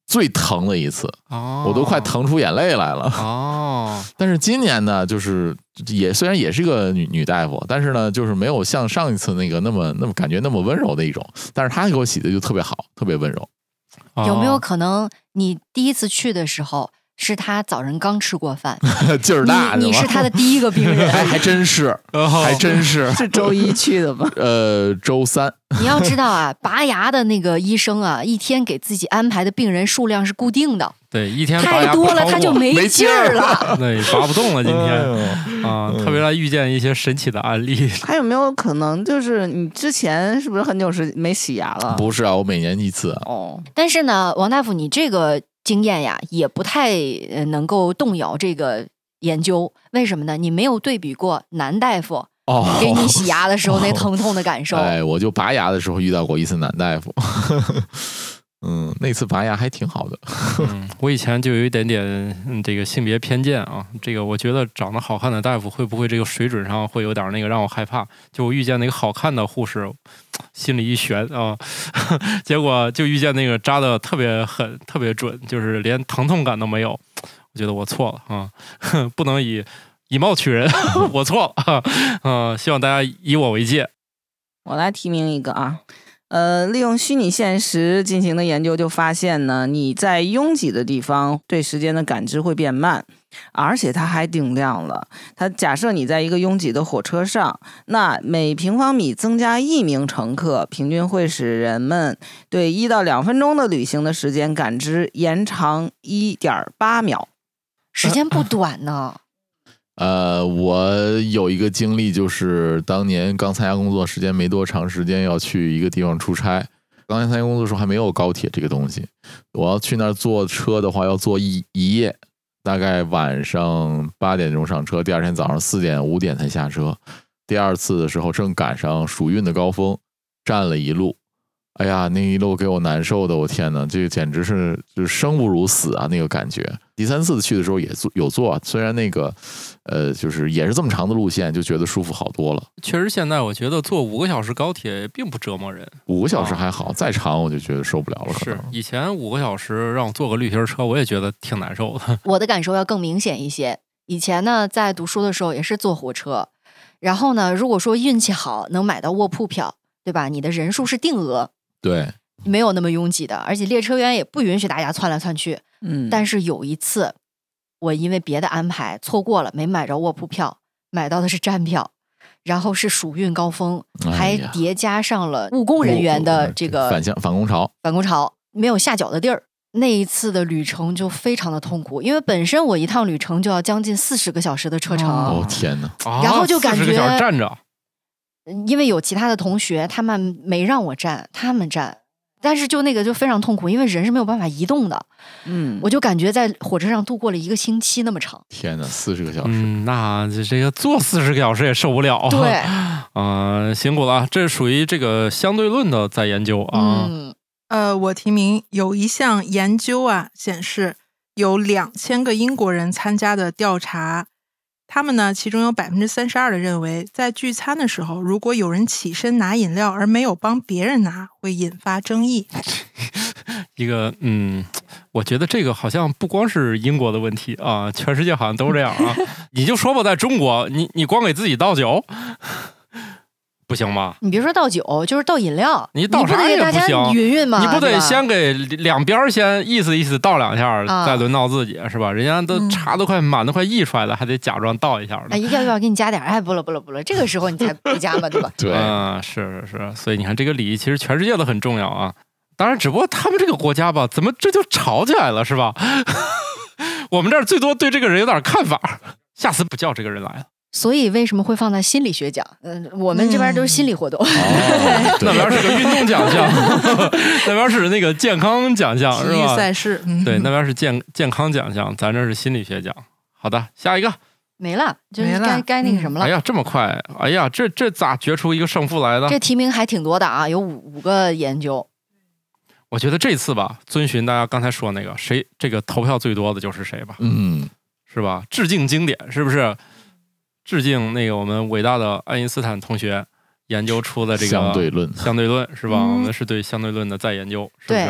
[SPEAKER 2] 最疼的一次，
[SPEAKER 1] 哦，
[SPEAKER 2] 我都快疼出眼泪来了。
[SPEAKER 1] 哦，
[SPEAKER 2] 但是今年呢，就是也虽然也是个女女大夫，但是呢，就是没有像上一次那个那么那么感觉那么温柔的一种，但是她给我洗的就特别好，特别温柔。
[SPEAKER 1] 哦、
[SPEAKER 4] 有没有可能你第一次去的时候？是他早晨刚吃过饭，
[SPEAKER 2] 劲儿大的，
[SPEAKER 4] 你你是他的第一个病人，
[SPEAKER 2] 还还真是，还真是，
[SPEAKER 3] 是周一去的吧？
[SPEAKER 2] 呃，周三。
[SPEAKER 4] 你要知道啊，拔牙的那个医生啊，一天给自己安排的病人数量是固定的，
[SPEAKER 1] 对，一天
[SPEAKER 4] 太多了他就没劲儿了，
[SPEAKER 1] 对，拔不动了今天啊，特别来遇见一些神奇的案例。
[SPEAKER 3] 还有没有可能就是你之前是不是很久是没洗牙了？
[SPEAKER 2] 不是啊，我每年一次。
[SPEAKER 3] 哦，
[SPEAKER 4] 但是呢，王大夫，你这个经验呀，也不太能够动摇这个研究。为什么呢？你没有对比过男大夫
[SPEAKER 2] 哦
[SPEAKER 4] 给你洗牙的时候那疼痛的感受。
[SPEAKER 2] 哎，我就拔牙的时候遇到过一次男大夫。嗯，那次拔牙还挺好的。
[SPEAKER 1] 嗯，我以前就有一点点、嗯、这个性别偏见啊，这个我觉得长得好看的大夫会不会这个水准上会有点那个让我害怕？就我遇见那个好看的护士，心里一悬啊，结果就遇见那个扎的特别狠、特别准，就是连疼痛感都没有。我觉得我错了啊，不能以以貌取人，我错了啊、呃！希望大家以我为戒。
[SPEAKER 3] 我来提名一个啊。呃，利用虚拟现实进行的研究就发现呢，你在拥挤的地方对时间的感知会变慢，而且它还定量了。它假设你在一个拥挤的火车上，那每平方米增加一名乘客，平均会使人们对一到两分钟的旅行的时间感知延长一点八秒，
[SPEAKER 4] 时间不短呢。
[SPEAKER 2] 呃，我有一个经历，就是当年刚参加工作，时间没多长时间要去一个地方出差。刚才参加工作的时候还没有高铁这个东西，我要去那儿坐车的话，要坐一一夜，大概晚上八点钟上车，第二天早上四点五点才下车。第二次的时候正赶上暑运的高峰，站了一路。哎呀，那一路给我难受的，我天哪，这个简直是就是生不如死啊，那个感觉。第三次去的时候也坐有坐，虽然那个呃就是也是这么长的路线，就觉得舒服好多了。
[SPEAKER 1] 确实，现在我觉得坐五个小时高铁并不折磨人，
[SPEAKER 2] 五个小时还好，再长我就觉得受不了了。
[SPEAKER 1] 是以前五个小时让我坐个绿皮车，我也觉得挺难受的。
[SPEAKER 4] 我的感受要更明显一些。以前呢，在读书的时候也是坐火车，然后呢，如果说运气好能买到卧铺票，对吧？你的人数是定额。
[SPEAKER 2] 对，
[SPEAKER 4] 没有那么拥挤的，而且列车员也不允许大家窜来窜去。
[SPEAKER 3] 嗯，
[SPEAKER 4] 但是有一次，我因为别的安排错过了，没买着卧铺票，买到的是站票，然后是暑运高峰，
[SPEAKER 2] 哎、
[SPEAKER 4] 还叠加上了务工人员的这个
[SPEAKER 2] 返乡返工潮，
[SPEAKER 4] 返工潮没有下脚的地儿。那一次的旅程就非常的痛苦，因为本身我一趟旅程就要将近四十个小时的车程。
[SPEAKER 2] 哦天哪！
[SPEAKER 4] 然后就感觉
[SPEAKER 1] 四十个小时站着。
[SPEAKER 4] 因为有其他的同学，他们没让我站，他们站，但是就那个就非常痛苦，因为人是没有办法移动的。
[SPEAKER 3] 嗯，
[SPEAKER 4] 我就感觉在火车上度过了一个星期那么长。
[SPEAKER 2] 天哪，四十个小时，
[SPEAKER 1] 嗯，那这个坐四十个小时也受不了。
[SPEAKER 4] 对，
[SPEAKER 1] 啊、呃，辛苦了，这属于这个相对论的在研究啊。
[SPEAKER 4] 嗯，
[SPEAKER 7] 呃，我提名有一项研究啊，显示有两千个英国人参加的调查。他们呢，其中有百分之三十二的认为，在聚餐的时候，如果有人起身拿饮料而没有帮别人拿，会引发争议。
[SPEAKER 1] 一个，嗯，我觉得这个好像不光是英国的问题啊，全世界好像都这样啊。你就说吧，在中国，你你光给自己倒酒，不行吧？
[SPEAKER 4] 你别说倒酒，就是倒饮料，
[SPEAKER 1] 你倒啥也不行，
[SPEAKER 4] 你不得给大家匀匀吗？
[SPEAKER 1] 你不得先给两边先意思意思倒两下，
[SPEAKER 4] 啊、
[SPEAKER 1] 再轮到自己是吧？人家都茶都快满的快溢出来了，还得假装倒一下呢。
[SPEAKER 4] 哎，要不要给你加点？哎，不了不了不了，这个时候你才不加嘛，对吧？
[SPEAKER 2] 对，
[SPEAKER 1] 啊、嗯，是是是，所以你看这个礼仪其实全世界都很重要啊。当然，只不过他们这个国家吧，怎么这就吵起来了是吧？我们这儿最多对这个人有点看法，下次不叫这个人来了。
[SPEAKER 4] 所以为什么会放在心理学奖？嗯，我们这边都是心理活动，
[SPEAKER 2] 嗯哦、
[SPEAKER 1] 那边是个运动奖项，那边是那个健康奖项，是吧？
[SPEAKER 7] 体育赛事，嗯、
[SPEAKER 1] 对，那边是健健康奖项，咱这是心理学奖。好的，下一个
[SPEAKER 4] 没了，就是该该那个什么了。
[SPEAKER 1] 哎呀，这么快！哎呀，这这咋决出一个胜负来的？
[SPEAKER 4] 这提名还挺多的啊，有五五个研究。
[SPEAKER 1] 我觉得这次吧，遵循大家刚才说那个，谁这个投票最多的就是谁吧，
[SPEAKER 2] 嗯，
[SPEAKER 1] 是吧？致敬经典，是不是？致敬那个我们伟大的爱因斯坦同学研究出的这个
[SPEAKER 2] 相对论，
[SPEAKER 1] 相对论是吧？
[SPEAKER 4] 嗯、
[SPEAKER 1] 我们是对相对论的再研究，是不是？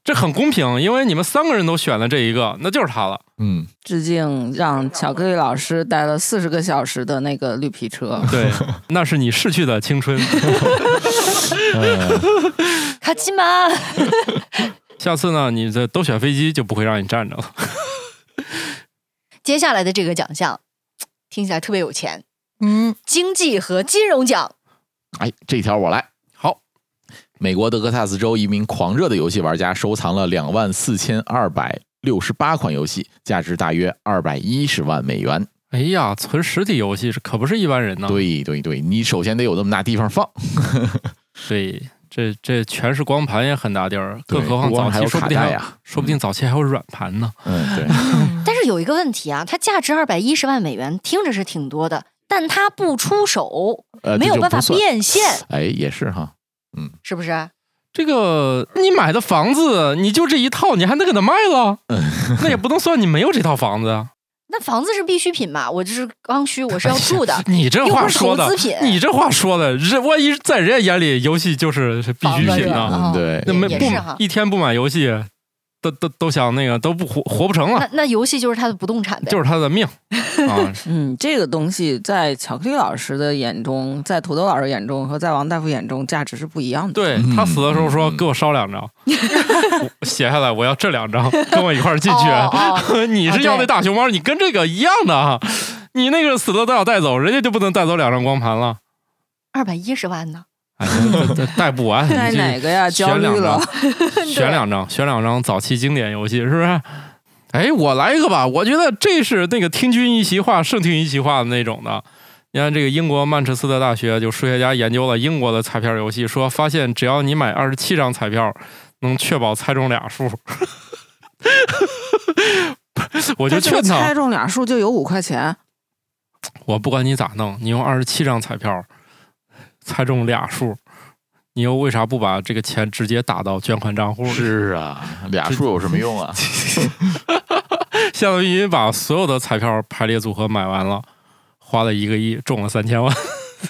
[SPEAKER 1] 这很公平，因为你们三个人都选了这一个，那就是他了。
[SPEAKER 2] 嗯，
[SPEAKER 3] 致敬让巧克力老师待了四十个小时的那个绿皮车。
[SPEAKER 1] 对，那是你逝去的青春。
[SPEAKER 4] 卡基玛。
[SPEAKER 1] 下次呢，你这都选飞机就不会让你站着了。
[SPEAKER 4] 接下来的这个奖项听起来特别有钱，
[SPEAKER 7] 嗯，
[SPEAKER 4] 经济和金融奖。
[SPEAKER 2] 哎，这条我来。
[SPEAKER 1] 好，
[SPEAKER 2] 美国德克萨斯州一名狂热的游戏玩家收藏了两万四千二百六十八款游戏，价值大约二百一十万美元。
[SPEAKER 1] 哎呀，存实体游戏是可不是一般人呢。
[SPEAKER 2] 对对对，你首先得有那么大地方放。
[SPEAKER 1] 对，这这全是光盘也很大地儿，更何况早期说不定还有、啊、说不定早期还有软盘呢。
[SPEAKER 2] 嗯，对。
[SPEAKER 4] 但是有一个问题啊，它价值二百一十万美元，听着是挺多的，但它不出手，
[SPEAKER 2] 呃、
[SPEAKER 4] 没有办法变现。
[SPEAKER 2] 哎，也是哈，嗯，
[SPEAKER 4] 是不是？
[SPEAKER 1] 这个你买的房子，你就这一套，你还能给它卖了？嗯、那也不能算你没有这套房子啊。
[SPEAKER 4] 那房子是必需品嘛？我这是刚需，我是要住的。
[SPEAKER 1] 哎、你这话说的，你这话说的，人万一在人家眼里，游戏就是必需品呢、
[SPEAKER 2] 嗯？对，
[SPEAKER 1] 那没不一天不买游戏，都都都想那个都不活活不成了。
[SPEAKER 4] 那那游戏就是他的不动产呗，
[SPEAKER 1] 就是他的命啊。
[SPEAKER 3] 嗯，这个东西在巧克力老师的眼中，在土豆老师眼中和在王大夫眼中价值是不一样的。
[SPEAKER 1] 对、嗯、他死的时候说：“给我烧两张，写下来，我要这两张，跟我一块儿进去。哦哦”你是要那大熊猫，你跟这个一样的啊。你那个死了都要带走，人家就不能带走两张光盘了。
[SPEAKER 4] 二百一十万呢？
[SPEAKER 1] 哎，带不完。
[SPEAKER 3] 带哪个呀？焦虑了。
[SPEAKER 1] 选两张，选两张早期经典游戏，是不是？哎，我来一个吧。我觉得这是那个听君一席话，胜听一席话的那种的。你看，这个英国曼彻斯特大学就数学家研究了英国的彩票游戏，说发现只要你买二十七张彩票，能确保猜中俩数。我就劝他，
[SPEAKER 3] 猜中俩数就有五块钱。
[SPEAKER 1] 我不管你咋弄，你用二十七张彩票猜中俩数。你又为啥不把这个钱直接打到捐款账户？
[SPEAKER 2] 是啊，俩数有什么用啊？
[SPEAKER 1] 相当于把所有的彩票排列组合买完了，花了一个亿，中了三千万。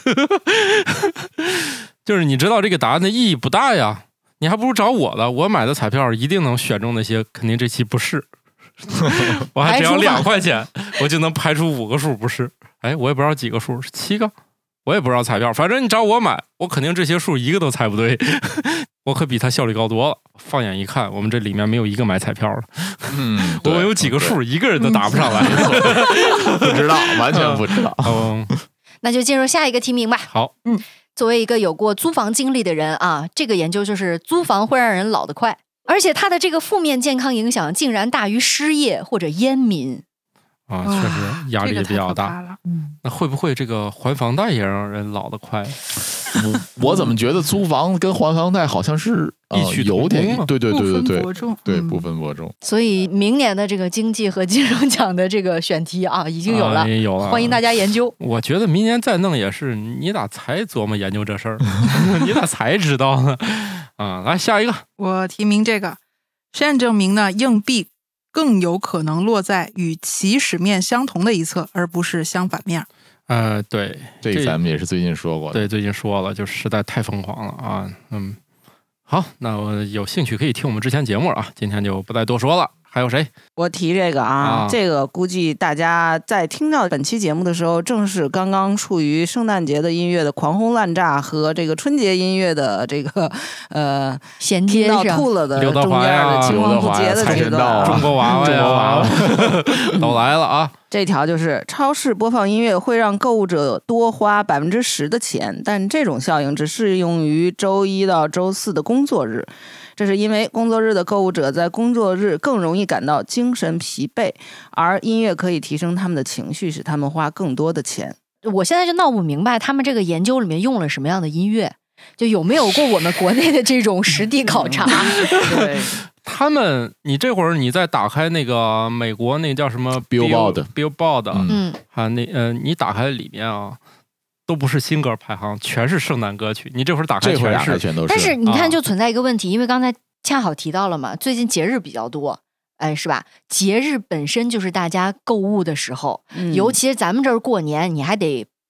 [SPEAKER 1] 就是你知道这个答案的意义不大呀，你还不如找我的，我买的彩票一定能选中那些，肯定这期不是。我还只要两块钱，我就能排出五个数不是。哎，我也不知道几个数，是七个。我也不知道彩票，反正你找我买，我肯定这些数一个都猜不对，我可比他效率高多了。放眼一看，我们这里面没有一个买彩票的。
[SPEAKER 2] 嗯，
[SPEAKER 1] 我有几个数，一个人都答不上来。
[SPEAKER 2] 不知道，完全不知道。
[SPEAKER 1] 嗯，
[SPEAKER 4] 那就进入下一个提名吧。
[SPEAKER 1] 好，
[SPEAKER 4] 嗯，作为一个有过租房经历的人啊，这个研究就是租房会让人老得快，而且它的这个负面健康影响竟然大于失业或者烟民。
[SPEAKER 1] 啊，确实压力比较大。
[SPEAKER 7] 这个
[SPEAKER 1] 嗯，那会不会这个还房贷也让人老得快？
[SPEAKER 2] 我我怎么觉得租房跟还房贷好像是
[SPEAKER 1] 异曲同工、
[SPEAKER 2] 呃、有点对对对对对
[SPEAKER 7] 不分
[SPEAKER 2] 对不分伯仲。
[SPEAKER 4] 所以明年的这个经济和金融奖的这个选题啊，已经有了，
[SPEAKER 1] 啊、有了，
[SPEAKER 4] 欢迎大家研究。
[SPEAKER 1] 我觉得明年再弄也是，你咋才琢磨研究这事儿？你咋才知道呢？啊，来下一个，
[SPEAKER 7] 我提名这个实验证明呢，硬币更有可能落在与起始面相同的一侧，而不是相反面。
[SPEAKER 1] 呃，对，
[SPEAKER 2] 这咱们也是最近说过的。
[SPEAKER 1] 对，最近说了，就实在太疯狂了啊。嗯，好，那我有兴趣可以听我们之前节目啊，今天就不再多说了。还有谁？
[SPEAKER 3] 我提这个啊，啊这个估计大家在听到本期节目的时候，正是刚刚处于圣诞节的音乐的狂轰滥炸和这个春节音乐的这个呃
[SPEAKER 4] 衔接
[SPEAKER 3] 上到吐了的中间的青黄不接的这
[SPEAKER 2] 个
[SPEAKER 1] 中国娃娃呀，娃娃都来了啊！
[SPEAKER 3] 这条就是超市播放音乐会让购物者多花百分之十的钱，但这种效应只适用于周一到周四的工作日。这是因为工作日的购物者在工作日更容易感到精神疲惫，而音乐可以提升他们的情绪，使他们花更多的钱。
[SPEAKER 4] 我现在就闹不明白他们这个研究里面用了什么样的音乐，就有没有过我们国内的这种实地考察。
[SPEAKER 3] 对，
[SPEAKER 1] 他们，你这会儿你再打开那个美国那叫什么
[SPEAKER 2] Billboard
[SPEAKER 1] Billboard，
[SPEAKER 4] 嗯，
[SPEAKER 1] 啊，那呃，你打开里面啊。都不是新歌排行，全是圣诞歌曲。你这会儿打开全是，
[SPEAKER 2] 这会儿打开全都是。
[SPEAKER 4] 但是你看，就存在一个问题，啊、因为刚才恰好提到了嘛，最近节日比较多，哎，是吧？节日本身就是大家购物的时候，嗯、尤其是咱们这儿过年，你还得财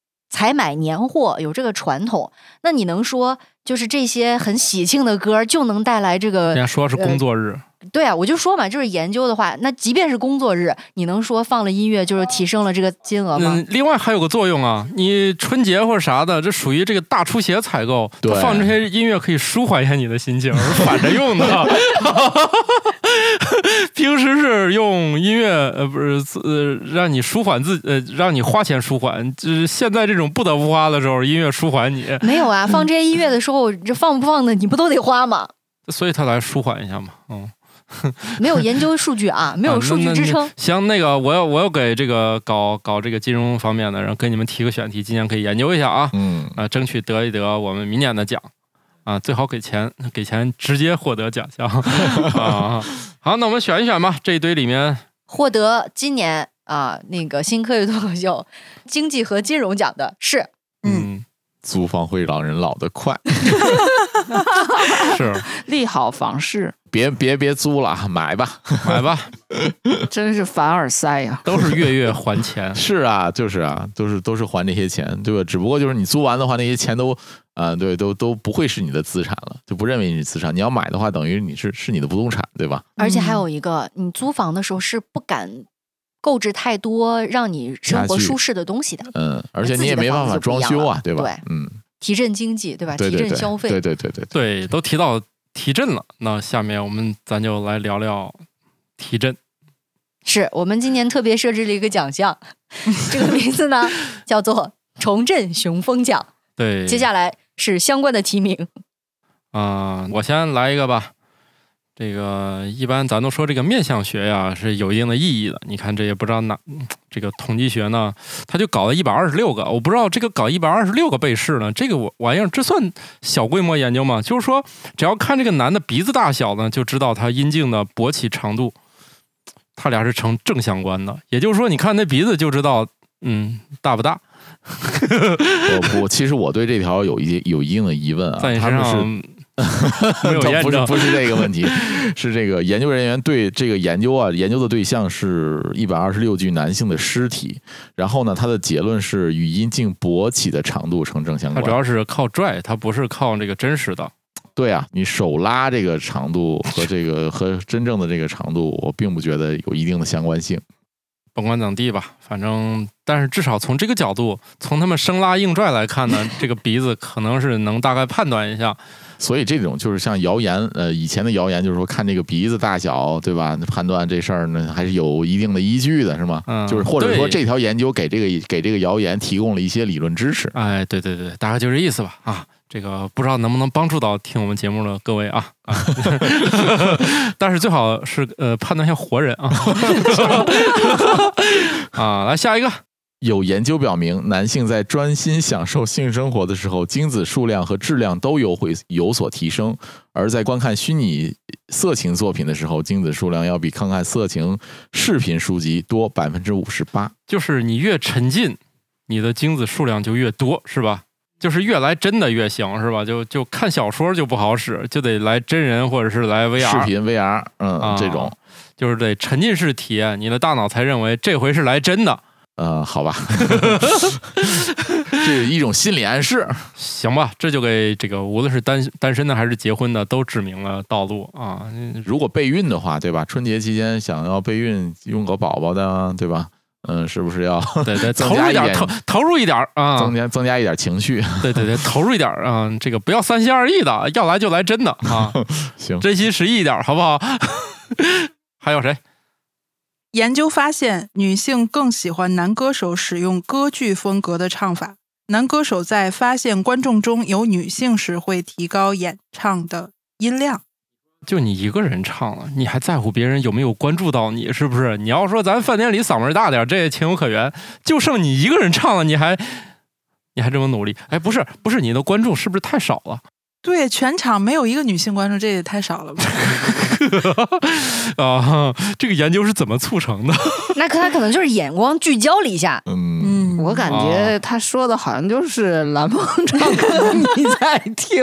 [SPEAKER 4] 采买年货有这个传统，那你能说就是这些很喜庆的歌就能带来这个？
[SPEAKER 1] 人家说是工作日。
[SPEAKER 4] 呃对啊，我就说嘛，就是研究的话，那即便是工作日，你能说放了音乐就是提升了这个金额吗？
[SPEAKER 1] 嗯，另外还有个作用啊，你春节或者啥的，这属于这个大出血采购，它放这些音乐可以舒缓一下你的心情，是反着用的。平时是用音乐，呃，不是呃，让你舒缓自，呃，让你花钱舒缓。就是现在这种不得不花的时候，音乐舒缓你。
[SPEAKER 4] 没有啊，放这些音乐的时候，这放不放的，你不都得花吗？
[SPEAKER 1] 所以他来舒缓一下嘛，嗯。
[SPEAKER 4] 没有研究数据啊，没有数据支撑。
[SPEAKER 1] 啊、行，那个我要我要给这个搞搞这个金融方面的，然后跟你们提个选题，今年可以研究一下啊，
[SPEAKER 2] 嗯
[SPEAKER 1] 啊，争取得一得我们明年的奖啊，最好给钱，给钱直接获得奖项啊。好，那我们选一选吧，这一堆里面
[SPEAKER 4] 获得今年啊那个新科学脱口秀经济和金融奖的是
[SPEAKER 1] 嗯。
[SPEAKER 2] 租房会让人老得快，
[SPEAKER 1] 是
[SPEAKER 3] 利好房市，
[SPEAKER 2] 别别别租了，买吧，
[SPEAKER 1] 买吧，
[SPEAKER 3] 真是凡尔赛呀、啊！
[SPEAKER 1] 都是月月还钱，
[SPEAKER 2] 是啊，就是啊，都是都是还这些钱，对吧？只不过就是你租完的话，那些钱都啊、呃，对，都都不会是你的资产了，就不认为你是资产。你要买的话，等于你是是你的不动产，对吧？
[SPEAKER 4] 而且还有一个，你租房的时候是不敢购置太多让你生活舒适的东西的，
[SPEAKER 2] 嗯，而且你也没办法装修啊，对吧？
[SPEAKER 4] 对，
[SPEAKER 2] 嗯，
[SPEAKER 4] 提振经济，对吧？
[SPEAKER 2] 对对对
[SPEAKER 4] 提振消费，
[SPEAKER 2] 对对对对
[SPEAKER 1] 对，都提到提振了，那下面我们咱就来聊聊提振。
[SPEAKER 4] 是我们今年特别设置了一个奖项，这个名字呢叫做重振雄风奖。
[SPEAKER 1] 对，
[SPEAKER 4] 接下来是相关的提名。
[SPEAKER 1] 啊、呃，我先来一个吧。这个一般咱都说这个面相学呀是有一定的意义的，你看这也不知道哪这个统计学呢，他就搞了一百二十六个，我不知道这个搞一百二十六个被试呢，这个玩意儿这算小规模研究吗？就是说只要看这个男的鼻子大小呢，就知道他阴茎的勃起长度，他俩是成正相关的，也就是说你看那鼻子就知道嗯大不大。
[SPEAKER 2] 我我其实我对这条有一有一定的疑问啊，
[SPEAKER 1] 在你身上
[SPEAKER 2] 他们是。
[SPEAKER 1] 没有验证，
[SPEAKER 2] 不是不是这个问题，是这个研究人员对这个研究啊，研究的对象是一百二十六具男性的尸体，然后呢，他的结论是与阴茎勃起的长度成正相关。
[SPEAKER 1] 它主要是靠拽，它不是靠这个真实的。
[SPEAKER 2] 对啊，你手拉这个长度和这个和真正的这个长度，我并不觉得有一定的相关性。
[SPEAKER 1] 甭管怎地吧，反正但是至少从这个角度，从他们生拉硬拽来看呢，这个鼻子可能是能大概判断一下。
[SPEAKER 2] 所以这种就是像谣言，呃，以前的谣言就是说看这个鼻子大小，对吧？判断这事儿呢还是有一定的依据的，是吗？
[SPEAKER 1] 嗯，
[SPEAKER 2] 就是或者说这条研究给这个给这个谣言提供了一些理论支持。
[SPEAKER 1] 哎，对对对，大概就这意思吧。啊，这个不知道能不能帮助到听我们节目的各位啊。啊但是最好是呃判断一下活人啊。啊，来下一个。
[SPEAKER 2] 有研究表明，男性在专心享受性生活的时候，精子数量和质量都有会有所提升；而在观看虚拟色情作品的时候，精子数量要比看看色情视频书籍多百分之五十八。
[SPEAKER 1] 就是你越沉浸，你的精子数量就越多，是吧？就是越来真的越行，是吧？就就看小说就不好使，就得来真人或者是来 V R
[SPEAKER 2] 视频 V R， 嗯、啊，这种
[SPEAKER 1] 就是得沉浸式体验，你的大脑才认为这回是来真的。
[SPEAKER 2] 呃，好吧，这是一种心理暗示，
[SPEAKER 1] 行吧，这就给这个无论是单单身的还是结婚的都指明了道路啊。
[SPEAKER 2] 如果备孕的话，对吧？春节期间想要备孕用个宝宝的，对吧？嗯，是不是要
[SPEAKER 1] 对对
[SPEAKER 2] 增加一点
[SPEAKER 1] 投投入一点啊，
[SPEAKER 2] 增加增加一点情绪？
[SPEAKER 1] 对对对，投入一点啊，这个不要三心二意的，要来就来真的啊。
[SPEAKER 2] 行，
[SPEAKER 1] 真心实意一点，好不好？还有谁？
[SPEAKER 7] 研究发现，女性更喜欢男歌手使用歌剧风格的唱法。男歌手在发现观众中有女性时，会提高演唱的音量。
[SPEAKER 1] 就你一个人唱了，你还在乎别人有没有关注到你？是不是？你要说咱饭店里嗓门大点，这也情有可原。就剩你一个人唱了，你还你还这么努力？哎，不是不是，你的观众是不是太少了？
[SPEAKER 7] 对，全场没有一个女性观众，这也太少了吧？
[SPEAKER 1] 啊，这个研究是怎么促成的？
[SPEAKER 4] 那可他可能就是眼光聚焦了一下。
[SPEAKER 2] 嗯，
[SPEAKER 3] 我感觉他说的好像就是蓝梦唱歌你在听。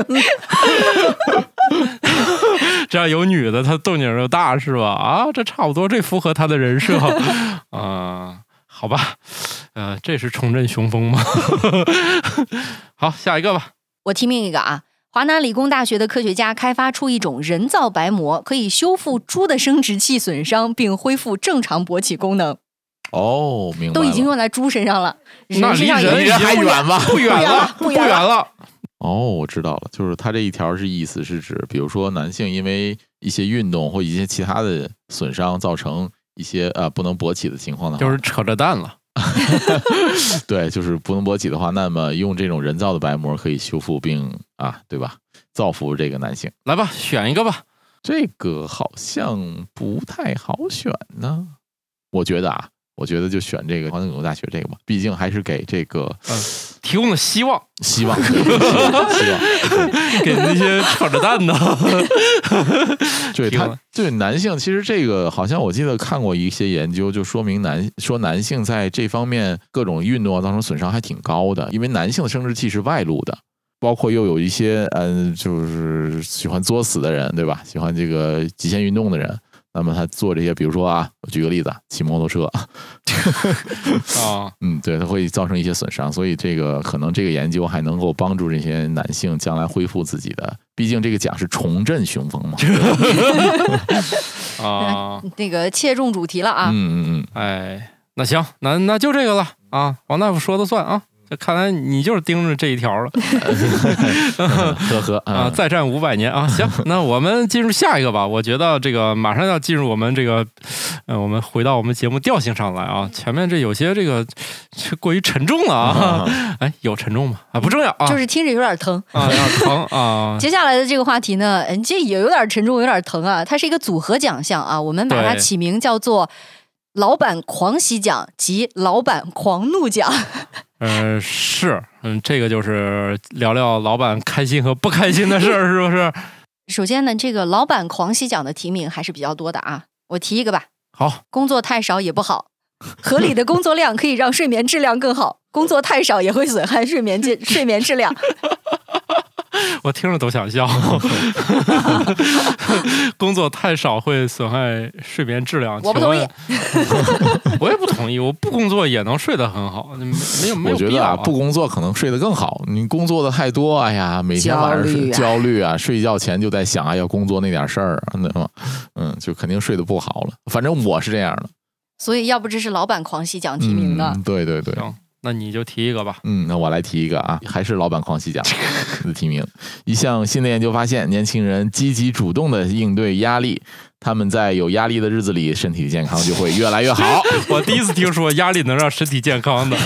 [SPEAKER 1] 这样有女的，她动静又大，是吧？啊，这差不多，这符合他的人设啊、呃。好吧， 呃，这是重振雄风吗？好，下一个吧。
[SPEAKER 4] 我提名一个啊，华南理工大学的科学家开发出一种人造白膜，可以修复猪的生殖器损伤，并恢复正常勃起功能。
[SPEAKER 2] 哦，明白了，
[SPEAKER 4] 都已经用在猪身上了，
[SPEAKER 1] 那离人
[SPEAKER 2] 人还远吗？
[SPEAKER 1] 不远了，不远了。
[SPEAKER 2] 哦，我知道了，就是他这一条是意思是指，比如说男性因为一些运动或一些其他的损伤，造成一些呃不能勃起的情况的话，
[SPEAKER 1] 就是扯着蛋了。
[SPEAKER 2] 对，就是不能勃起的话，那么用这种人造的白膜可以修复并啊，对吧？造福这个男性。
[SPEAKER 1] 来吧，选一个吧。
[SPEAKER 2] 这个好像不太好选呢，我觉得啊。我觉得就选这个华南理工大学这个吧，毕竟还是给这个、
[SPEAKER 1] 嗯、提供了希望，
[SPEAKER 2] 希望，希望
[SPEAKER 1] 给那些扯着蛋的。
[SPEAKER 2] 对他，对男性，其实这个好像我记得看过一些研究，就说明男说男性在这方面各种运动造成损伤还挺高的，因为男性的生殖器是外露的，包括又有一些嗯，就是喜欢作死的人，对吧？喜欢这个极限运动的人。那么他做这些，比如说啊，我举个例子，骑摩托车
[SPEAKER 1] 啊，
[SPEAKER 2] 嗯，对，它会造成一些损伤，所以这个可能这个研究还能够帮助这些男性将来恢复自己的，毕竟这个奖是重振雄风嘛。
[SPEAKER 1] 啊，
[SPEAKER 4] 那个切中主题了啊！
[SPEAKER 2] 嗯嗯嗯，
[SPEAKER 1] 哎，那行，那那就这个了啊，王大夫说的算啊。看来你就是盯着这一条了，
[SPEAKER 2] 呵呵
[SPEAKER 1] 啊！再战五百年啊！行，那我们进入下一个吧。我觉得这个马上要进入我们这个，呃，我们回到我们节目调性上来啊。前面这有些这个这过于沉重了啊！哎，有沉重吗？啊，不重要啊，
[SPEAKER 4] 就是听着有点疼
[SPEAKER 1] 啊，有点疼啊。
[SPEAKER 4] 接下来的这个话题呢，嗯，这也有点沉重，有点疼啊。它是一个组合奖项啊，我们把它起名叫做“老板狂喜奖”及“老板狂怒奖”。
[SPEAKER 1] 嗯、呃，是，嗯，这个就是聊聊老板开心和不开心的事儿，是不是？
[SPEAKER 4] 首先呢，这个老板狂喜奖的提名还是比较多的啊，我提一个吧。
[SPEAKER 1] 好，
[SPEAKER 4] 工作太少也不好，合理的工作量可以让睡眠质量更好，工作太少也会损害睡眠质睡眠质量。
[SPEAKER 1] 我听着都想笑。工作太少会损害睡眠质量，
[SPEAKER 4] 我不同意。
[SPEAKER 1] 我也不同意，我不工作也能睡得很好，没有没有必要、啊。
[SPEAKER 2] 我觉得啊，不工作可能睡得更好。你工作的太多，哎呀，每天晚上睡焦虑啊，睡觉前就在想啊，要工作那点事儿，嗯，就肯定睡得不好了。反正我是这样的。
[SPEAKER 4] 所以要不这是老板狂喜奖提名的、
[SPEAKER 2] 嗯，对对对。
[SPEAKER 1] 那你就提一个吧。
[SPEAKER 2] 嗯，那我来提一个啊，还是老板狂喜奖的提名。一项新的研究发现，年轻人积极主动的应对压力，他们在有压力的日子里，身体健康就会越来越好。
[SPEAKER 1] 我第一次听说压力能让身体健康的，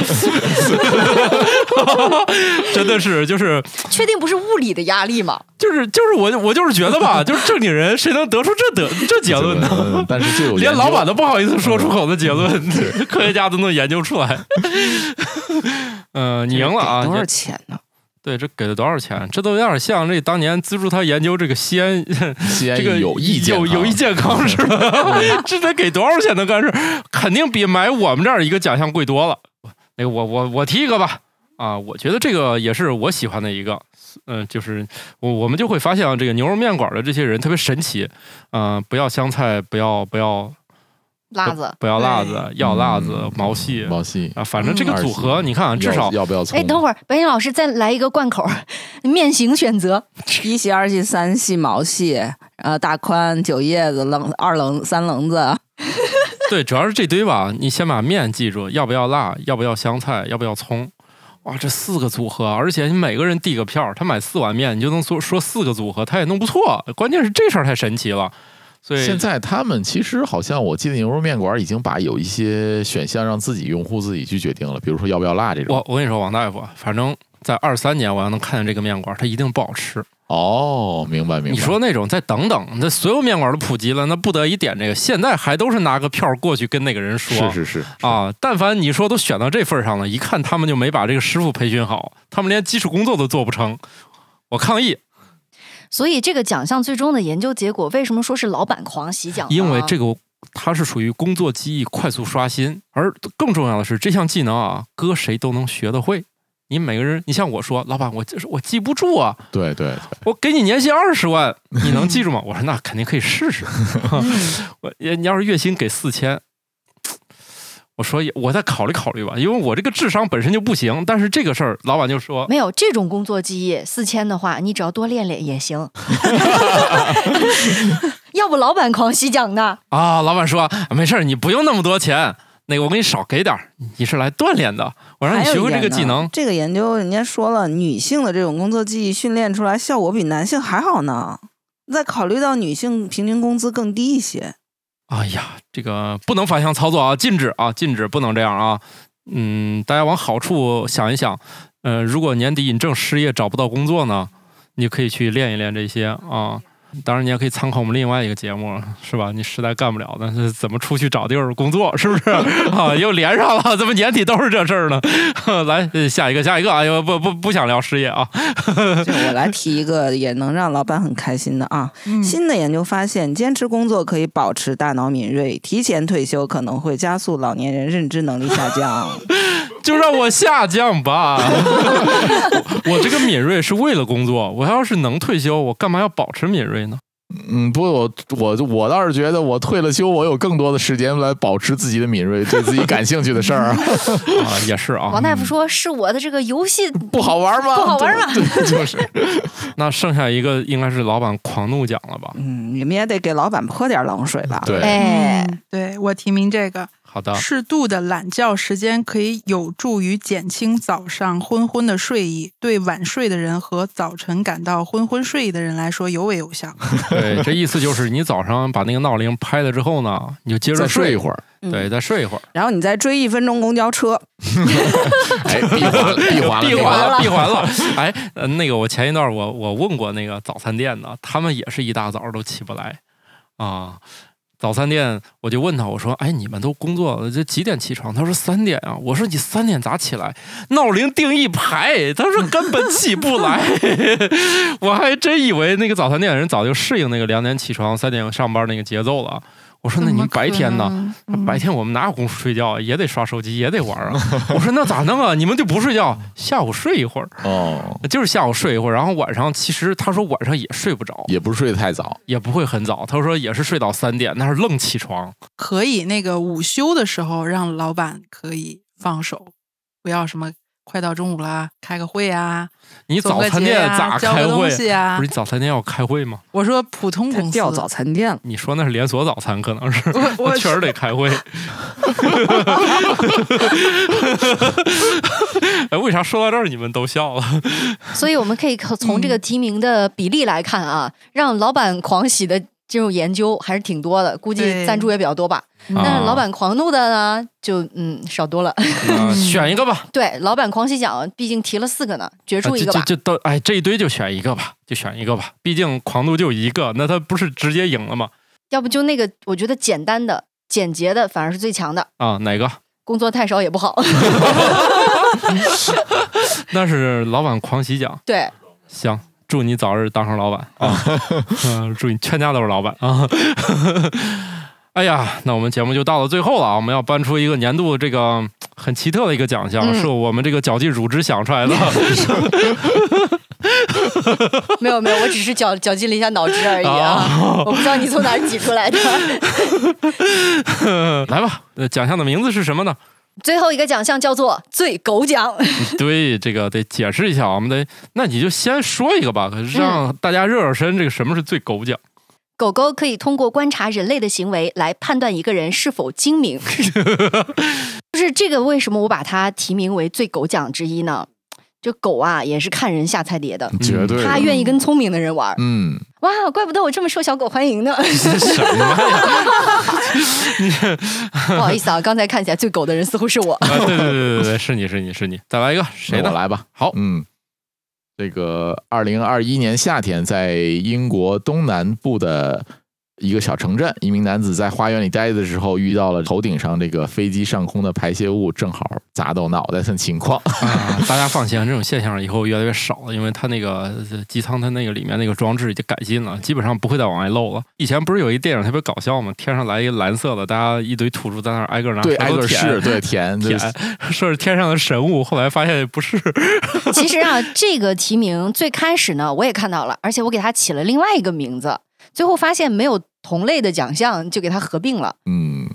[SPEAKER 1] 真的是就是
[SPEAKER 4] 确定不是物理的压力吗？
[SPEAKER 1] 就是就是我我就是觉得吧，就是正经人谁能得出这得这结论呢？
[SPEAKER 2] 嗯、但是就有
[SPEAKER 1] 连老板都不好意思说出口的结论，科学家都能研究出来。嗯、呃，你赢了啊！
[SPEAKER 3] 多少钱呢？
[SPEAKER 1] 对，这给了多少钱？这都有点像这当年资助他研究这个西安
[SPEAKER 2] 西安
[SPEAKER 1] 这个
[SPEAKER 2] 有益健康
[SPEAKER 1] 有有益健康似的，这得给多少钱能干事？肯定比买我们这儿一个奖项贵多了。那个我我我提一个吧，啊，我觉得这个也是我喜欢的一个，嗯、呃，就是我我们就会发现啊，这个牛肉面馆的这些人特别神奇，嗯、呃，不要香菜，不要不要。
[SPEAKER 4] 辣子
[SPEAKER 1] 不要辣子，要辣子、嗯、毛细
[SPEAKER 2] 毛细
[SPEAKER 1] 啊，反正这个组合、嗯、你看啊，至少
[SPEAKER 2] 要不要葱？
[SPEAKER 4] 哎，等会儿白岩老师再来一个贯口，面型选择：
[SPEAKER 3] 一细、二细、三细、毛细，呃，大宽、九叶子、棱、二棱、三棱子。
[SPEAKER 1] 对，主要是这堆吧，你先把面记住，要不要辣，要不要香菜，要不要葱。哇，这四个组合，而且你每个人递个票，他买四碗面，你就能说说四个组合，他也弄不错。关键是这事儿太神奇了。所以
[SPEAKER 2] 现在他们其实好像，我记得牛肉面馆已经把有一些选项让自己用户自己去决定了，比如说要不要辣这种。
[SPEAKER 1] 我我跟你说，王大夫，反正在二三年我要能看见这个面馆，它一定不好吃。
[SPEAKER 2] 哦，明白明白。
[SPEAKER 1] 你说那种再等等，那所有面馆都普及了，那不得已点这个，现在还都是拿个票过去跟那个人说。
[SPEAKER 2] 是是是
[SPEAKER 1] 啊，但凡你说都选到这份上了，一看他们就没把这个师傅培训好，他们连基础工作都做不成，我抗议。
[SPEAKER 4] 所以这个奖项最终的研究结果为什么说是老板狂喜奖？
[SPEAKER 1] 因为这个它是属于工作记忆快速刷新，而更重要的是这项技能啊，搁谁都能学得会。你每个人，你像我说，老板，我就是我记不住啊。
[SPEAKER 2] 对对对，
[SPEAKER 1] 我给你年薪二十万，你能记住吗？我说那肯定可以试试。我你要是月薪给四千， 我说我再考虑考虑吧，因为我这个智商本身就不行。但是这个事儿，老板就说
[SPEAKER 4] 没有这种工作记忆，四千的话，你只要多练练也行。要不老板狂喜奖呢？
[SPEAKER 1] 啊，老板说没事，你不用那么多钱，那个我给你少给点，你是来锻炼的，我让你学会这个技能。
[SPEAKER 3] 这个研究人家说了，女性的这种工作记忆训练出来效果比男性还好呢。再考虑到女性平均工资更低一些。
[SPEAKER 1] 哎呀，这个不能反向操作啊，禁止啊，禁止，不能这样啊。嗯，大家往好处想一想，呃，如果年底你正失业找不到工作呢，你可以去练一练这些啊。当然，你也可以参考我们另外一个节目，是吧？你实在干不了的，怎么出去找地儿工作，是不是啊？又连上了，怎么年底都是这事儿呢？来，下一个，下一个，哎呦，不不不想聊失业啊！
[SPEAKER 3] 就我来提一个，也能让老板很开心的啊。嗯、新的研究发现，坚持工作可以保持大脑敏锐，提前退休可能会加速老年人认知能力下降。
[SPEAKER 1] 就让我下降吧。我, 我这个敏锐是为了工作，我要是能退休，我干嘛要保持敏锐呢？
[SPEAKER 2] 嗯，不过我我我倒是觉得，我退了休，我有更多的时间来保持自己的敏锐，对自己感兴趣的事儿啊。
[SPEAKER 1] 啊，也是啊。
[SPEAKER 4] 王大夫说：“是我的这个游戏
[SPEAKER 2] 不好玩吗？
[SPEAKER 4] 不好玩吗？”
[SPEAKER 2] 就是。
[SPEAKER 1] 那剩下一个应该是老板狂怒奖了吧？
[SPEAKER 3] 嗯，你们也得给老板泼点冷水吧？
[SPEAKER 2] 对，
[SPEAKER 7] 哎、嗯，对我提名这个。
[SPEAKER 1] 好的，
[SPEAKER 7] 适度的懒觉时间可以有助于减轻早上昏昏的睡意，对晚睡的人和早晨感到昏昏睡意的人来说尤为有效。
[SPEAKER 1] 对，这意思就是你早上把那个闹铃拍了之后呢，你就接着
[SPEAKER 2] 睡一会儿，
[SPEAKER 1] 对，再睡一会儿，
[SPEAKER 3] 然后你再追一分钟公交车。
[SPEAKER 2] 哎，闭环了，闭环了，
[SPEAKER 1] 闭环了，闭环了。哎，呃，那个我前一段我我问过那个早餐店的，他们也是一大早都起不来啊。早餐店，我就问他，我说：“哎，你们都工作这几点起床？”他说：“三点啊。”我说：“你三点咋起来？闹铃定一排。”他说：“根本起不来。”我还真以为那个早餐店的人早就适应那个两点起床、三点上班那个节奏了。我说：“那你们白天呢？嗯、白天我们哪有功夫睡觉？也得刷手机，也得玩啊。”我说：“那咋弄啊？你们就不睡觉，下午睡一会儿
[SPEAKER 2] 哦，
[SPEAKER 1] 就是下午睡一会儿，然后晚上其实他说晚上也睡不着，
[SPEAKER 2] 也不是睡得太早，
[SPEAKER 1] 也不会很早。他说也是睡到三点，那是愣起床。
[SPEAKER 7] 可以那个午休的时候让老板可以放手，不要什么。”快到中午了，开个会啊！
[SPEAKER 1] 你早餐店咋开会
[SPEAKER 7] 啊？
[SPEAKER 1] 不是你早餐店要开会吗？
[SPEAKER 7] 我说普通公司
[SPEAKER 3] 调早餐店，
[SPEAKER 1] 你说那是连锁早餐，可能是我, 我确实得开会。哎，为啥说到这儿你们都笑了？
[SPEAKER 4] 所以我们可以从这个提名的比例来看啊，嗯、让老板狂喜的这种研究还是挺多的，估计赞助也比较多吧。但是老板狂怒的呢，就嗯少多了。
[SPEAKER 1] 啊、选一个吧。
[SPEAKER 4] 对，老板狂喜奖毕竟提了四个呢，决出一个吧。
[SPEAKER 1] 啊、这这都哎，这一堆就选一个吧，就选一个吧。毕竟狂怒就一个，那他不是直接赢了吗？
[SPEAKER 4] 要不就那个，我觉得简单的、简洁的反而是最强的
[SPEAKER 1] 啊。哪个？
[SPEAKER 4] 工作太少也不好。
[SPEAKER 1] 那是老板狂喜奖。
[SPEAKER 4] 对，
[SPEAKER 1] 行。祝你早日当上老板啊！嗯，祝你全家都是老板啊！哎呀，那我们节目就到了最后了啊！我们要颁出一个年度这个很奇特的一个奖项，嗯、是我们这个绞尽乳汁想出来的。
[SPEAKER 4] 没有没有，我只是绞绞尽了一下脑汁而已啊！啊我不知道你从哪儿挤出来的。
[SPEAKER 1] 来吧，奖项的名字是什么呢？
[SPEAKER 4] 最后一个奖项叫做最狗奖。
[SPEAKER 1] 对，这个得解释一下，我们得，那你就先说一个吧，让大家热热身。这个什么是最狗奖？
[SPEAKER 4] 狗狗可以通过观察人类的行为来判断一个人是否精明。就是这个，为什么我把它提名为最狗奖之一呢？这狗啊，也是看人下菜碟的，
[SPEAKER 2] 绝对。
[SPEAKER 4] 它愿意跟聪明的人玩。
[SPEAKER 2] 嗯，
[SPEAKER 4] 哇，怪不得我这么受小狗欢迎呢。
[SPEAKER 1] 什么呀？
[SPEAKER 4] 不好意思啊，刚才看起来最狗的人似乎是我。
[SPEAKER 1] 啊，对对对对对，是你是你是你。再来一个，谁的？
[SPEAKER 2] 我来吧。
[SPEAKER 1] 好，
[SPEAKER 2] 嗯，这个二零二一年夏天，在英国东南部的一个小城镇，一名男子在花园里待的时候，遇到了头顶上这个飞机上空的排泄物，正好砸到脑袋的情况。
[SPEAKER 1] 啊，大家放心，这种现象以后越来越少了，因为它那个机舱它那个里面那个装置已经改进了，基本上不会再往外漏了。以前不是有一电影特别搞笑吗？天上来一个蓝色的，大家一堆土著在那儿挨个拿
[SPEAKER 2] 对挨个试，对舔
[SPEAKER 1] 舔，说是天上的神物，后来发现不是。
[SPEAKER 4] 其实啊，这个提名最开始呢，我也看到了，而且我给它起了另外一个名字。最后发现没有同类的奖项，就给它合并了。
[SPEAKER 2] 嗯，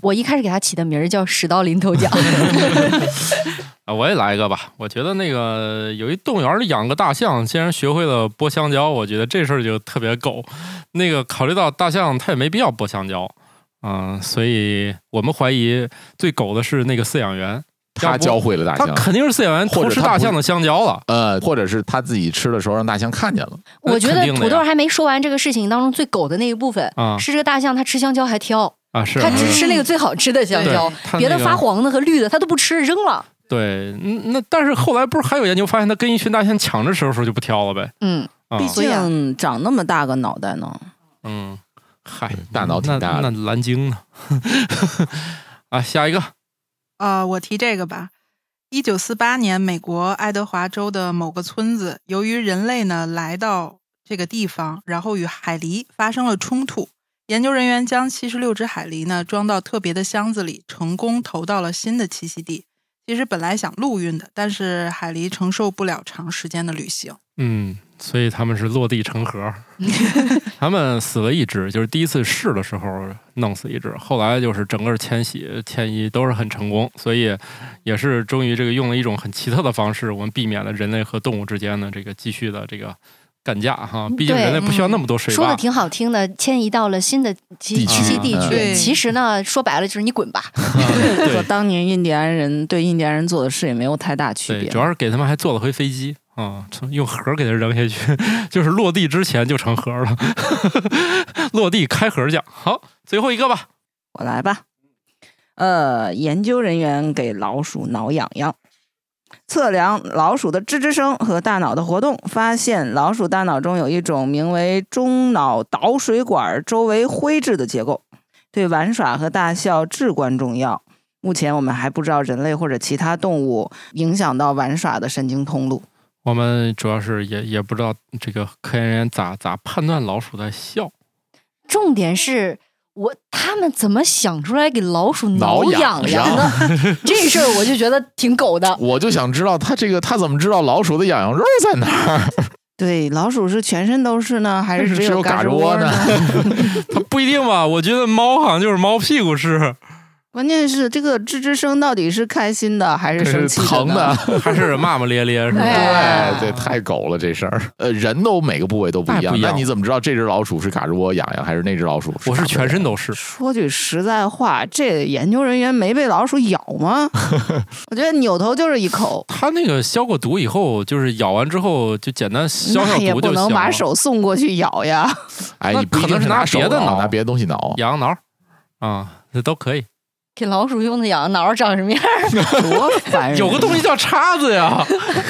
[SPEAKER 4] 我一开始给它起的名儿叫屎到临头讲。
[SPEAKER 1] 啊，我也来一个吧。我觉得那个有一动物园里养个大象，竟然学会了剥香蕉，我觉得这事儿就特别狗。那个考虑到大象它也没必要剥香蕉，嗯、呃，所以我们怀疑最狗的是那个饲养员。
[SPEAKER 2] 他教会了大象，
[SPEAKER 1] 他肯定是饲养员偷吃大象的香蕉了，
[SPEAKER 2] 呃，或者是他自己吃的时候让大象看见了。
[SPEAKER 4] 我觉得土豆还没说完这个事情当中最狗的那一部分，啊、是这个大象它吃香蕉还挑
[SPEAKER 1] 啊，是
[SPEAKER 4] 它只吃那个最好吃的香蕉，
[SPEAKER 1] 那个、
[SPEAKER 4] 别的发黄的和绿的它都不吃，扔了。
[SPEAKER 1] 对，那但是后来不是还有研究发现，它跟一群大象抢着吃的时候就不挑了呗？
[SPEAKER 4] 嗯，
[SPEAKER 1] 啊、
[SPEAKER 3] 毕竟长那么大个脑袋呢。
[SPEAKER 1] 嗯，嗨，
[SPEAKER 2] 大脑挺大的。
[SPEAKER 1] 那, 那蓝鲸呢？啊，下一个。
[SPEAKER 7] 呃，我提这个吧。一九四八年，美国爱德华州的某个村子，由于人类呢来到这个地方，然后与海狸发生了冲突。研究人员将七十六只海狸呢装到特别的箱子里，成功投到了新的栖息地。其实本来想陆运的，但是海狸承受不了长时间的旅行。
[SPEAKER 1] 嗯，所以他们是落地成盒。他们死了一只，就是第一次试的时候弄死一只，后来就是整个迁徙迁移都是很成功，所以也是终于这个用了一种很奇特的方式，我们避免了人类和动物之间的这个继续的这个干架哈。毕竟人类不需要那么多水坝。
[SPEAKER 4] 说的挺好听的，迁移到了新的栖息地区。其实呢，说白了就是你滚吧。
[SPEAKER 3] 和当年印第安人对印第安人做的事也没有太大区别。
[SPEAKER 1] 主要是给他们还做了回飞机。啊、嗯，用盒给它扔下去，就是落地之前就成盒了，落地开盒讲。好，最后一个吧，
[SPEAKER 3] 我来吧。呃，研究人员给老鼠挠痒痒，测量老鼠的吱吱声和大脑的活动，发现老鼠大脑中有一种名为中脑导水管周围灰质的结构，对玩耍和大笑至关重要。目前我们还不知道人类或者其他动物影响到玩耍的神经通路。
[SPEAKER 1] 我们主要是也也不知道这个科研人员咋咋判断老鼠在笑。
[SPEAKER 4] 重点是我他们怎么想出来给老鼠挠痒痒呢？这事儿我就觉得挺狗的。
[SPEAKER 2] 我就想知道他这个他怎么知道老鼠的痒痒肉在哪儿？
[SPEAKER 3] 对，老鼠是全身都是呢，还是只有
[SPEAKER 2] 嘎
[SPEAKER 3] 吱窝呢？
[SPEAKER 1] 它不一定吧？我觉得猫好像就是猫屁股是。
[SPEAKER 3] 关键是这个吱吱声到底是开心的还是生气的？
[SPEAKER 2] 疼的
[SPEAKER 1] 还是骂骂咧咧？是吧？
[SPEAKER 2] 对对，太狗了这事儿。呃，人都每个部位都不一样，
[SPEAKER 1] 那
[SPEAKER 2] 你怎么知道这只老鼠是嘎吱窝痒痒，还是那只老鼠？
[SPEAKER 1] 我是全身都是。
[SPEAKER 3] 说句实在话，这研究人员没被老鼠咬吗？我觉得扭头就是一口。
[SPEAKER 1] 他那个消过毒以后，就是咬完之后就简单消消毒就行了。
[SPEAKER 3] 那也不能把手送过去咬呀。
[SPEAKER 2] 哎，你
[SPEAKER 1] 可能是拿别的挠，
[SPEAKER 2] 拿别的东西挠，
[SPEAKER 1] 痒痒挠啊，这都可以。
[SPEAKER 4] 给老鼠用的痒痒挠长什么样？
[SPEAKER 3] 多烦人！
[SPEAKER 1] 有个东西叫叉子呀，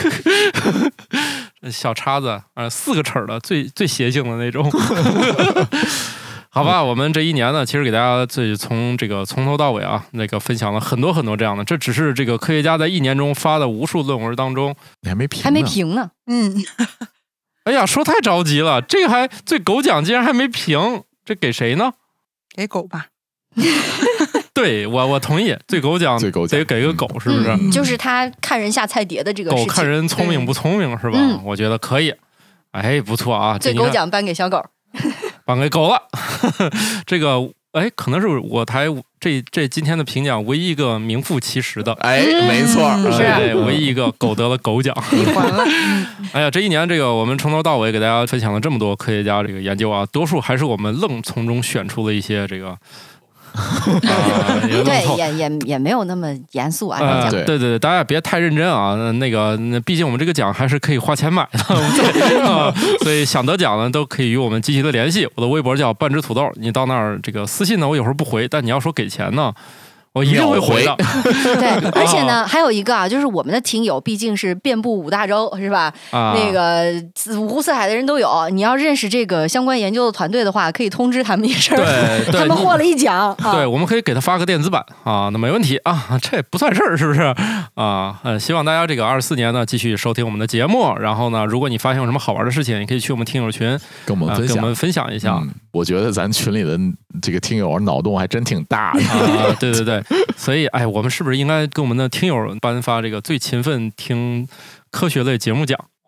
[SPEAKER 1] 小叉子啊，四个齿的，最最邪性的那种。好吧，我们这一年呢，其实给大家最从这个从头到尾啊，那个分享了很多很多这样的，这只是这个科学家在一年中发的无数论文当中，
[SPEAKER 2] 你还没评，
[SPEAKER 4] 还没评呢。
[SPEAKER 7] 嗯，
[SPEAKER 1] 哎呀，说太着急了，这个还最狗奖竟然还没评，这给谁呢？
[SPEAKER 7] 给狗吧。
[SPEAKER 1] 对我，我同意，最狗奖得给个狗，是不是、
[SPEAKER 4] 嗯？就是他看人下菜碟的这个事情。
[SPEAKER 1] 狗看人聪明不聪明是吧、嗯？我觉得可以。哎，不错啊！
[SPEAKER 4] 最狗奖颁给小狗，
[SPEAKER 1] 颁给狗了。这个哎，可能是我台这这今天的评奖唯一一个名副其实的。
[SPEAKER 2] 哎，没错，
[SPEAKER 4] 嗯、是、
[SPEAKER 1] 啊、唯一一个狗得了狗奖。
[SPEAKER 3] 你还了。
[SPEAKER 1] 哎呀，这一年这个我们从头到尾给大家分享了这么多科学家这个研究啊，多数还是我们愣从中选出了一些这个。啊、
[SPEAKER 4] 对，也也也没有那么严肃啊。
[SPEAKER 1] 呃、对对对，大家别太认真啊。那个，毕竟我们这个奖还是可以花钱买的，啊、所以想得奖呢，都可以与我们积极的联系。我的微博叫半只土豆，你到那儿这个私信呢，我有时候不回，但你要说给钱呢。我一定会回的。
[SPEAKER 4] 对，而且呢，还有一个啊，就是我们的听友毕竟是遍布五大洲，是吧？啊、那个五湖四海的人都有。你要认识这个相关研究的团队的话，可以通知他们一声。
[SPEAKER 1] 对，
[SPEAKER 4] 他们获了一奖。
[SPEAKER 1] 啊、对，我们可以给他发个电子版啊，那没问题啊，这不算事儿，是不是？啊，嗯，希望大家这个二十四年呢，继续收听我们的节目。然后呢，如果你发现有什么好玩的事情，你可以去我们听友群
[SPEAKER 2] 跟我们分享，
[SPEAKER 1] 啊、跟我们分享一下、
[SPEAKER 2] 嗯。我觉得咱群里的这个听友脑洞还真挺大的
[SPEAKER 1] 啊！对对对。所以，哎，我们是不是应该跟我们的听友颁发这个最勤奋听科学类节目奖？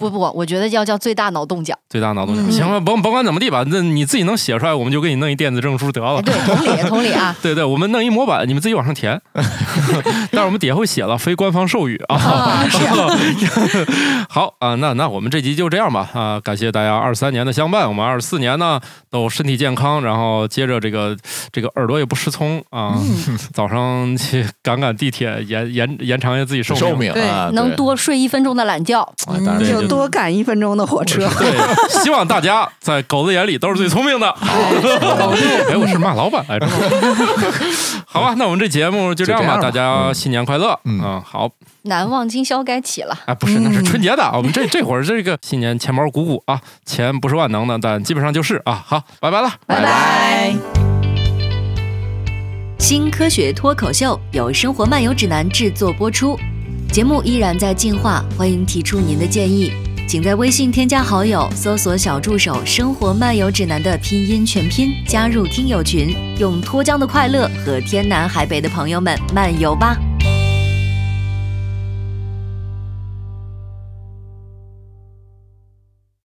[SPEAKER 4] 不不，我觉得要叫最大脑动奖。
[SPEAKER 1] 最大脑动奖，嗯、行吧，甭甭管怎么地吧，那你自己能写出来，我们就给你弄一电子证书得了。
[SPEAKER 4] 哎、对，同理同理啊。
[SPEAKER 1] 对对，我们弄一模板，你们自己往上填。但是我们底下会写了，非官方授予啊。
[SPEAKER 4] 啊是
[SPEAKER 1] 好啊，那那我们这集就这样吧啊，感谢大家二三年的相伴，我们二四年呢都身体健康，然后接着这个这个耳朵也不失聪啊，嗯、早上去赶赶地铁，延延延长一下自己寿命，
[SPEAKER 2] 寿命
[SPEAKER 4] 对、
[SPEAKER 2] 啊，
[SPEAKER 4] 能多睡一分钟的懒觉，
[SPEAKER 2] 啊、当然
[SPEAKER 3] 就多赶一分钟的火车。
[SPEAKER 1] 对，希望大家在狗子眼里都是最聪明的。哎，我是骂老板来着。好吧，那我们这节目就这样吧，
[SPEAKER 2] 样吧
[SPEAKER 1] 大家新年快乐。嗯，嗯好。
[SPEAKER 4] 难忘今宵该起了。
[SPEAKER 1] 哎，不是，那是春节的。我们这这会儿这个新年钱包鼓鼓啊，钱不是万能的，但基本上就是啊。好，拜拜了，
[SPEAKER 3] 拜拜。
[SPEAKER 5] 新科学脱口秀由生活漫游指南制作播出，节目依然在进化，欢迎提出您的建议，请在微信添加好友，搜索小助手生活漫游指南的拼音全拼，加入听友群，用脱缰的快乐和天南海北的朋友们漫游吧。